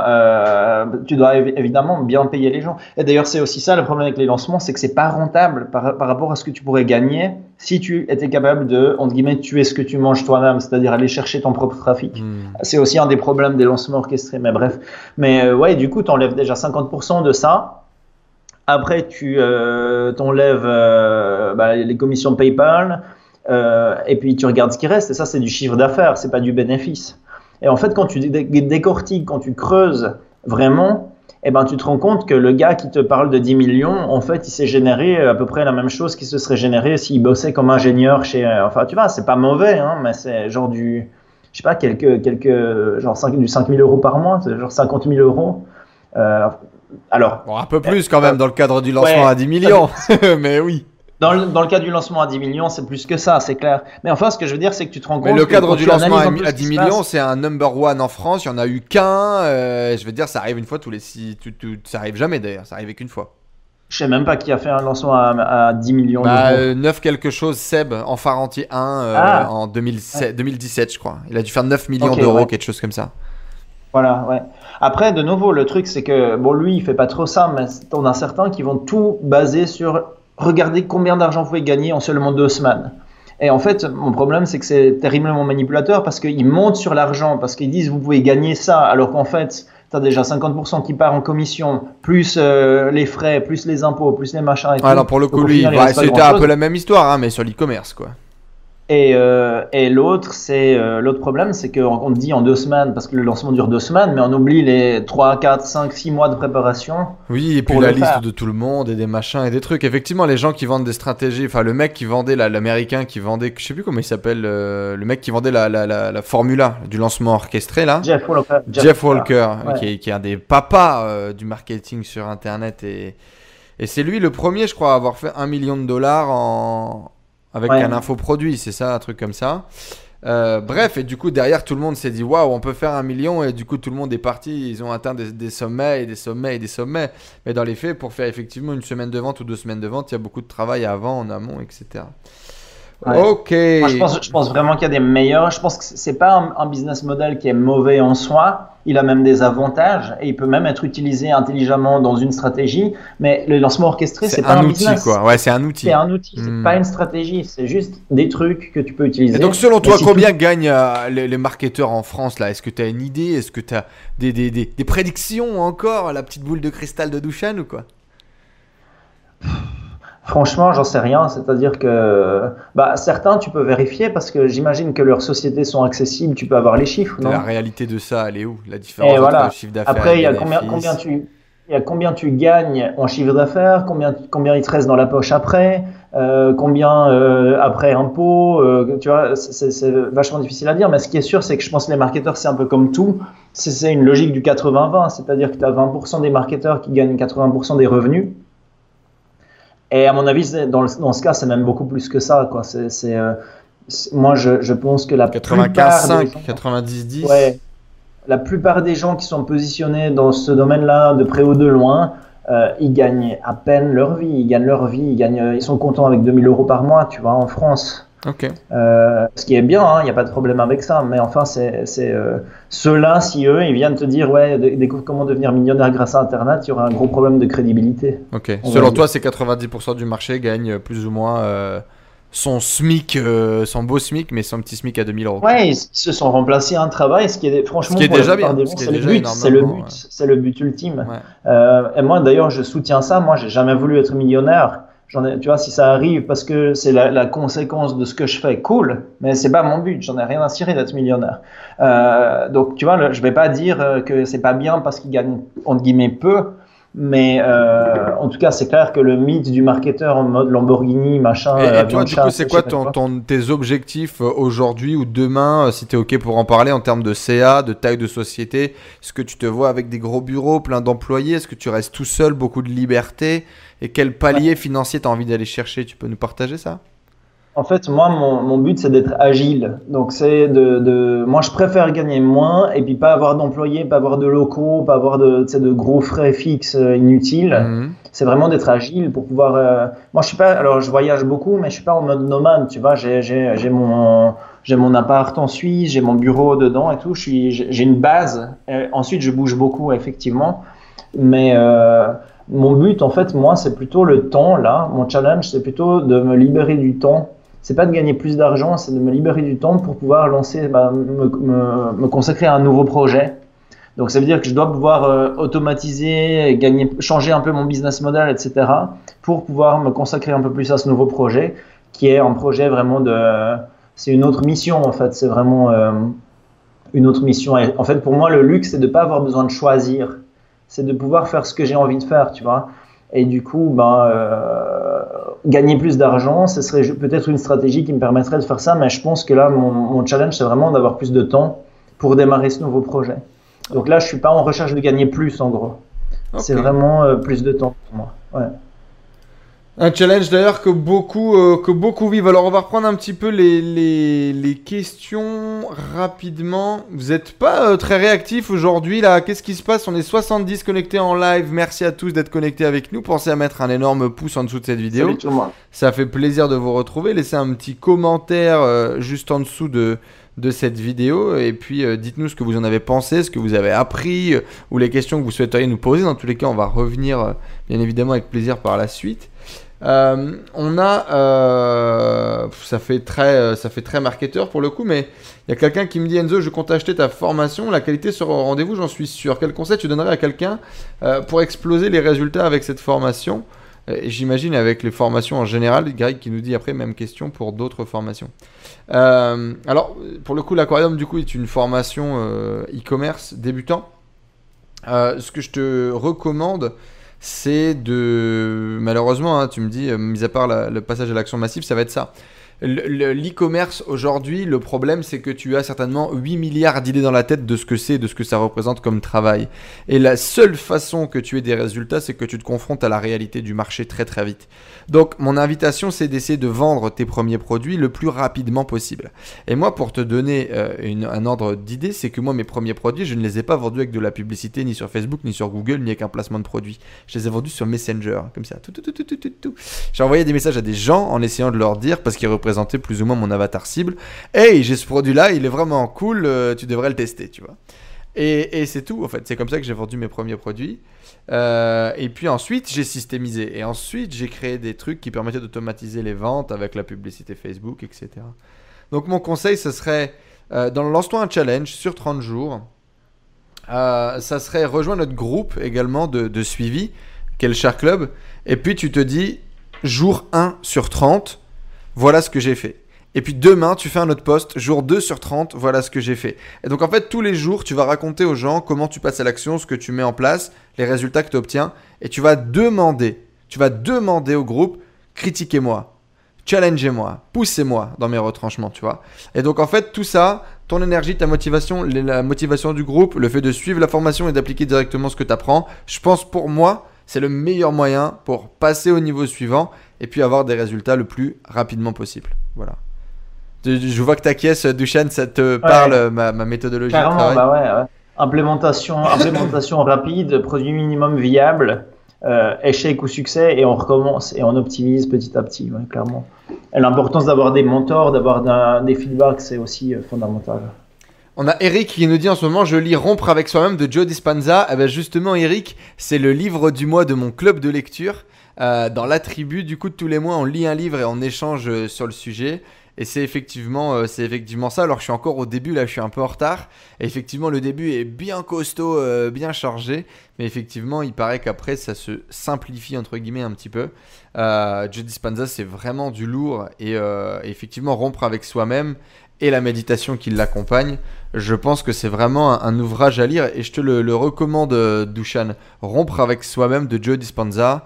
tu dois évidemment bien payer les gens. Et d'ailleurs c'est aussi ça le problème avec les lancements, c'est que c'est pas rentable par rapport à ce que tu pourrais gagner si tu étais capable de entre guillemets tuer ce que tu manges toi-même, c'est-à-dire aller chercher ton propre trafic. C'est aussi un des problèmes des lancements orchestrés, mais bref. Mais ouais, du coup t'enlèves déjà 50% de ça. Après, tu t'enlèves les commissions PayPal et puis tu regardes ce qui reste. Et ça, c'est du chiffre d'affaires, c'est pas du bénéfice. Et en fait, quand tu décortiques, quand tu creuses vraiment, tu te rends compte que le gars qui te parle de 10 millions, en fait, il s'est généré à peu près la même chose qui se serait généré s'il bossait comme ingénieur chez... Enfin, tu vois, c'est pas mauvais, hein, mais c'est genre du... Je sais pas, genre du 5 000 euros par mois, c'est genre 50 000 euros. Alors, bon, un peu plus quand même dans le cadre du lancement à 10 millions, mais oui. Dans le cadre du lancement à 10 millions, c'est plus que ça, c'est clair. Mais enfin, ce que je veux dire, c'est que tu te rends compte. Mais le cadre du lancement à 10 millions, c'est un number one en France. Il n'y en a eu qu'un. Je veux dire, ça arrive une fois tous les 6. Ça arrive jamais d'ailleurs, ça arrive qu'une fois. Je sais même pas qui a fait un lancement à 10 millions d'euros. 9 quelque chose, Seb, en Farantier 1 en 2017, je crois. Il a dû faire 9 millions d'euros, quelque chose comme ça. Voilà, ouais. Après, de nouveau, le truc, c'est que, bon, lui, il fait pas trop ça, mais t'en as certains qui vont tout baser sur regarder combien d'argent vous pouvez gagner en seulement 2 semaines. Et en fait, mon problème, c'est que c'est terriblement manipulateur parce qu'ils montent sur l'argent, parce qu'ils disent vous pouvez gagner ça, alors qu'en fait, tu as déjà 50% qui part en commission, plus les frais, plus les impôts, plus les machins et tout. Alors pour le coup, lui, c'était un peu la même histoire, hein, mais sur l'e-commerce, quoi. Et l'autre problème, c'est qu'on te dit en 2 semaines, parce que le lancement dure 2 semaines, mais on oublie les 3, 4, 5, 6 mois de préparation. Oui, et puis la liste de tout le monde et des machins et des trucs. Effectivement, les gens qui vendent des stratégies, enfin le mec qui vendait, l'américain qui vendait, je sais plus comment il s'appelle, le mec qui vendait la formula du lancement orchestré là. Jeff Walker, ouais. qui est un des papas du marketing sur Internet. Et c'est lui le premier, je crois, à avoir fait $1 million avec un infoproduit, c'est ça, un truc comme ça. Bref, et du coup, derrière, tout le monde s'est dit « Waouh, on peut faire 1 million » et du coup, tout le monde est parti. Ils ont atteint des sommets et des sommets et des sommets. Mais dans les faits, pour faire effectivement une semaine de vente ou 2 semaines de vente, il y a beaucoup de travail avant, en amont, etc. Ouais. Ok. Moi, je pense vraiment qu'il y a des meilleurs. Je pense que c'est pas un business model qui est mauvais en soi. Il a même des avantages et il peut même être utilisé intelligemment dans une stratégie. Mais le lancement orchestré, c'est pas un outil, business. Quoi. Ouais, c'est un outil. C'est un outil, c'est pas une stratégie. C'est juste des trucs que tu peux utiliser. Et donc, selon toi, combien gagnent les marketeurs en France là? Est-ce que tu as une idée? Est-ce que tu as des prédictions encore? La petite boule de cristal de Dusan ou quoi? Franchement, j'en sais rien. C'est-à-dire que certains, tu peux vérifier parce que j'imagine que leurs sociétés sont accessibles. Tu peux avoir les chiffres, non? La réalité de ça, elle est où? La différence entre le chiffre d'affaires Après, et il y a combien tu gagnes en chiffre d'affaires, combien il te reste dans la poche après, combien après impôt. Tu vois, c'est vachement difficile à dire. Mais ce qui est sûr, c'est que je pense que les marketeurs, c'est un peu comme tout. C'est une logique du 80-20. C'est-à-dire que tu as 20% des marketeurs qui gagnent 80% des revenus. Et à mon avis, dans ce cas, c'est même beaucoup plus que ça, quoi. Moi, je pense que la 95-5, 90-10. la plupart des gens qui sont positionnés dans ce domaine-là, de près ou de loin, ils gagnent à peine leur vie. Ils sont contents avec 2000 € par mois, tu vois, en France. Ok. Ce qui est bien, il n'y a pas de problème avec ça. Mais enfin, ceux-là, si eux, ils viennent te dire, ouais, découvre comment devenir millionnaire grâce à Internet, il y aura un gros problème de crédibilité. Ok. Selon toi, c'est 90% du marché gagne plus ou moins son SMIC, son beau SMIC, mais son petit SMIC à 2000 €. Ouais, ils se sont remplacés un travail, franchement, pour déjà la plupart bien, des gens, c'est le but ultime. Ouais. Et moi, d'ailleurs, je soutiens ça. Moi, j'ai jamais voulu être millionnaire. Tu vois, si ça arrive parce que c'est la conséquence de ce que je fais, cool, mais c'est pas mon but. J'en ai rien à cirer d'être millionnaire. Donc, tu vois, je vais pas dire que c'est pas bien parce qu'ils gagnent entre guillemets peu. Mais en tout cas, c'est clair que le mythe du marketeur en mode Lamborghini, machin. Et toi, du coup, c'est quoi tes objectifs aujourd'hui ou demain, si tu es OK pour en parler, en termes de CA, de taille de société? Est-ce que tu te vois avec des gros bureaux, plein d'employés? Est-ce que tu restes tout seul, beaucoup de liberté? Et quel palier financier tu as envie d'aller chercher? Tu peux nous partager ça? En fait, moi, mon but, c'est d'être agile. Donc, c'est moi, je préfère gagner moins et puis pas avoir d'employés, pas avoir de locaux, pas avoir de gros frais fixes inutiles. C'est vraiment d'être agile pour pouvoir. Moi, je voyage beaucoup, mais je suis pas en mode nomade. Tu vois, j'ai mon appart en Suisse, j'ai mon bureau dedans et tout. J'ai une base. Et ensuite, je bouge beaucoup, effectivement. Mais mon but, en fait, moi, c'est plutôt le temps. Là, mon challenge, c'est plutôt de me libérer du temps. C'est pas de gagner plus d'argent, c'est de me libérer du temps pour pouvoir me consacrer à un nouveau projet. Donc ça veut dire que je dois pouvoir automatiser, changer un peu mon business model, etc. pour pouvoir me consacrer un peu plus à ce nouveau projet, qui est un projet vraiment c'est une autre mission en fait. C'est vraiment une autre mission. Et en fait, pour moi, le luxe, c'est de pas avoir besoin de choisir. C'est de pouvoir faire ce que j'ai envie de faire, tu vois. Et du coup, gagner plus d'argent, ce serait peut-être une stratégie qui me permettrait de faire ça, mais je pense que là, mon challenge, c'est vraiment d'avoir plus de temps pour démarrer ce nouveau projet. Donc là, je suis pas en recherche de gagner plus, en gros. Okay. C'est vraiment plus de temps pour moi. Ouais. Un challenge d'ailleurs que beaucoup vivent. Alors on va reprendre un petit peu les questions rapidement. Vous n'êtes pas très réactifs aujourd'hui là. Qu'est-ce qui se passe? On est 70 connectés en live. Merci à tous d'être connectés avec nous. Pensez à mettre un énorme pouce en dessous de cette vidéo. Salut tout le monde. Ça fait plaisir de vous retrouver. Laissez un petit commentaire juste en dessous de cette vidéo et puis dites-nous ce que vous en avez pensé, ce que vous avez appris ou les questions que vous souhaiteriez nous poser. Dans tous les cas, on va revenir bien évidemment avec plaisir par la suite. On a ça fait très marketeur pour le coup, mais il y a quelqu'un qui me dit: Enzo, je compte acheter ta formation, la qualité sera au rendez-vous, j'en suis sûr. Quel conseil tu donnerais à quelqu'un pour exploser les résultats avec cette formation? Et j'imagine avec les formations en général. Greg qui nous dit après, même question pour d'autres formations. Alors pour le coup, l'aquarium du coup est une formation e-commerce débutant. Ce que je te recommande, c'est malheureusement, hein, tu me dis, mis à part le passage à l'action massive, ça va être ça. L'e-commerce aujourd'hui, le problème c'est que tu as certainement 8 milliards d'idées dans la tête de ce que c'est, de ce que ça représente comme travail. Et la seule façon que tu aies des résultats, c'est que tu te confrontes à la réalité du marché très très vite. Donc mon invitation, c'est d'essayer de vendre tes premiers produits le plus rapidement possible. Et moi, pour te donner un ordre d'idée, c'est que moi mes premiers produits, je ne les ai pas vendus avec de la publicité, ni sur Facebook, ni sur Google, ni avec un placement de produit. Je les ai vendus sur Messenger, comme ça. J'ai envoyé des messages à des gens en essayant de leur dire, parce qu'ils représenter plus ou moins mon avatar cible. Hey, j'ai ce produit-là, il est vraiment cool, tu devrais le tester, tu vois. Et c'est tout, en fait. C'est comme ça que j'ai vendu mes premiers produits. Et puis ensuite, j'ai systémisé. Et ensuite, j'ai créé des trucs qui permettaient d'automatiser les ventes avec la publicité Facebook, etc. Donc, mon conseil, ce serait, lance-toi un challenge sur 30 jours. Ça serait rejoindre notre groupe également de suivi, qu'est le Share Club. Et puis, tu te dis, jour 1 sur 30, voilà ce que j'ai fait. Et puis demain, tu fais un autre post, jour 2 sur 30, voilà ce que j'ai fait. Et donc en fait, tous les jours, tu vas raconter aux gens comment tu passes à l'action, ce que tu mets en place, les résultats que tu obtiens. Et tu vas demander au groupe, critiquez-moi, challengez-moi, poussez-moi dans mes retranchements, tu vois. Et donc en fait, tout ça, ton énergie, ta motivation, la motivation du groupe, le fait de suivre la formation et d'appliquer directement ce que tu apprends, je pense pour moi, c'est le meilleur moyen pour passer au niveau suivant et puis avoir des résultats le plus rapidement possible. Voilà. Je vois que ta caisse, Duchenne, ça te parle, ma méthodologie carrément, de travail. Ouais. implémentation rapide, produit minimum viable, échec ou succès, et on recommence et on optimise petit à petit, ouais, clairement. Et l'importance d'avoir des mentors, d'avoir des feedbacks, c'est aussi fondamental. On a Eric qui nous dit en ce moment, je lis Rompre avec soi-même de Joe Dispenza. Eh ben justement, Eric, c'est le livre du mois de mon club de lecture. Dans la tribu, du coup, tous les mois, on lit un livre et on échange sur le sujet. Et c'est effectivement ça. Alors, je suis encore au début, là, je suis un peu en retard. Et effectivement, le début est bien costaud, bien chargé. Mais effectivement, il paraît qu'après, ça se simplifie, entre guillemets, un petit peu. Joe Dispenza, c'est vraiment du lourd. Et effectivement, Rompre avec soi-même et la méditation qui l'accompagne, je pense que c'est vraiment un ouvrage à lire. Et je te le recommande, Dushan. Rompre avec soi-même de Joe Dispenza.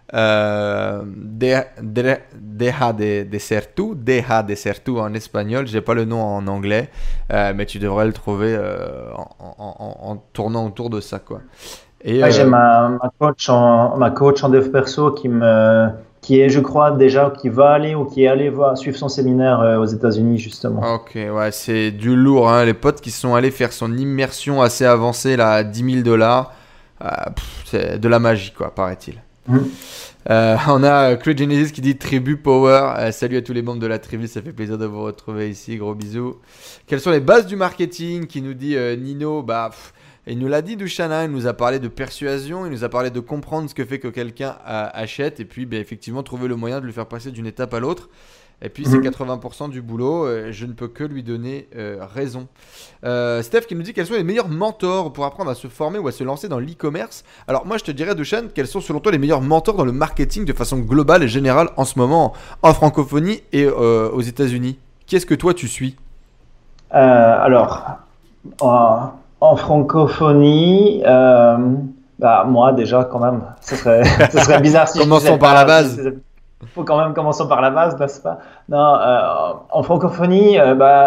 Deja de ser tú en espagnol, j'ai pas le nom en anglais, mais tu devrais le trouver en tournant autour de ça, quoi. Et j'ai ma coach en dev perso qui est, je crois, déjà, qui va aller ou qui est allé suivre son séminaire aux États-Unis, justement. Ok, ouais, c'est du lourd, hein. Les potes qui sont allés faire son immersion assez avancée, là, à $10,000, c'est de la magie, quoi, paraît-il. On a Craig Genesis qui dit Tribu Power. Salut à tous les membres de la tribu, ça fait plaisir de vous retrouver ici, gros bisous. Quelles sont les bases du marketing, qui nous dit Nino? Il nous l'a dit, Dushana, il nous a parlé de persuasion, il nous a parlé de comprendre ce que fait que quelqu'un achète, et puis effectivement trouver le moyen de le faire passer d'une étape à l'autre. Et puis c'est 80% du boulot, je ne peux que lui donner raison. Steph qui nous dit quels sont les meilleurs mentors pour apprendre à se former ou à se lancer dans l'e-commerce. Alors moi je te dirais, Dushan, quels sont selon toi les meilleurs mentors dans le marketing de façon globale et générale en ce moment en francophonie et aux États-Unis? Qui est-ce que toi tu suis? Alors, en francophonie, moi déjà quand même, ce serait bizarre si Commençons par la base. Il faut quand même commencer par la base, n'est-ce pas? Non, en francophonie,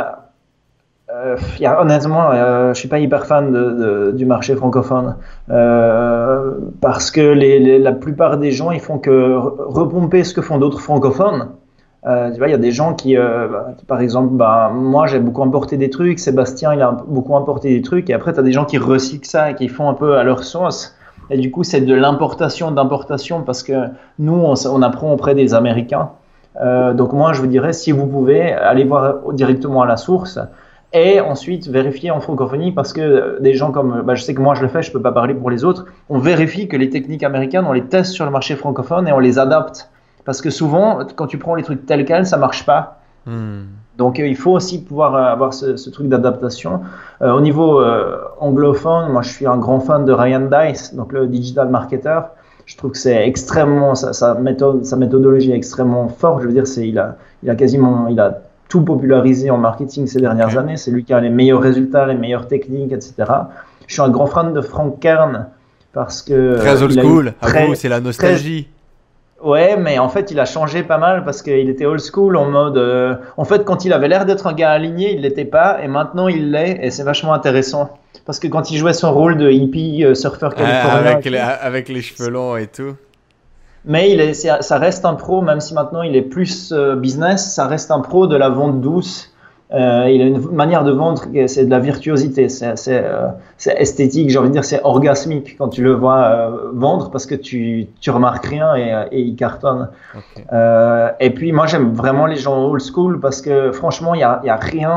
honnêtement, je suis pas hyper fan du marché francophone parce que la plupart des gens, ils font que repomper ce que font d'autres francophones. Tu vois, il y a des gens qui, par exemple, moi j'ai beaucoup importé des trucs, Sébastien il a beaucoup importé des trucs, et après tu as des gens qui recyclent ça et qui font un peu à leur sauce. Et du coup, c'est de l'importation d'importation parce que nous, on apprend auprès des Américains. Donc moi, je vous dirais, si vous pouvez, aller voir directement à la source et ensuite vérifier en francophonie parce que des gens comme, je sais que moi je le fais, je peux pas parler pour les autres, on vérifie que les techniques américaines, on les teste sur le marché francophone et on les adapte. Parce que souvent, quand tu prends les trucs tels quels, ça marche pas. Donc il faut aussi pouvoir avoir ce truc d'adaptation. Au niveau anglophone, moi je suis un grand fan de Ryan Dice, donc le digital marketer. Je trouve que c'est extrêmement, sa méthodologie est extrêmement forte. Je veux dire, il a tout popularisé en marketing ces dernières années. C'est lui qui a les meilleurs résultats, les meilleures techniques, etc. Je suis un grand fan de Frank Kern parce que très old school. C'est la nostalgie. Ouais, mais en fait, il a changé pas mal parce qu'il était old school en mode. En fait, quand il avait l'air d'être un gars aligné, il l'était pas, et maintenant il l'est, et c'est vachement intéressant parce que quand il jouait son rôle de hippie surfeur californien, avec les cheveux longs et tout. Mais ça reste un pro, même si maintenant il est plus business, ça reste un pro de la vente douce. Il a une manière de vendre, c'est de la virtuosité, c'est esthétique, j'ai envie de dire, c'est orgasmique quand tu le vois vendre parce que tu remarques rien et il cartonne. Et puis moi j'aime vraiment les gens old school parce que franchement il y a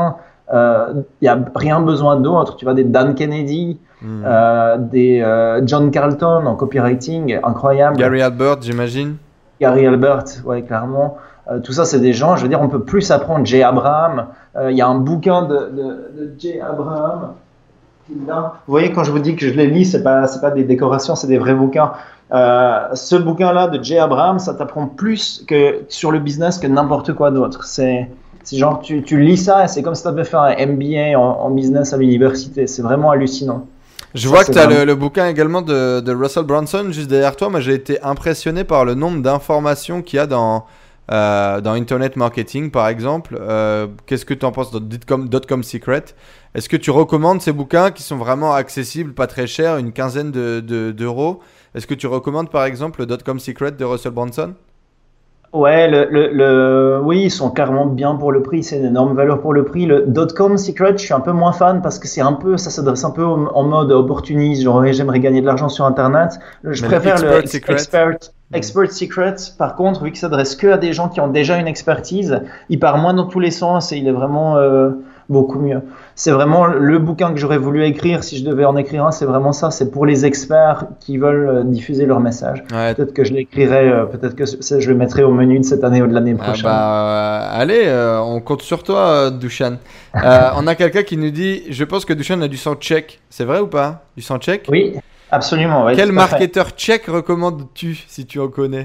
rien besoin d'autre. Tu vois, des Dan Kennedy, des John Carlton en copywriting, incroyable. Gary Albert, j'imagine. Gary Albert, ouais, clairement. Tout ça, c'est des gens, je veux dire, on peut plus apprendre. Jay Abraham, il y a un bouquin de Jay Abraham. Vous voyez, quand je vous dis que je les lis, c'est pas des décorations, c'est des vrais bouquins. Ce bouquin-là de Jay Abraham, ça t'apprend plus que sur le business que n'importe quoi d'autre. C'est genre, tu lis ça et c'est comme si tu avais fait un MBA en business à l'université. C'est vraiment hallucinant. Je vois que tu as le bouquin également de Russell Brunson juste derrière toi. Moi, j'ai été impressionné par le nombre d'informations qu'il y a dans Internet Marketing, par exemple. Qu'est-ce que tu en penses de Dotcom Secret? Est-ce que tu recommandes ces bouquins qui sont vraiment accessibles, pas très chers, une quinzaine d'euros? Est-ce que tu recommandes, par exemple, le Dotcom Secret de Russell Brunson? Ouais, oui, ils sont carrément bien pour le prix, c'est une énorme valeur pour le prix. Le .com Secret, je suis un peu moins fan parce que ça s'adresse un peu en mode opportuniste, genre ouais, j'aimerais gagner de l'argent sur Internet. Je Mais préfère le Expert Secret. Expert Secret, par contre, vu qu'il s'adresse que à des gens qui ont déjà une expertise, il part moins dans tous les sens et il est vraiment beaucoup mieux. C'est vraiment le bouquin que j'aurais voulu écrire si je devais en écrire un, c'est vraiment ça, c'est pour les experts qui veulent diffuser leur message. Ouais. Peut-être que je l'écrirai, peut-être que je le mettrai au menu de cette année ou de l'année Ah prochaine. allez, on compte sur toi, Dushan. On a quelqu'un qui nous dit, je pense que Dushan a du sang tchèque. C'est vrai ou pas? Du sang tchèque? Oui, absolument. Oui, Quel tout à fait. marketeur tchèque recommandes-tu si tu en connais?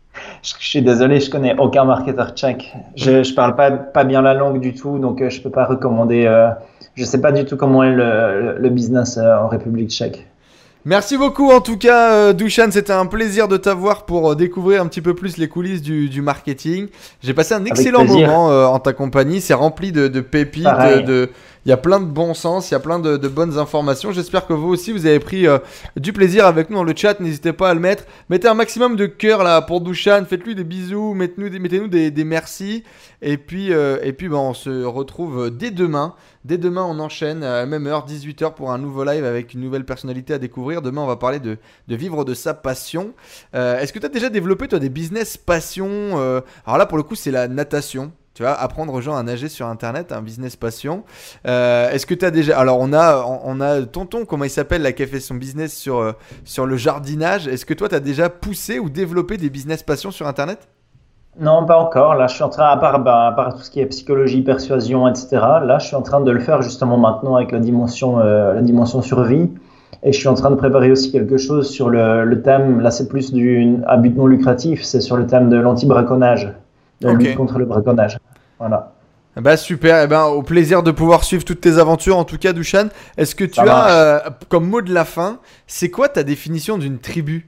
Je suis désolé, je connais aucun marketeur tchèque. Je parle pas bien la langue du tout, donc je peux pas recommander. Je sais pas du tout comment est le business en République tchèque. Merci beaucoup en tout cas, Dushan, c'était un plaisir de t'avoir pour découvrir un petit peu plus les coulisses du marketing. J'ai passé un excellent plaisir. moment en ta compagnie, c'est rempli de pépites, Pareil. il y a plein de bon sens, il y a plein de bonnes informations. J'espère que vous aussi vous avez pris du plaisir avec nous dans le chat, n'hésitez pas à le mettre. Mettez un maximum de cœur là pour Dushan, faites-lui des bisous, mettez-nous des merci. Et puis on se retrouve dès demain. Dès demain, on enchaîne à la même heure, 18h, pour un nouveau live avec une nouvelle personnalité à découvrir. Demain, on va parler de vivre de sa passion. Est-ce que tu as déjà développé, toi, des business passion Alors là, pour le coup, c'est la natation. Tu vois, apprendre aux gens à nager sur Internet, un business passion. Est-ce que tu as déjà... Alors, on a Tonton, comment il s'appelle, là, qui a fait son business sur le jardinage. Est-ce que toi, tu as déjà poussé ou développé des business passion sur Internet? Non, pas encore. Là, je suis en train, à part tout ce qui est psychologie, persuasion, etc. Là, je suis en train de le faire justement maintenant avec la dimension survie. Et je suis en train de préparer aussi quelque chose sur le thème. Là, c'est plus à but non lucratif. C'est sur le thème de l'anti-braconnage, de la Ok. lutte contre le braconnage. Voilà. Bah super, au plaisir de pouvoir suivre toutes tes aventures en tout cas, Dushan. Est-ce que tu Ça marche. as, comme mot de la fin, c'est quoi ta définition d'une tribu?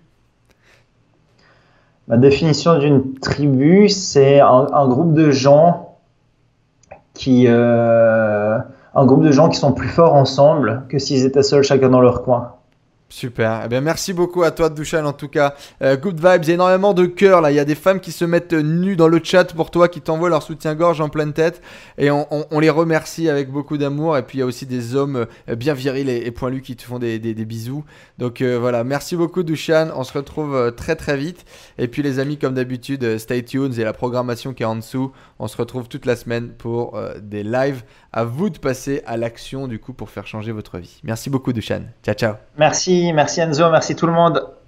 Ma définition d'une tribu, c'est un groupe de gens qui, un groupe de gens qui sont plus forts ensemble que s'ils étaient seuls chacun dans leur coin. Super. Eh bien, merci beaucoup à toi, Dushan, en tout cas. Good vibes, il y a énormément de cœur là. Il y a des femmes qui se mettent nues dans le chat pour toi, qui t'envoient leur soutien-gorge en pleine tête. Et on les remercie avec beaucoup d'amour. Et puis, il y a aussi des hommes bien virils et poilus qui te font des bisous. Donc voilà, merci beaucoup, Dushan. On se retrouve très très vite. Et puis, les amis, comme d'habitude, stay tuned. Et la programmation qui est en dessous. On se retrouve toute la semaine pour des lives. À vous de passer à l'action, du coup, pour faire changer votre vie. Merci beaucoup, Dushan. Ciao, ciao. Merci Enzo, merci tout le monde.